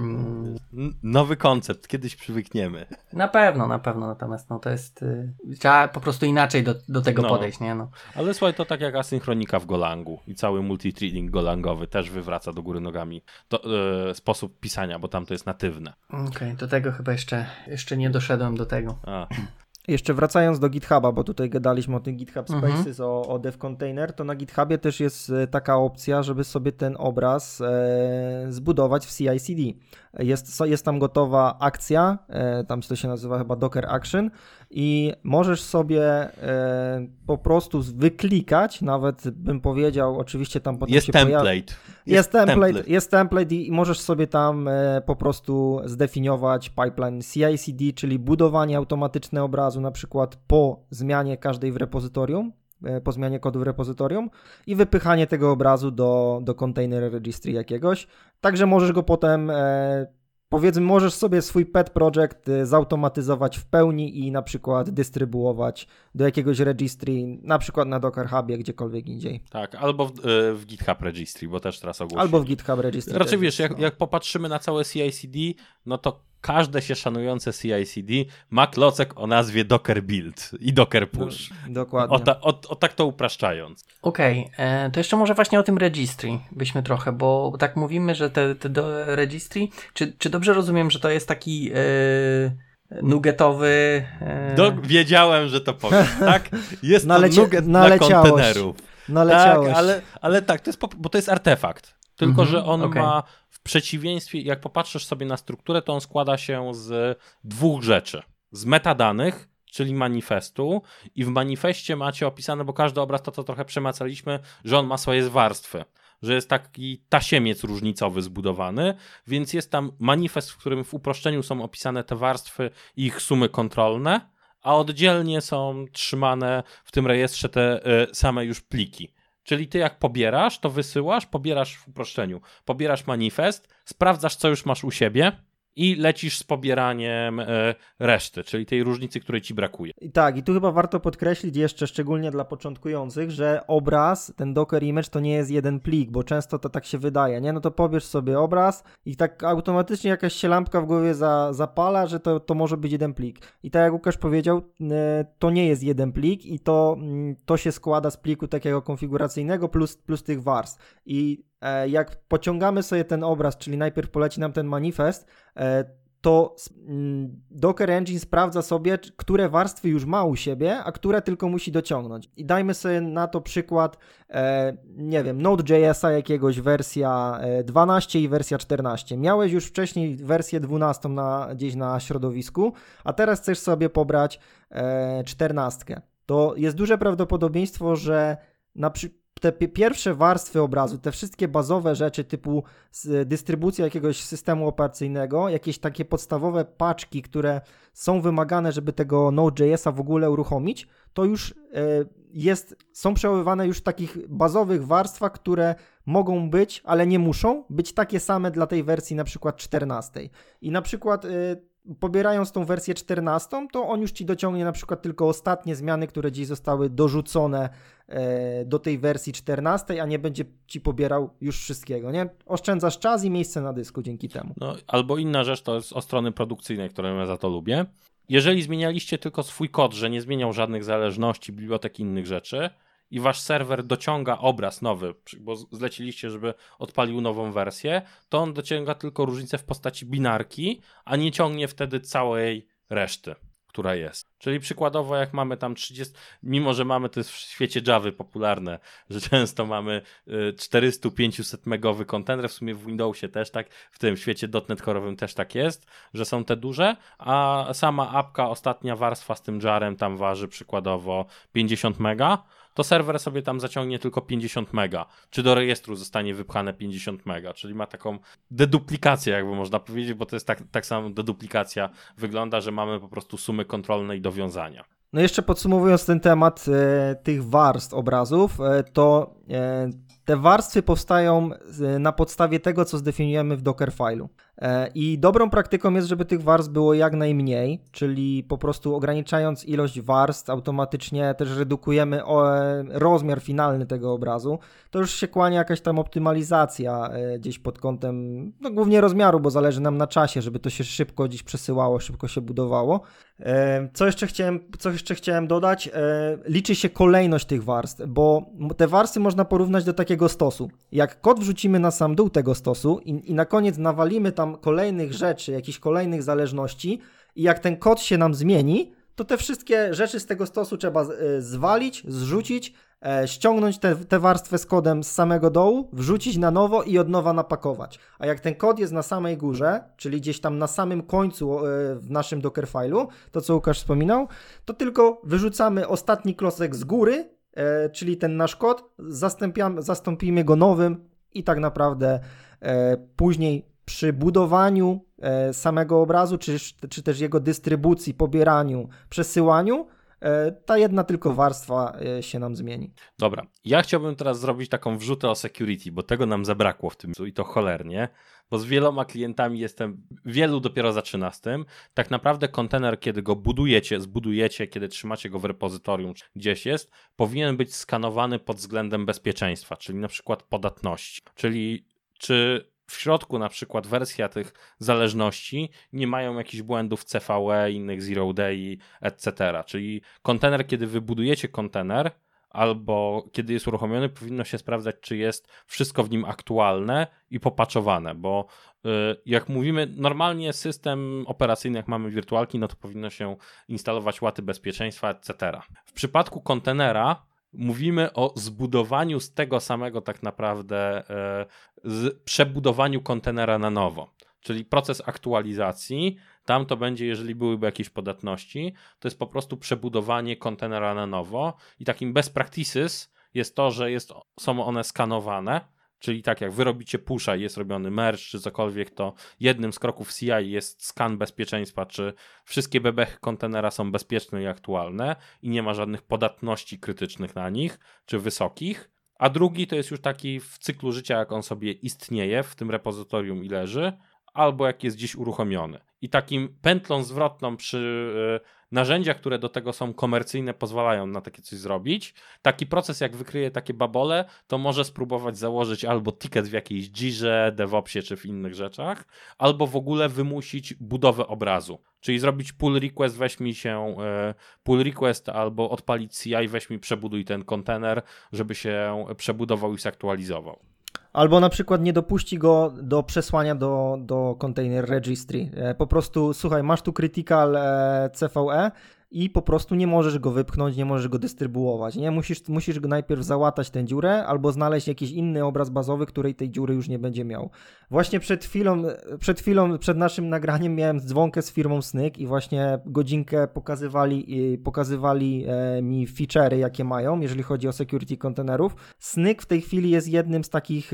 Nowy koncept, kiedyś przywykniemy. Na pewno, natomiast to jest... trzeba po prostu inaczej do tego podejść, nie? No. Ale słuchaj, to tak jak asynchronika w Golangu i cały multithreading golangowy też wywraca do góry nogami sposób pisania, bo tam to jest natywne. Okej, do tego chyba jeszcze nie doszedłem do tego. Jeszcze wracając do GitHuba, bo tutaj gadaliśmy o tym GitHub Spaces, o dev container, to na GitHubie też jest taka opcja, żeby sobie ten obraz zbudować w CI/CD. Jest tam gotowa akcja, tam to się nazywa chyba Docker Action i możesz sobie po prostu wyklikać, nawet bym powiedział, oczywiście tam potem jest się template. Jest template i możesz sobie tam po prostu zdefiniować pipeline CI/CD, czyli budowanie automatyczne obrazu na przykład po zmianie każdej w repozytorium, po zmianie kodu w repozytorium i wypychanie tego obrazu do container registry jakiegoś. Także możesz go potem, powiedzmy, możesz sobie swój pet project zautomatyzować w pełni i na przykład dystrybuować do jakiegoś registry, na przykład na Docker Hubie, gdziekolwiek indziej. Tak, albo w GitHub Registry, bo też teraz ogłosili. Albo w GitHub Registry. Raczej wiesz, jak popatrzymy na całe CI/CD, no to każde się szanujące CI/CD ma klocek o nazwie Docker Build i Docker Push. Dokładnie. Tak to upraszczając. Okej, to jeszcze może właśnie o tym registry byśmy trochę, bo tak mówimy, że te registry, czy dobrze rozumiem, że to jest taki nuggetowy... Wiedziałem, że to powiem, tak? Jest to nugget dla naleciałość. kontenerów. Naleciałość. Tak, ale tak, to jest bo to jest artefakt. Tylko, że on okej. ma w przeciwieństwie, jak popatrzysz sobie na strukturę, to on składa się z dwóch rzeczy. Z metadanych, czyli manifestu, i w manifestie macie opisane, bo każdy obraz, to co trochę przemacaliśmy, że on ma swoje warstwy, że jest taki tasiemiec różnicowy zbudowany, więc jest tam manifest, w którym w uproszczeniu są opisane te warstwy i ich sumy kontrolne, a oddzielnie są trzymane w tym rejestrze te same już pliki. Czyli ty jak pobierasz, to wysyłasz, pobierasz w uproszczeniu, pobierasz manifest, sprawdzasz co już masz u siebie i lecisz z pobieraniem reszty, czyli tej różnicy, której ci brakuje. I tak, i tu chyba warto podkreślić jeszcze, szczególnie dla początkujących, że obraz, ten Docker image to nie jest jeden plik, bo często to tak się wydaje, nie? No to pobierz sobie obraz i tak automatycznie jakaś się lampka w głowie zapala, że to może być jeden plik. I tak jak Łukasz powiedział, to nie jest jeden plik i to się składa z pliku takiego konfiguracyjnego plus tych warstw. I jak pociągamy sobie ten obraz, czyli najpierw poleci nam ten manifest, to Docker Engine sprawdza sobie, które warstwy już ma u siebie, a które tylko musi dociągnąć. I dajmy sobie na to przykład, nie wiem, Node.jsa jakiegoś wersja 12 i wersja 14. Miałeś już wcześniej wersję 12 gdzieś na środowisku, a teraz chcesz sobie pobrać 14. To jest duże prawdopodobieństwo, że te pierwsze warstwy obrazu, te wszystkie bazowe rzeczy typu dystrybucja jakiegoś systemu operacyjnego, jakieś takie podstawowe paczki, które są wymagane, żeby tego Node.jsa w ogóle uruchomić, to już są przechowywane już w takich bazowych warstwach, które mogą być, ale nie muszą być takie same dla tej wersji na przykład 14. I na przykład pobierając tą wersję 14, to on już ci dociągnie na przykład tylko ostatnie zmiany, które dziś zostały dorzucone do tej wersji 14, a nie będzie ci pobierał już wszystkiego, nie? Oszczędzasz czas i miejsce na dysku dzięki temu. No, albo inna rzecz to jest o strony produkcyjnej, którą ja za to lubię. Jeżeli zmienialiście tylko swój kod, że nie zmieniał żadnych zależności, bibliotek i innych rzeczy i wasz serwer dociąga obraz nowy, bo zleciliście, żeby odpalił nową wersję, to on dociąga tylko różnicę w postaci binarki, a nie ciągnie wtedy całej reszty, która jest. Czyli przykładowo jak mamy tam 30, mimo że mamy to jest w świecie Javy popularne, że często mamy 400-500 megowy kontener, w sumie w Windowsie też tak, w tym świecie .NET Core'owym też tak jest, że są te duże, a sama apka, ostatnia warstwa z tym jarem tam waży przykładowo 50 mega, to serwer sobie tam zaciągnie tylko 50 mega, czy do rejestru zostanie wypchane 50 mega, czyli ma taką deduplikację, jakby można powiedzieć, bo to jest tak samo deduplikacja wygląda, że mamy po prostu sumy kontrolne i dowiązania. No jeszcze podsumowując ten temat tych warstw obrazów, to te warstwy powstają na podstawie tego, co zdefiniujemy w Dockerfile'u. I dobrą praktyką jest, żeby tych warstw było jak najmniej, czyli po prostu ograniczając ilość warstw, automatycznie też redukujemy rozmiar finalny tego obrazu. To już się kłania jakaś tam optymalizacja gdzieś pod kątem, no głównie rozmiaru, bo zależy nam na czasie, żeby to się szybko gdzieś przesyłało, szybko się budowało. Co jeszcze chciałem dodać? Liczy się kolejność tych warstw, bo te warstwy można porównać do takiego stosu. Jak kod wrzucimy na sam dół tego stosu i na koniec nawalimy tam kolejnych rzeczy, jakichś kolejnych zależności i jak ten kod się nam zmieni, to te wszystkie rzeczy z tego stosu trzeba zwalić, zrzucić, ściągnąć tę warstwę z kodem z samego dołu, wrzucić na nowo i od nowa napakować. A jak ten kod jest na samej górze, czyli gdzieś tam na samym końcu w naszym Dockerfile'u, to co Łukasz wspominał, to tylko wyrzucamy ostatni klocek z góry, czyli ten nasz kod, zastąpimy go nowym i tak naprawdę później przy budowaniu samego obrazu, czy też jego dystrybucji, pobieraniu, przesyłaniu, ta jedna tylko warstwa się nam zmieni. Dobra, ja chciałbym teraz zrobić taką wrzutę o security, bo tego nam zabrakło w tym i to cholernie, bo z wieloma klientami wielu dopiero zaczyna z tym. Tak naprawdę kontener, kiedy go zbudujecie, kiedy trzymacie go w repozytorium, gdzieś jest, powinien być skanowany pod względem bezpieczeństwa, czyli na przykład podatności, czyli czy w środku na przykład wersja tych zależności nie mają jakichś błędów CVE, innych zero day, etc. Czyli kontener, kiedy wybudujecie kontener, albo kiedy jest uruchomiony, powinno się sprawdzać, czy jest wszystko w nim aktualne i popatchowane, bo jak mówimy, normalnie system operacyjny, jak mamy wirtualki, no to powinno się instalować łaty bezpieczeństwa, etc. W przypadku kontenera mówimy o zbudowaniu z tego samego tak naprawdę, przebudowaniu kontenera na nowo. Czyli proces aktualizacji, tam to będzie, jeżeli byłyby jakieś podatności, to jest po prostu przebudowanie kontenera na nowo i takim best practices jest to, że są one skanowane, czyli tak jak wy robicie pusha i jest robiony merge czy cokolwiek, to jednym z kroków CI jest skan bezpieczeństwa, czy wszystkie bebechy kontenera są bezpieczne i aktualne i nie ma żadnych podatności krytycznych na nich, czy wysokich. A drugi to jest już taki w cyklu życia, jak on sobie istnieje w tym repozytorium i leży, albo jak jest gdzieś uruchomiony. I takim pętlą zwrotną przy narzędziach, które do tego są komercyjne, pozwalają na takie coś zrobić. Taki proces, jak wykryje takie babole, to może spróbować założyć albo ticket w jakiejś Jirze, DevOpsie czy w innych rzeczach, albo w ogóle wymusić budowę obrazu. Czyli zrobić pull request, weź mi się pull request, albo odpalić CI, weź mi przebuduj ten kontener, żeby się przebudował i zaktualizował. Albo na przykład nie dopuści go do przesłania do container registry. Po prostu, słuchaj, masz tu critical CVE i po prostu nie możesz go wypchnąć, nie możesz go dystrybuować. Nie? Musisz go najpierw załatać tę dziurę albo znaleźć jakiś inny obraz bazowy, której tej dziury już nie będzie miał. Właśnie przed naszym nagraniem miałem dzwonkę z firmą Snyk i właśnie godzinkę pokazywali mi feature'y, jakie mają, jeżeli chodzi o security kontenerów. Snyk w tej chwili jest jednym z takich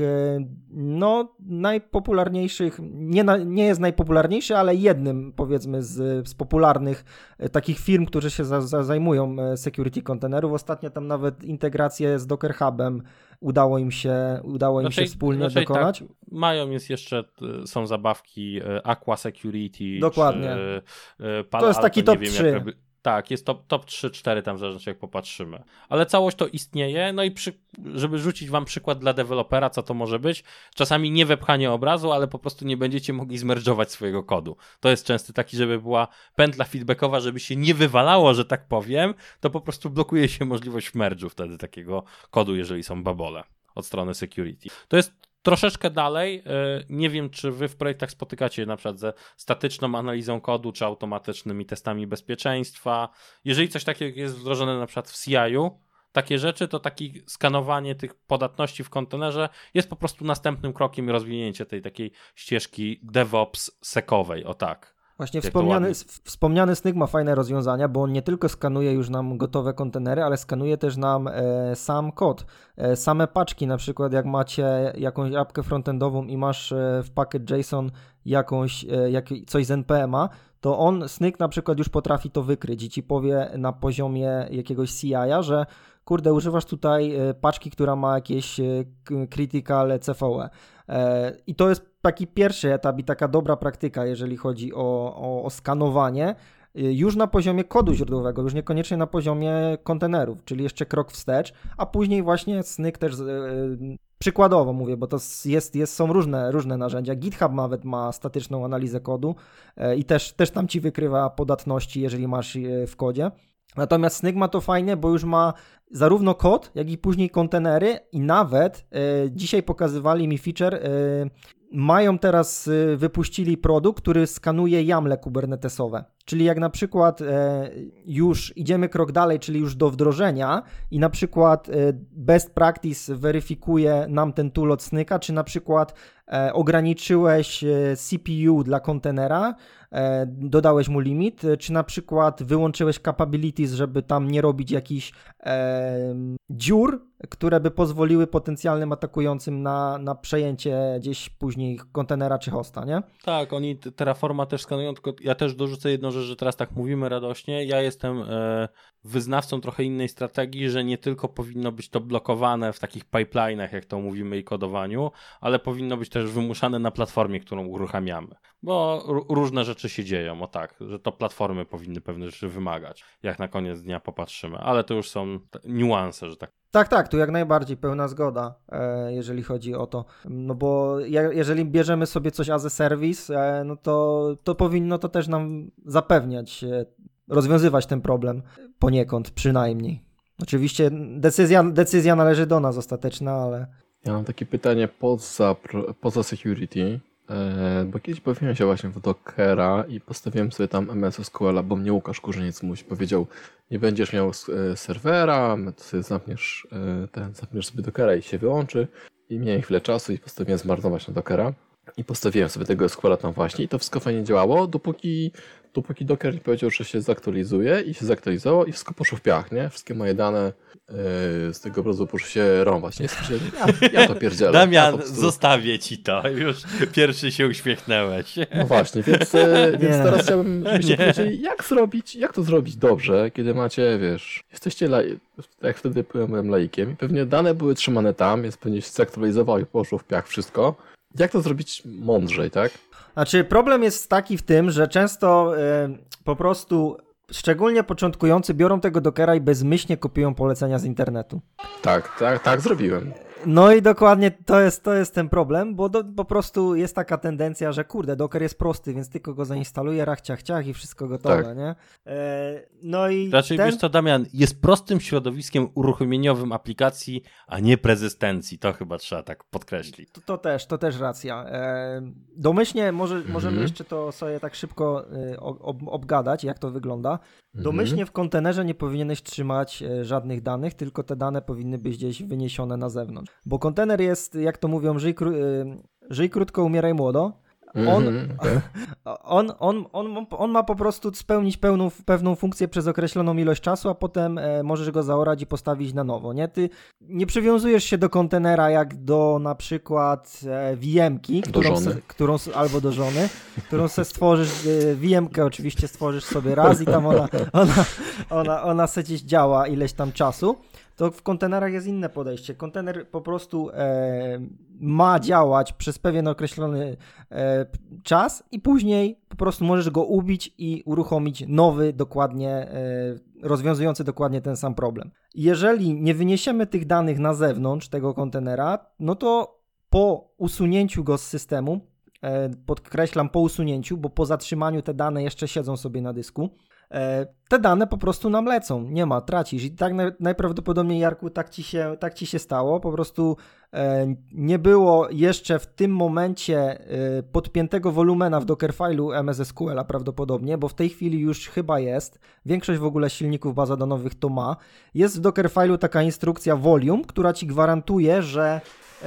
najpopularniejszych, nie jest najpopularniejszy, ale jednym, powiedzmy, z popularnych takich firm, którzy się zajmują security kontenerów. Ostatnio tam nawet integrację z Docker Hubem udało im się wspólnie dokonać. Tak, mają są zabawki Aqua Security. Dokładnie. Czy to jest taki top 3. Tak, jest top 3-4 tam w zależności jak popatrzymy. Ale całość to istnieje, no i żeby rzucić wam przykład dla dewelopera, co to może być, czasami nie wepchanie obrazu, ale po prostu nie będziecie mogli zmerdżować swojego kodu. To jest często taki, żeby była pętla feedbackowa, żeby się nie wywalało, że tak powiem, to po prostu blokuje się możliwość merge'u wtedy takiego kodu, jeżeli są babole od strony security. To jest troszeczkę dalej, nie wiem, czy wy w projektach spotykacie na przykład ze statyczną analizą kodu, czy automatycznymi testami bezpieczeństwa. Jeżeli coś takiego jest wdrożone na przykład w CI-u, takie rzeczy, to takie skanowanie tych podatności w kontenerze jest po prostu następnym krokiem i rozwinięcie tej takiej ścieżki DevOps sekowej, o tak. Właśnie wspomniany Snyk ma fajne rozwiązania, bo on nie tylko skanuje już nam gotowe kontenery, ale skanuje też nam sam kod. Same paczki, na przykład jak macie jakąś apkę frontendową i masz w package.json coś z NPM-a, to Snyk na przykład już potrafi to wykryć i ci powie na poziomie jakiegoś CI-a, że kurde, używasz tutaj paczki, która ma jakieś critical CVE. I to jest taki pierwszy etap i taka dobra praktyka, jeżeli chodzi o skanowanie, już na poziomie kodu źródłowego, już niekoniecznie na poziomie kontenerów, czyli jeszcze krok wstecz, a później właśnie Snyk też przykładowo mówię, bo to są różne narzędzia. GitHub nawet ma statyczną analizę kodu i też tam ci wykrywa podatności, jeżeli masz je w kodzie. Natomiast Snyk ma to fajnie, bo już ma zarówno kod, jak i później kontenery i nawet dzisiaj pokazywali mi feature, wypuścili produkt, który skanuje YAML-e kubernetesowe. Czyli jak na przykład już idziemy krok dalej, czyli już do wdrożenia i na przykład best practice weryfikuje nam ten tool od Snyka, czy na przykład ograniczyłeś CPU dla kontenera, dodałeś mu limit, czy na przykład wyłączyłeś capabilities, żeby tam nie robić jakichś dziur, które by pozwoliły potencjalnym atakującym na przejęcie gdzieś później kontenera czy hosta, nie? Tak, oni Terraforma też skanują, tylko ja też dorzucę jedną rzecz, że teraz tak mówimy radośnie. Ja jestem wyznawcą trochę innej strategii, że nie tylko powinno być to blokowane w takich pipeline'ach, jak to mówimy, i kodowaniu, ale powinno być też wymuszane na platformie, którą uruchamiamy. Bo różne rzeczy się dzieją, o tak, że to platformy powinny pewne rzeczy wymagać, jak na koniec dnia popatrzymy, ale to już są niuanse, że tak. Tak, tu jak najbardziej pełna zgoda, jeżeli chodzi o to, no bo jeżeli bierzemy sobie coś as a service, no to powinno to też nam zapewniać, rozwiązywać ten problem poniekąd przynajmniej. Oczywiście decyzja należy do nas ostateczna, ale... Ja mam takie pytanie poza security, bo kiedyś bawiłem się właśnie w Dockera i postawiłem sobie tam MS SQL-a, bo mnie Łukasz Kurzyniec powiedział, nie będziesz miał serwera, to sobie zamkniesz sobie Dockera i się wyłączy. I miałem chwilę czasu i postanowiłem zmarnować na Dockera. I postawiłem sobie tego SQL-a tam właśnie i to wszystko fajnie działało, dopóki Docker nie powiedział, że się zaktualizuje i się zaktualizowało i wszystko poszło w piach, nie? Wszystkie moje dane z tego obrazu poszły się rąbać. Nie ja to pierdzielę. Damian, zostawię ci to. Już pierwszy się uśmiechnąłeś. No właśnie, więc teraz chciałbym, żebyście powiedzieli, jak to zrobić dobrze, kiedy macie, wiesz, jesteście, jak wtedy byłem laikiem i pewnie dane były trzymane tam, więc pewnie się zaktualizowało i poszło w piach wszystko. Jak to zrobić mądrzej, tak? Znaczy problem jest taki w tym, że często po prostu szczególnie początkujący biorą tego Dockera i bezmyślnie kopiują polecenia z internetu. Tak zrobiłem. No i dokładnie to jest ten problem, bo po prostu jest taka tendencja, że kurde, Docker jest prosty, więc tylko go zainstaluję, ciach i wszystko gotowe, tak. Nie? No i raczej wiesz co, Damian, jest prostym środowiskiem uruchomieniowym aplikacji, a nie prezystencji. To chyba trzeba tak podkreślić. To też racja. Domyślnie możemy jeszcze to sobie tak szybko obgadać, jak to wygląda. Domyślnie w kontenerze nie powinieneś trzymać żadnych danych, tylko te dane powinny być gdzieś wyniesione na zewnątrz. Bo kontener jest, jak to mówią, żyj krótko, umieraj młodo. On ma po prostu spełnić pewną funkcję przez określoną ilość czasu, a potem możesz go zaorać i postawić na nowo, nie? Ty nie przywiązujesz się do kontenera jak do na przykład VM-ki, albo do żony, którą se stworzysz, VM-kę oczywiście stworzysz sobie raz i tam ona se gdzieś działa ileś tam czasu. To w kontenerach jest inne podejście. Kontener po prostu ma działać przez pewien określony czas i później po prostu możesz go ubić i uruchomić nowy, dokładnie rozwiązujący dokładnie ten sam problem. Jeżeli nie wyniesiemy tych danych na zewnątrz tego kontenera, no to po usunięciu go z systemu, podkreślam po usunięciu, bo po zatrzymaniu te dane jeszcze siedzą sobie na dysku, te dane po prostu nam lecą, nie ma, tracisz i tak najprawdopodobniej, Jarku, tak ci się stało, po prostu nie było jeszcze w tym momencie podpiętego wolumena w Dockerfile'u MS SQL-a prawdopodobnie, bo w tej chwili już chyba jest, większość w ogóle silników bazodanowych to ma, jest w Dockerfile'u taka instrukcja volume, która ci gwarantuje, że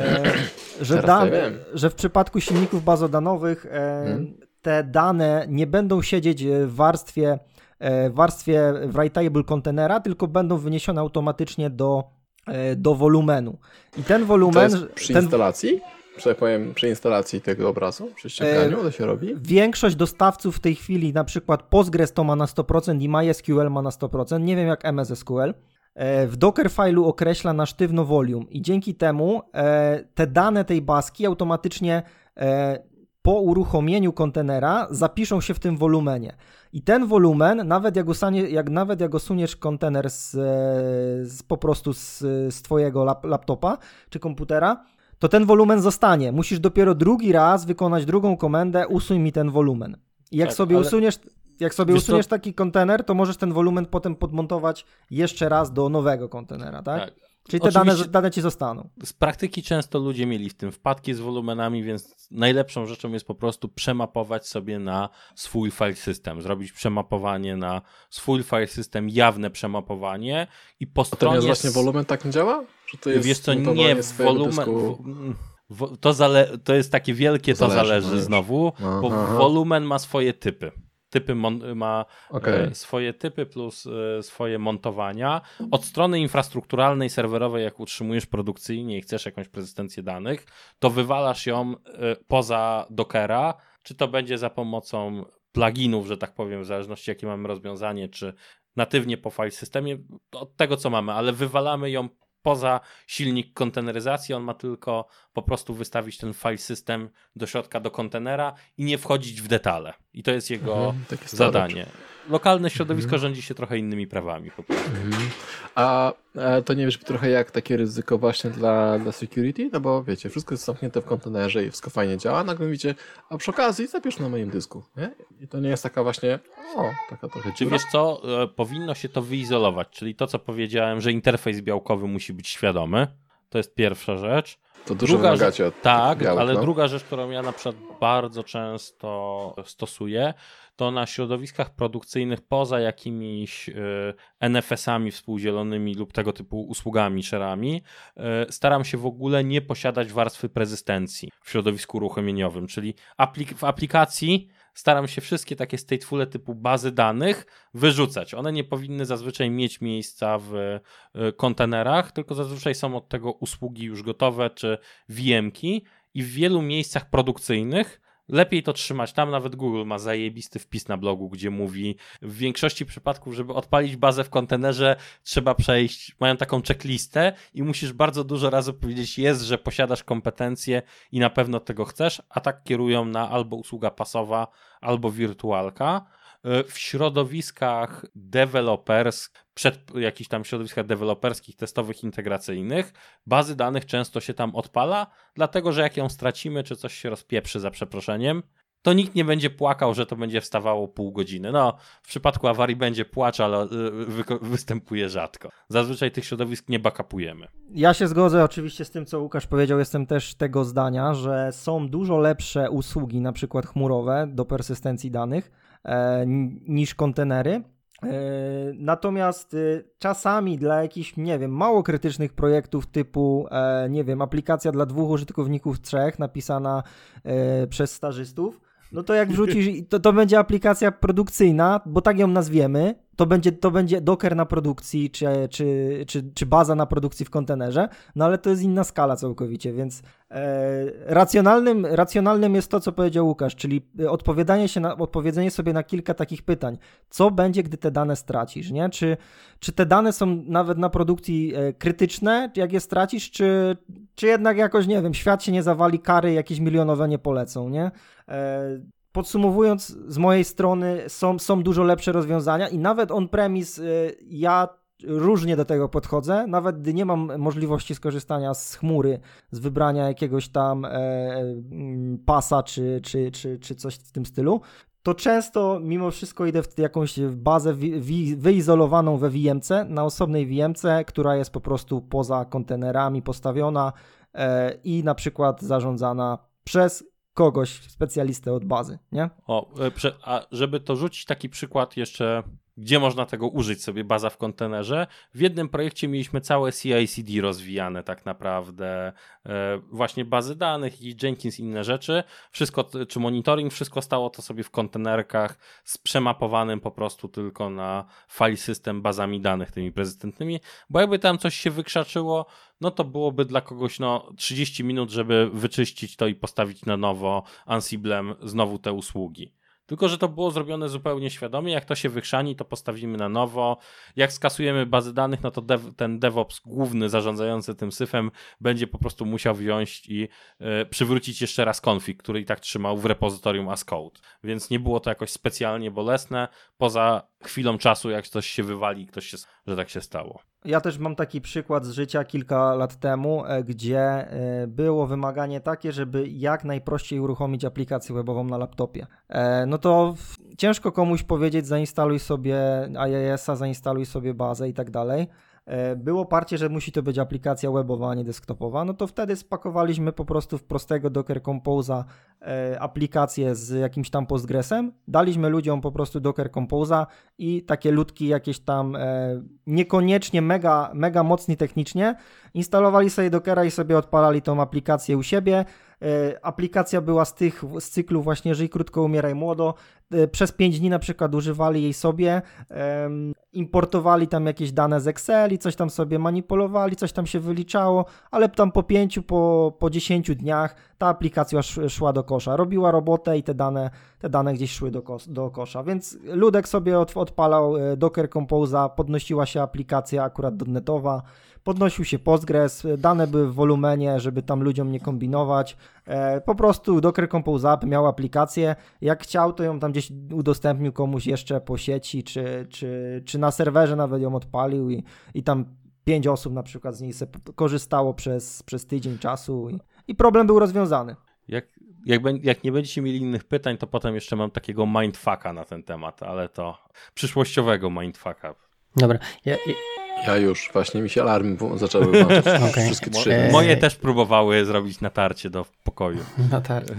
w przypadku silników bazodanowych te dane nie będą siedzieć w warstwie writable kontenera, tylko będą wyniesione automatycznie do wolumenu. I ten wolumen... To jest przy instalacji? Przy instalacji tego obrazu? Przy ściąganiu to się robi? Większość dostawców w tej chwili, na przykład Postgres to ma na 100% i MySQL ma na 100%, nie wiem jak MS SQL. W Dockerfile'u określa na sztywno volume i dzięki temu te dane tej baski automatycznie po uruchomieniu kontenera zapiszą się w tym wolumenie. I ten wolumen, nawet jak usuniesz kontener po prostu z twojego laptopa czy komputera, to ten wolumen zostanie. Musisz dopiero drugi raz wykonać drugą komendę, usuń mi ten wolumen. I jak sobie usuniesz taki kontener, to możesz ten wolumen potem podmontować jeszcze raz do nowego kontenera, tak? Czyli te dane ci zostaną. Z praktyki często ludzie mieli w tym wpadki z wolumenami, więc najlepszą rzeczą jest po prostu przemapować sobie na swój file system. Zrobić przemapowanie na swój file system, jawne przemapowanie i po stronie... A to nie jest właśnie wolumen tak nie działa? Że to jest wiesz co, nie wolumen... To jest takie wielkie, to zależy znowu, bo wolumen ma swoje typy. Ma swoje typy plus swoje montowania. Od strony infrastrukturalnej, serwerowej, jak utrzymujesz produkcyjnie i chcesz jakąś prezystencję danych, to wywalasz ją poza Dockera, czy to będzie za pomocą pluginów, że tak powiem, w zależności jakie mamy rozwiązanie, czy natywnie po file systemie, od tego co mamy, ale wywalamy ją poza silnik konteneryzacji, on ma tylko po prostu wystawić ten file system do środka do kontenera i nie wchodzić w detale. I to jest jego zadanie. lokalne środowisko rządzi się trochę innymi prawami po prostu. A to nie wiesz trochę jak takie ryzyko właśnie dla security? No bo wiecie, wszystko jest zamknięte w kontenerze i wszystko fajnie działa, nagle mówicie, a przy okazji zapisz na moim dysku, nie? I to nie jest taka właśnie, taka trochę Czy dziura. wiesz co, powinno się to wyizolować, czyli to co powiedziałem, że interfejs białkowy musi być świadomy, to jest pierwsza rzecz. To dużo wymagacie od tak, białek, ale druga rzecz, którą ja na przykład bardzo często stosuję, to na środowiskach produkcyjnych poza jakimiś NFS-ami współdzielonymi lub tego typu usługami, share'ami, staram się w ogóle nie posiadać warstwy prezystencji w środowisku uruchomieniowym, czyli w aplikacji staram się wszystkie takie statefule typu bazy danych wyrzucać. One nie powinny zazwyczaj mieć miejsca w kontenerach, tylko zazwyczaj są od tego usługi już gotowe czy VM-ki i w wielu miejscach produkcyjnych lepiej to trzymać. Tam nawet Google ma zajebisty wpis na blogu, gdzie mówi w większości przypadków, żeby odpalić bazę w kontenerze, trzeba przejść, mają taką checklistę i musisz bardzo dużo razy powiedzieć że posiadasz kompetencje i na pewno tego chcesz, a tak kierują na albo usługa pasowa, albo wirtualka. W środowiskach przed jakichś tam środowiskach deweloperskich, testowych, integracyjnych, bazy danych często się tam odpala, dlatego że jak ją stracimy, czy coś się rozpieprzy za przeproszeniem, to nikt nie będzie płakał, że to będzie wstawało pół godziny. No, w przypadku awarii będzie płacz, ale występuje rzadko. Zazwyczaj tych środowisk nie backupujemy. Ja się zgodzę oczywiście z tym, co Łukasz powiedział. Jestem też tego zdania, że są dużo lepsze usługi, na przykład chmurowe do persystencji danych niż kontenery. Natomiast czasami dla jakichś, nie wiem, mało krytycznych projektów typu, nie wiem, aplikacja dla 2 użytkowników, 3 napisana przez stażystów, no to jak wrzucisz, to będzie aplikacja produkcyjna, bo tak ją nazwiemy, to będzie Docker na produkcji, czy baza na produkcji w kontenerze, no ale to jest inna skala całkowicie, więc racjonalnym jest to, co powiedział Łukasz, czyli odpowiedzenie sobie na kilka takich pytań. Co będzie, gdy te dane stracisz, nie? Czy te dane są nawet na produkcji krytyczne, jak je stracisz, czy jednak jakoś, nie wiem, świat się nie zawali, kary jakieś milionowe nie polecą, nie? Podsumowując, z mojej strony są dużo lepsze rozwiązania i nawet on-premise ja różnie do tego podchodzę, nawet gdy nie mam możliwości skorzystania z chmury, z wybrania jakiegoś tam pasa czy coś w tym stylu, to często mimo wszystko idę w jakąś bazę wyizolowaną we VM-ce, na osobnej VM-ce, która jest po prostu poza kontenerami postawiona i na przykład zarządzana przez kogoś, specjalistę od bazy, nie? A żeby to rzucić taki przykład jeszcze, gdzie można tego użyć sobie, baza w kontenerze. W jednym projekcie mieliśmy całe CI/CD rozwijane tak naprawdę, właśnie bazy danych i Jenkins, inne rzeczy, wszystko, czy monitoring, wszystko stało to sobie w kontenerkach z przemapowanym po prostu tylko na file system bazami danych tymi prezydentnymi, bo jakby tam coś się wykrzaczyło, no to byłoby dla kogoś 30 minut, żeby wyczyścić to i postawić na nowo Ansiblem znowu te usługi. Tylko że to było zrobione zupełnie świadomie, jak to się wykrzani, to postawimy na nowo. Jak skasujemy bazy danych, no to ten DevOps główny zarządzający tym syfem będzie po prostu musiał wziąć i przywrócić jeszcze raz config, który i tak trzymał w repozytorium as code. Więc nie było to jakoś specjalnie bolesne, poza chwilą czasu, jak coś się wywali, że tak się stało. Ja też mam taki przykład z życia kilka lat temu, gdzie było wymaganie takie, żeby jak najprościej uruchomić aplikację webową na laptopie. No to ciężko komuś powiedzieć, zainstaluj sobie IIS-a, zainstaluj sobie bazę i tak dalej. Było parcie, że musi to być aplikacja webowa, a nie desktopowa, no to wtedy spakowaliśmy po prostu w prostego Docker Compose'a aplikację z jakimś tam Postgresem, daliśmy ludziom po prostu Docker Compose'a i takie ludki jakieś tam niekoniecznie mega mocni technicznie, instalowali sobie Dockera i sobie odpalali tą aplikację u siebie. Aplikacja była z cyklu właśnie Żyj krótko, umieraj młodo. Przez 5 dni na przykład używali jej sobie, importowali tam jakieś dane z Excel i coś tam sobie manipulowali, coś tam się wyliczało, ale tam po 5, po 10 dniach ta aplikacja szła do kosza. Robiła robotę i te dane gdzieś szły do kosza. Więc ludek sobie odpalał Docker Compose'a, podnosiła się aplikacja akurat dotnetowa, podnosił się Postgres, dane były w wolumenie, żeby tam ludziom nie kombinować. Po prostu Docker Compose App miał aplikację, jak chciał, to ją tam gdzieś udostępnił komuś jeszcze po sieci, czy na serwerze nawet ją odpalił i tam 5 osób na przykład z niej korzystało przez tydzień czasu i problem był rozwiązany. Jak nie będziecie mieli innych pytań, to potem jeszcze mam takiego mindfucka na ten temat, ale to przyszłościowego mindfucka. Dobra. Ja już, właśnie mi się alarmy zaczęły włączać. Okay. Wszystkie 3. Moje też próbowały zrobić natarcie do pokoju. Natarcie.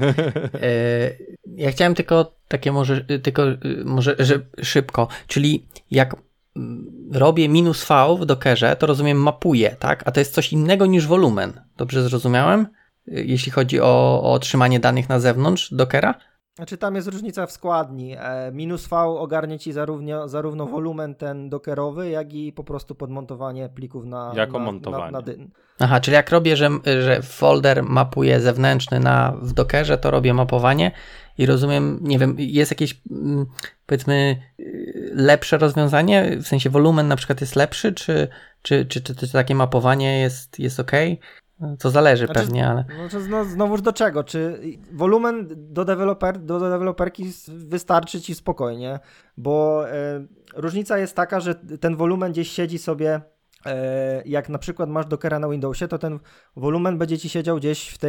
Ja chciałem tylko takie może że szybko, czyli jak robię -v w Dockerze, to rozumiem mapuję, tak? A to jest coś innego niż wolumen. Dobrze zrozumiałem? Jeśli chodzi o trzymanie danych na zewnątrz Dockera? Znaczy tam jest różnica w składni. -v ogarnie ci zarówno wolumen ten dockerowy, jak i po prostu podmontowanie plików montowanie. Aha, czyli jak robię, że folder mapuje zewnętrzny w Dockerze, to robię mapowanie i rozumiem, nie wiem, jest jakieś powiedzmy lepsze rozwiązanie? W sensie wolumen na przykład jest lepszy, czy takie mapowanie jest ok? To zależy pewnie, ale... No, znowuż do czego? Czy wolumen do deweloperki wystarczy ci spokojnie, bo różnica jest taka, że ten wolumen gdzieś siedzi sobie, jak na przykład masz Dockera na Windowsie, to ten wolumen będzie ci siedział gdzieś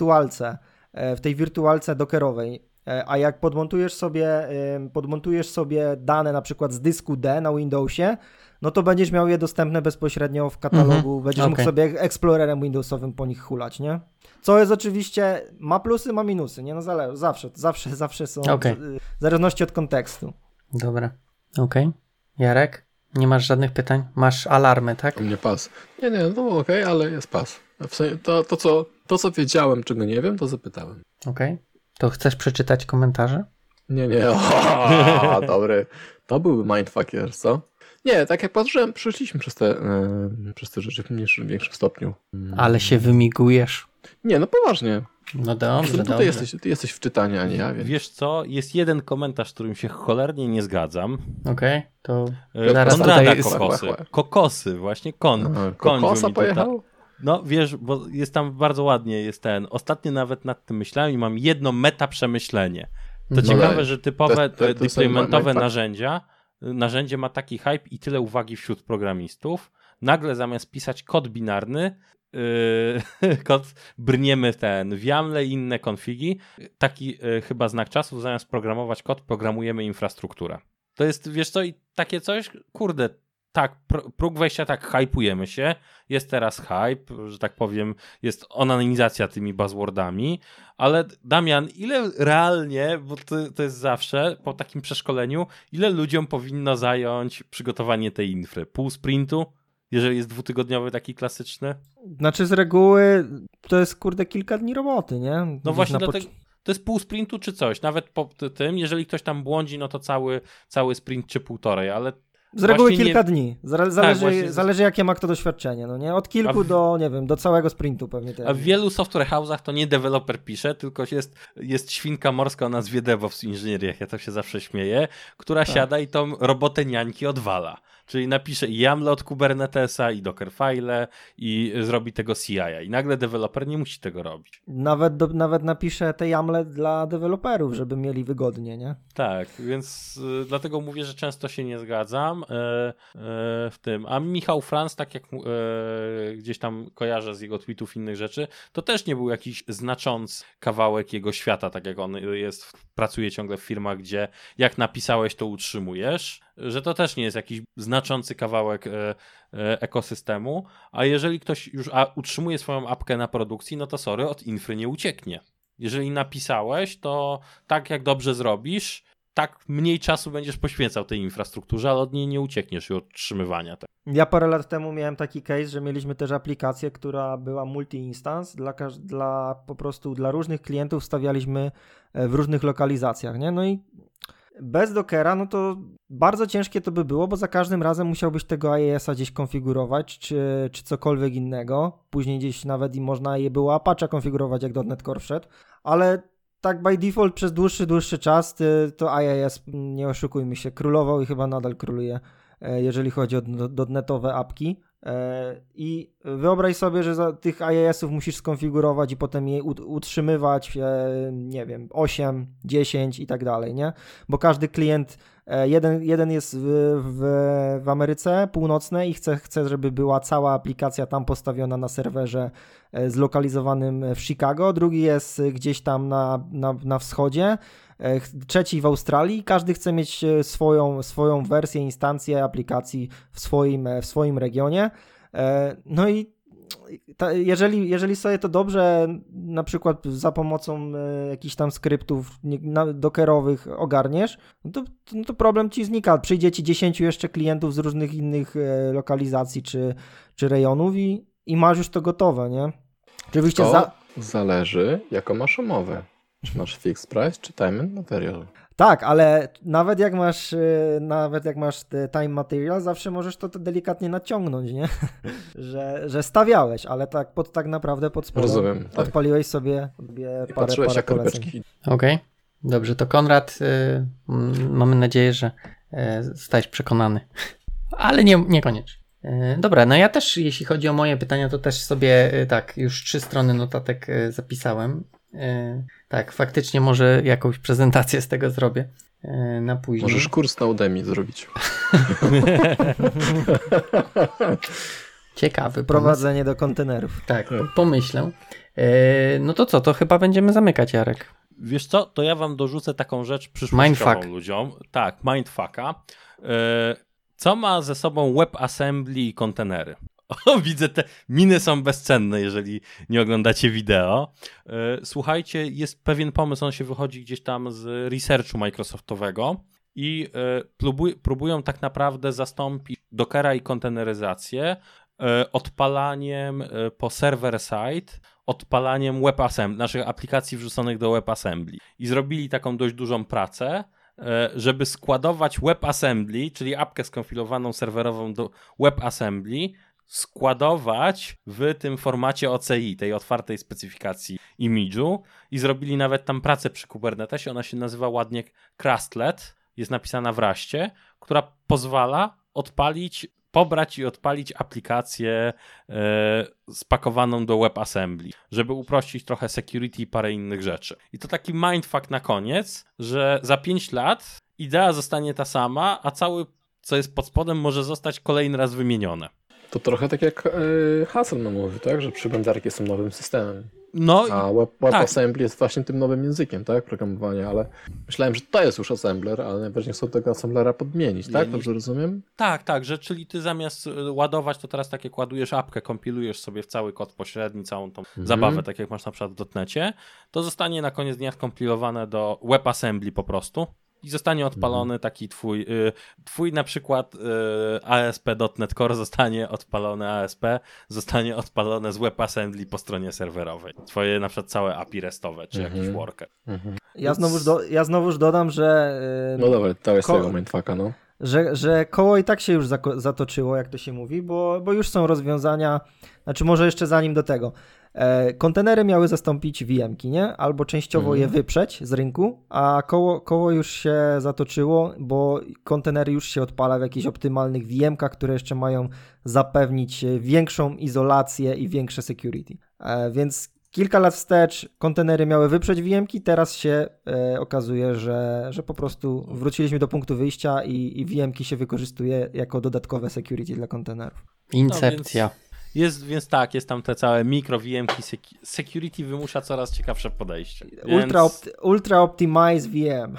w tej wirtualce dockerowej. A jak podmontujesz sobie dane na przykład z dysku D na Windowsie, no to będziesz miał je dostępne bezpośrednio w katalogu, będziesz mógł sobie Explorerem Windowsowym po nich hulać, nie? Co jest oczywiście, ma plusy, ma minusy, nie? No zawsze są, w zależności od kontekstu. Dobra, okej. Jarek, nie masz żadnych pytań? Masz alarmy, tak? U mnie pas. Nie, no okej, ale jest pas. W sensie to, co wiedziałem, czego nie wiem, to zapytałem. Okej. To chcesz przeczytać komentarze? Nie. Dobry. To byłby mindfucker, co? Nie, tak jak patrzyłem, przeszliśmy przez te rzeczy w mniejszym, większym stopniu. Ale się wymigujesz. Nie, no poważnie. No dobrze, Ty jesteś w czytaniu, a nie ja. Więc... Wiesz co, jest jeden komentarz, z którym się cholernie nie zgadzam. Okej, to zaraz tutaj kokosy, właśnie Kokosa pojechał? No wiesz, bo jest tam bardzo ładnie, ostatnio nawet nad tym myślałem i mam jedno meta przemyślenie. To ciekawe, że typowe deploymentowe narzędzie ma taki hype i tyle uwagi wśród programistów. Nagle zamiast pisać kod binarny, brniemy w YAML i inne konfigi. Taki chyba znak czasów, zamiast programować kod, programujemy infrastrukturę. To jest, wiesz co, i takie coś, kurde, tak, próg wejścia, tak, hypujemy się, jest teraz hype, że tak powiem, jest onanizacja tymi buzzwordami, ale Damian, ile realnie, bo to jest zawsze, po takim przeszkoleniu, ile ludziom powinno zająć przygotowanie tej infry? Pół sprintu? Jeżeli jest 2-tygodniowy taki klasyczny? Znaczy z reguły to jest kilka dni roboty, nie? No właśnie dlatego, to jest pół sprintu czy coś, nawet po tym, jeżeli ktoś tam błądzi, no to cały sprint czy półtorej, ale z reguły kilka dni. Zależy jakie ma kto doświadczenie, no nie? Od kilku do całego sprintu pewnie. A w wielu software house'ach to nie deweloper pisze, tylko jest świnka morska o nazwie DevOps w inżynieriach, ja to się zawsze śmieję, która siada i tą robotę niańki odwala. Czyli napisze i YAML od Kubernetesa i Dockerfile i zrobi tego CI. I nagle deweloper nie musi tego robić. Nawet napisze te YAML dla deweloperów, żeby mieli wygodnie, nie? Tak, więc dlatego mówię, że często się nie zgadzam w tym. A Michał Franz, tak jak gdzieś tam kojarzę z jego tweetów i innych rzeczy, to też nie był jakiś znaczący kawałek jego świata, tak jak on pracuje ciągle w firmach, gdzie jak napisałeś, to utrzymujesz, że to też nie jest jakiś znaczący kawałek ekosystemu, a jeżeli ktoś już utrzymuje swoją apkę na produkcji, no to sorry, od infry nie ucieknie. Jeżeli napisałeś, to tak jak dobrze zrobisz, tak mniej czasu będziesz poświęcał tej infrastrukturze, ale od niej nie uciekniesz i od utrzymywania. Ja parę lat temu miałem taki case, że mieliśmy też aplikację, która była multi-instance, dla różnych klientów stawialiśmy w różnych lokalizacjach, nie? No i bez Dockera, no to bardzo ciężkie to by było, bo za każdym razem musiałbyś tego IIS-a gdzieś konfigurować, czy cokolwiek innego. Później gdzieś nawet i można je było Apache konfigurować, jak .NET Core wszedł, ale tak by default przez dłuższy czas to IIS, nie oszukujmy się, królował i chyba nadal króluje, jeżeli chodzi o dotnetowe apki. I wyobraź sobie, że za tych IIS-ów musisz skonfigurować i potem je utrzymywać, nie wiem, 8, 10 i tak dalej, nie? Bo każdy klient, jeden jest w Ameryce Północnej i chce, żeby była cała aplikacja tam postawiona na serwerze zlokalizowanym w Chicago, drugi jest gdzieś tam na wschodzie, trzeci w Australii. Każdy chce mieć swoją wersję, instancję aplikacji w swoim regionie. No i jeżeli sobie to dobrze na przykład za pomocą jakichś tam skryptów dockerowych ogarniesz, no to problem ci znika. Przyjdzie ci 10 jeszcze klientów z różnych innych lokalizacji czy rejonów i masz już to gotowe, nie? Oczywiście to zależy, jaką masz umowę. Czy masz fixed price, czy time and material? Tak, ale nawet jak masz time material, zawsze możesz to delikatnie naciągnąć, nie? że stawiałeś, ale tak naprawdę pod spodem rozumiem, tak. odpaliłeś sobie parę poleceń. Okej. Dobrze, to Konrad, mamy nadzieję, że zostałeś przekonany, ale niekoniecznie. Dobra, no ja też, jeśli chodzi o moje pytania, to też sobie już 3 strony notatek zapisałem. Tak, faktycznie może jakąś prezentację z tego zrobię na później. Możesz kurs na Udemy zrobić. Ciekawy prowadzenie do kontenerów. Tak, pomyślę. No to co, to chyba będziemy zamykać, Jarek. Wiesz co, to ja wam dorzucę taką rzecz przyszłościową ludziom. Tak, mindfucka. Co ma ze sobą WebAssembly i kontenery? O, widzę, te miny są bezcenne, jeżeli nie oglądacie wideo. Słuchajcie, jest pewien pomysł, on się wychodzi gdzieś tam z researchu Microsoftowego i próbują tak naprawdę zastąpić Dockera i konteneryzację odpalaniem po server-side, odpalaniem WebAssembly, naszych aplikacji wrzuconych do WebAssembly. I zrobili taką dość dużą pracę, żeby składować WebAssembly, czyli apkę skompilowaną serwerową do WebAssembly, składować w tym formacie OCI, tej otwartej specyfikacji image'u i zrobili nawet tam pracę przy Kubernetesie, ona się nazywa ładnie Crustlet, jest napisana w Ruście, która pozwala pobrać i odpalić aplikację spakowaną do WebAssembly, żeby uprościć trochę security i parę innych rzeczy. I to taki mindfuck na koniec, że za 5 lat idea zostanie ta sama, a całe, co jest pod spodem, może zostać kolejny raz wymienione. To trochę tak jak Hasselman mówi, tak? Że przeglądarki są nowym systemem. No, a WebAssembly jest właśnie tym nowym językiem, tak? Programowania, ale myślałem, że to jest już assembler, ale najważniejsze chcą tego assemblera podmienić, tak? Dobrze rozumiem? Tak, że czyli ty zamiast ładować, to teraz tak jak ładujesz apkę, kompilujesz sobie w cały kod pośredni, całą tą zabawę, tak jak masz na przykład w dotnecie, to zostanie na koniec dnia skompilowane do WebAssembly po prostu. I zostanie odpalony taki twój na przykład ASP.NET Core zostanie odpalony zostanie odpalone z WebAssembly po stronie serwerowej. Twoje na przykład całe API restowe, czy jakiś worker. Ja znowuż dodam, że... No dobra, to jest tego mindfucka, no. Że koło i tak się już zatoczyło, jak to się mówi, bo już są rozwiązania, znaczy może jeszcze zanim do tego. Kontenery miały zastąpić VM-ki, nie? Albo częściowo je wyprzeć z rynku, a koło już się zatoczyło, bo kontenery już się odpala w jakichś optymalnych VM-kach, które jeszcze mają zapewnić większą izolację i większe security. Więc kilka lat wstecz kontenery miały wyprzeć VM-ki, teraz się okazuje, że po prostu wróciliśmy do punktu wyjścia i VM-ki się wykorzystuje jako dodatkowe security dla kontenerów. Incepcja. Więc jest tam te całe mikro VM-ki, security wymusza coraz ciekawsze podejście. Ultra optimize VM.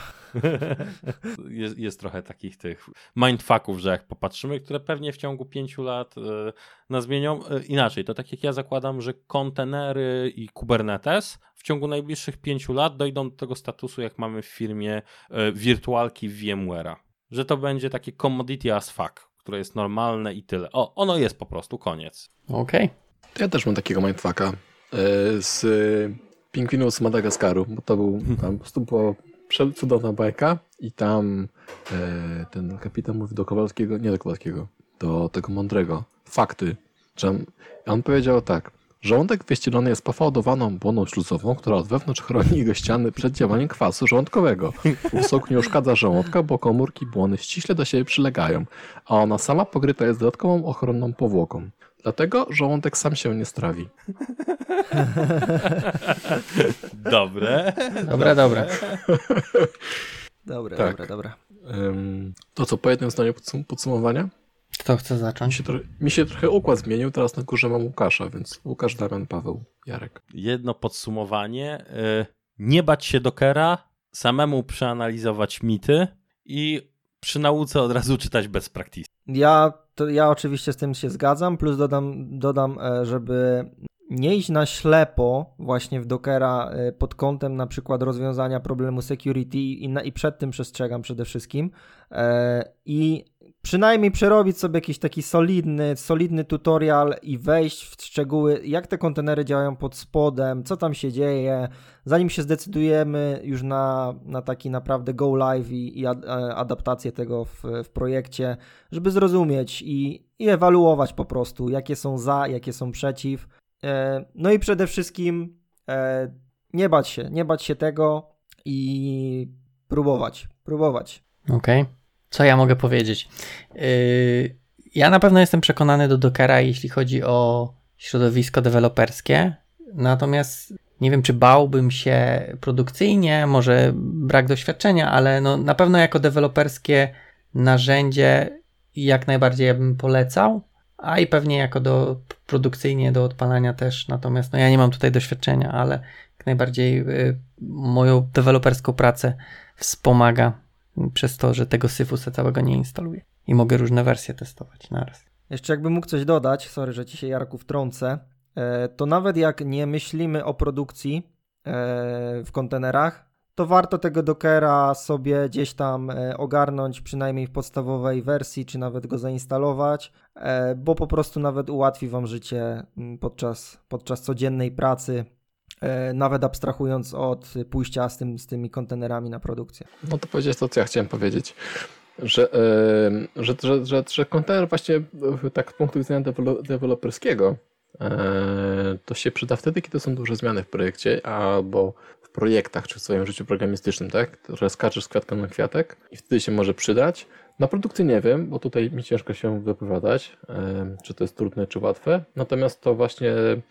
Jest trochę takich tych mindfucków, że jak popatrzymy, które pewnie w ciągu 5 lat nas zmienią. Inaczej, to tak jak ja zakładam, że kontenery i Kubernetes w ciągu najbliższych 5 lat dojdą do tego statusu, jak mamy w firmie wirtualki VMware'a. Że to będzie takie commodity as fuck, które jest normalne i tyle. Ono jest po prostu, koniec. Okej. Ja też mam takiego mindfucka z Pingwinów z Madagaskaru, bo to był tam po prostu była cudowna bajka i tam ten kapitan mówi do Kowalskiego, nie do Kowalskiego, do tego mądrego, fakty. Że on powiedział tak, Żołądek wyścielony jest pofałdowaną błoną śluzową, która od wewnątrz chroni jego ściany przed działaniem kwasu żołądkowego. Sok nie uszkadza żołądka, bo komórki błony ściśle do siebie przylegają, a ona sama pokryta jest dodatkową ochronną powłoką. Dlatego żołądek sam się nie strawi. Dobre. Dobra. To co, po jednym zdaniu podsumowania? Kto chce zacząć? Mi się trochę układ zmienił, teraz na górze mam Łukasza, więc Łukasz, Damian, Paweł, Jarek. Jedno podsumowanie. Nie bać się Dockera, samemu przeanalizować mity i przy nauce od razu czytać best practice. Ja oczywiście z tym się zgadzam, plus dodam, żeby nie iść na ślepo właśnie w Dockera pod kątem na przykład rozwiązania problemu security i przed tym przestrzegam przede wszystkim i przynajmniej przerobić sobie jakiś taki solidny tutorial i wejść w szczegóły, jak te kontenery działają pod spodem, co tam się dzieje, zanim się zdecydujemy już na taki naprawdę go live i adaptację tego w projekcie, żeby zrozumieć i ewaluować po prostu, jakie są za, jakie są przeciw. No i przede wszystkim nie bać się tego i próbować. Okej. Co ja mogę powiedzieć? Ja na pewno jestem przekonany do Dockera, jeśli chodzi o środowisko deweloperskie, natomiast nie wiem, czy bałbym się produkcyjnie, może brak doświadczenia, ale no, na pewno jako deweloperskie narzędzie jak najbardziej ja bym polecał, a i pewnie jako produkcyjnie do odpalania też, natomiast no, ja nie mam tutaj doświadczenia, ale jak najbardziej moją deweloperską pracę wspomaga przez to, że tego syfusa całego nie instaluję i mogę różne wersje testować naraz. Jeszcze jakbym mógł coś dodać, sorry, że ci się, Jarku, wtrącę, to nawet jak nie myślimy o produkcji w kontenerach, to warto tego Dockera sobie gdzieś tam ogarnąć, przynajmniej w podstawowej wersji, czy nawet go zainstalować, bo po prostu nawet ułatwi wam życie podczas codziennej pracy, nawet abstrahując od pójścia z tymi kontenerami na produkcję. No to powiedzieć to, co ja chciałem powiedzieć. Że kontener właśnie tak z punktu widzenia deweloperskiego to się przyda wtedy, kiedy są duże zmiany w projekcie albo w projektach, czy w swoim życiu programistycznym, tak? Że skaczesz z kwiatka na kwiatek i wtedy się może przydać. Na produkcji nie wiem, bo tutaj mi ciężko się wypowiadać, czy to jest trudne, czy łatwe. Natomiast to właśnie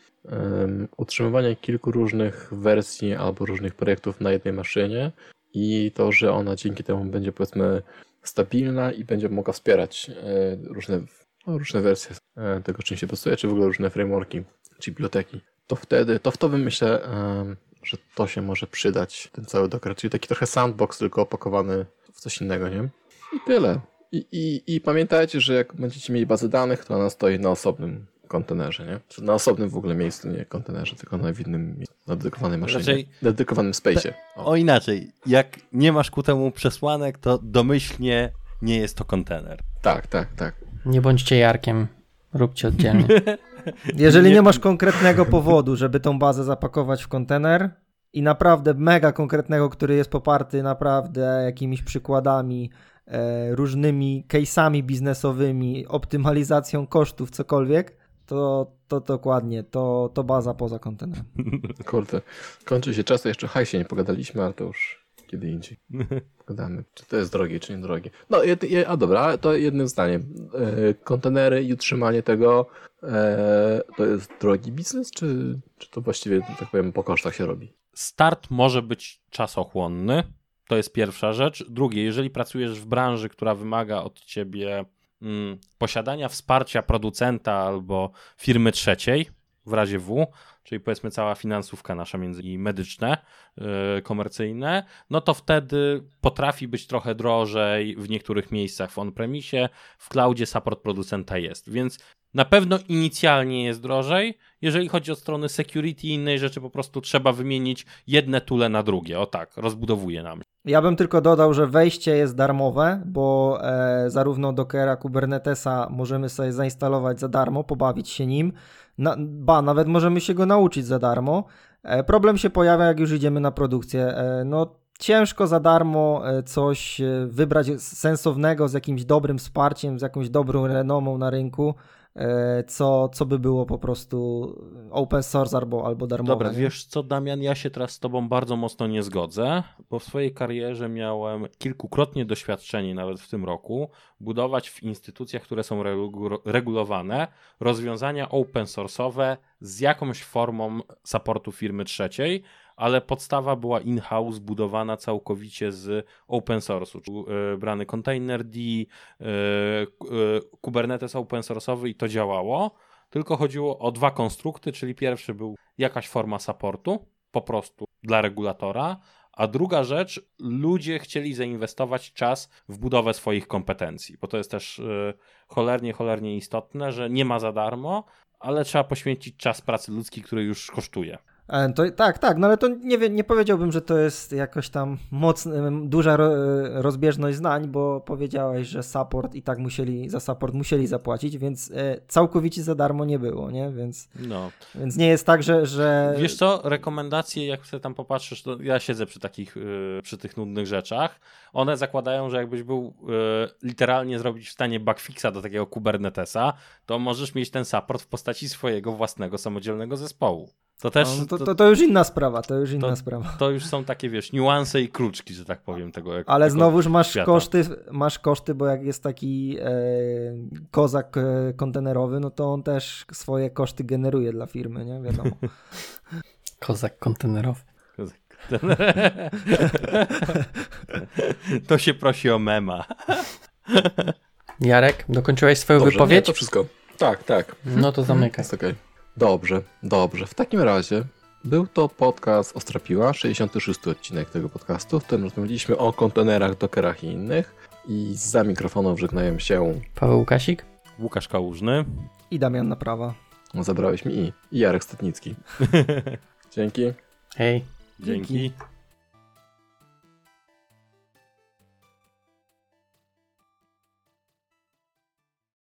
utrzymywanie kilku różnych wersji albo różnych projektów na jednej maszynie i to, że ona dzięki temu będzie, powiedzmy, stabilna i będzie mogła wspierać różne wersje tego, czym się pracuje, czy w ogóle różne frameworki, czy biblioteki. To wtedy myślę, że to się może przydać, ten cały Docker, czyli taki trochę sandbox, tylko opakowany w coś innego, nie? I tyle. I pamiętajcie, że jak będziecie mieli bazę danych, to ona stoi na osobnym kontenerze, nie? Czy na osobnym w ogóle miejscu, nie kontenerze, tylko na innym miejscu, na dedykowanej maszynie, dedykowanym space'ie. O inaczej, jak nie masz ku temu przesłanek, to domyślnie nie jest to kontener. Tak. Nie bądźcie Jarkiem, róbcie oddzielnie. Jeżeli nie masz konkretnego powodu, żeby tą bazę zapakować w kontener i naprawdę mega konkretnego, który jest poparty naprawdę jakimiś przykładami, różnymi case'ami biznesowymi, optymalizacją kosztów, cokolwiek, to dokładnie, to baza poza kontenerem. Kurde, kończy się czas, jeszcze hajsie nie pogadaliśmy, ale to już kiedy indziej. Pogadamy, czy to jest drogie, czy nie drogie. No, dobra, to jednym zdaniem. Kontenery i utrzymanie tego to jest drogi biznes, czy to właściwie, tak powiem, po kosztach się robi? Start może być czasochłonny, to jest pierwsza rzecz. Drugie, jeżeli pracujesz w branży, która wymaga od ciebie posiadania wsparcia producenta albo firmy trzeciej, w razie W, czyli powiedzmy cała finansówka nasza między innymi medyczne, komercyjne, no to wtedy potrafi być trochę drożej w niektórych miejscach w on-premisie, w cloudzie support producenta jest, więc na pewno inicjalnie jest drożej. Jeżeli chodzi o strony security i innej rzeczy, po prostu trzeba wymienić jedne tule na drugie. O tak, rozbudowuje nam. Ja bym tylko dodał, że wejście jest darmowe, bo zarówno Dockera, Kubernetesa możemy sobie zainstalować za darmo, pobawić się nim. Nawet możemy się go nauczyć za darmo. Problem się pojawia, jak już idziemy na produkcję. Ciężko za darmo coś wybrać sensownego z jakimś dobrym wsparciem, z jakąś dobrą renomą na rynku. co by było po prostu open source albo darmowe. Dobra, nie? wiesz co, Damian, ja się teraz z tobą bardzo mocno nie zgodzę, bo w swojej karierze miałem kilkukrotnie doświadczenie, nawet w tym roku, budować w instytucjach, które są regulowane, rozwiązania open source'owe z jakąś formą supportu firmy trzeciej, ale podstawa była in-house, budowana całkowicie z open source'u. Brany Containerd, Kubernetes open source'owy i to działało. Tylko chodziło o dwa konstrukty, czyli pierwszy był jakaś forma supportu, po prostu dla regulatora, a druga rzecz, ludzie chcieli zainwestować czas w budowę swoich kompetencji, bo to jest też cholernie istotne, że nie ma za darmo, ale trzeba poświęcić czas pracy ludzkiej, który już kosztuje. Tak, no ale to nie powiedziałbym, że to jest jakoś tam duża rozbieżność zdań, bo powiedziałeś, że support i tak za support musieli zapłacić, więc całkowicie za darmo nie było, nie? Więc nie jest tak, że... Wiesz co, rekomendacje, jak sobie tam popatrzysz, to ja siedzę przy tych nudnych rzeczach, one zakładają, że jakbyś był literalnie zrobić w stanie bugfixa do takiego Kubernetesa, to możesz mieć ten support w postaci swojego własnego samodzielnego zespołu. To też... To już inna sprawa, To już są takie, wiesz, niuanse i kruczki, że tak powiem, tego. Ale znowuż masz koszty, bo jak jest taki kozak kontenerowy, no to on też swoje koszty generuje dla firmy, nie? Wiadomo. Kozak kontenerowy. To się prosi o mema. Jarek, dokończyłeś swoją Dobrze, wypowiedź? Nie, to wszystko. Tak. No to zamykaj. Jest okej. Dobrze. W takim razie był to podcast Ostrapiła, 66. odcinek tego podcastu, w którym rozmawialiśmy o kontenerach, dockerach i innych. I za mikrofonem żegnają się Paweł Łukasik, Łukasz Kałużny i Damian Naprawa. Zabrałeś mi i Jarek Stotnicki. Dzięki. Hej. Dzięki.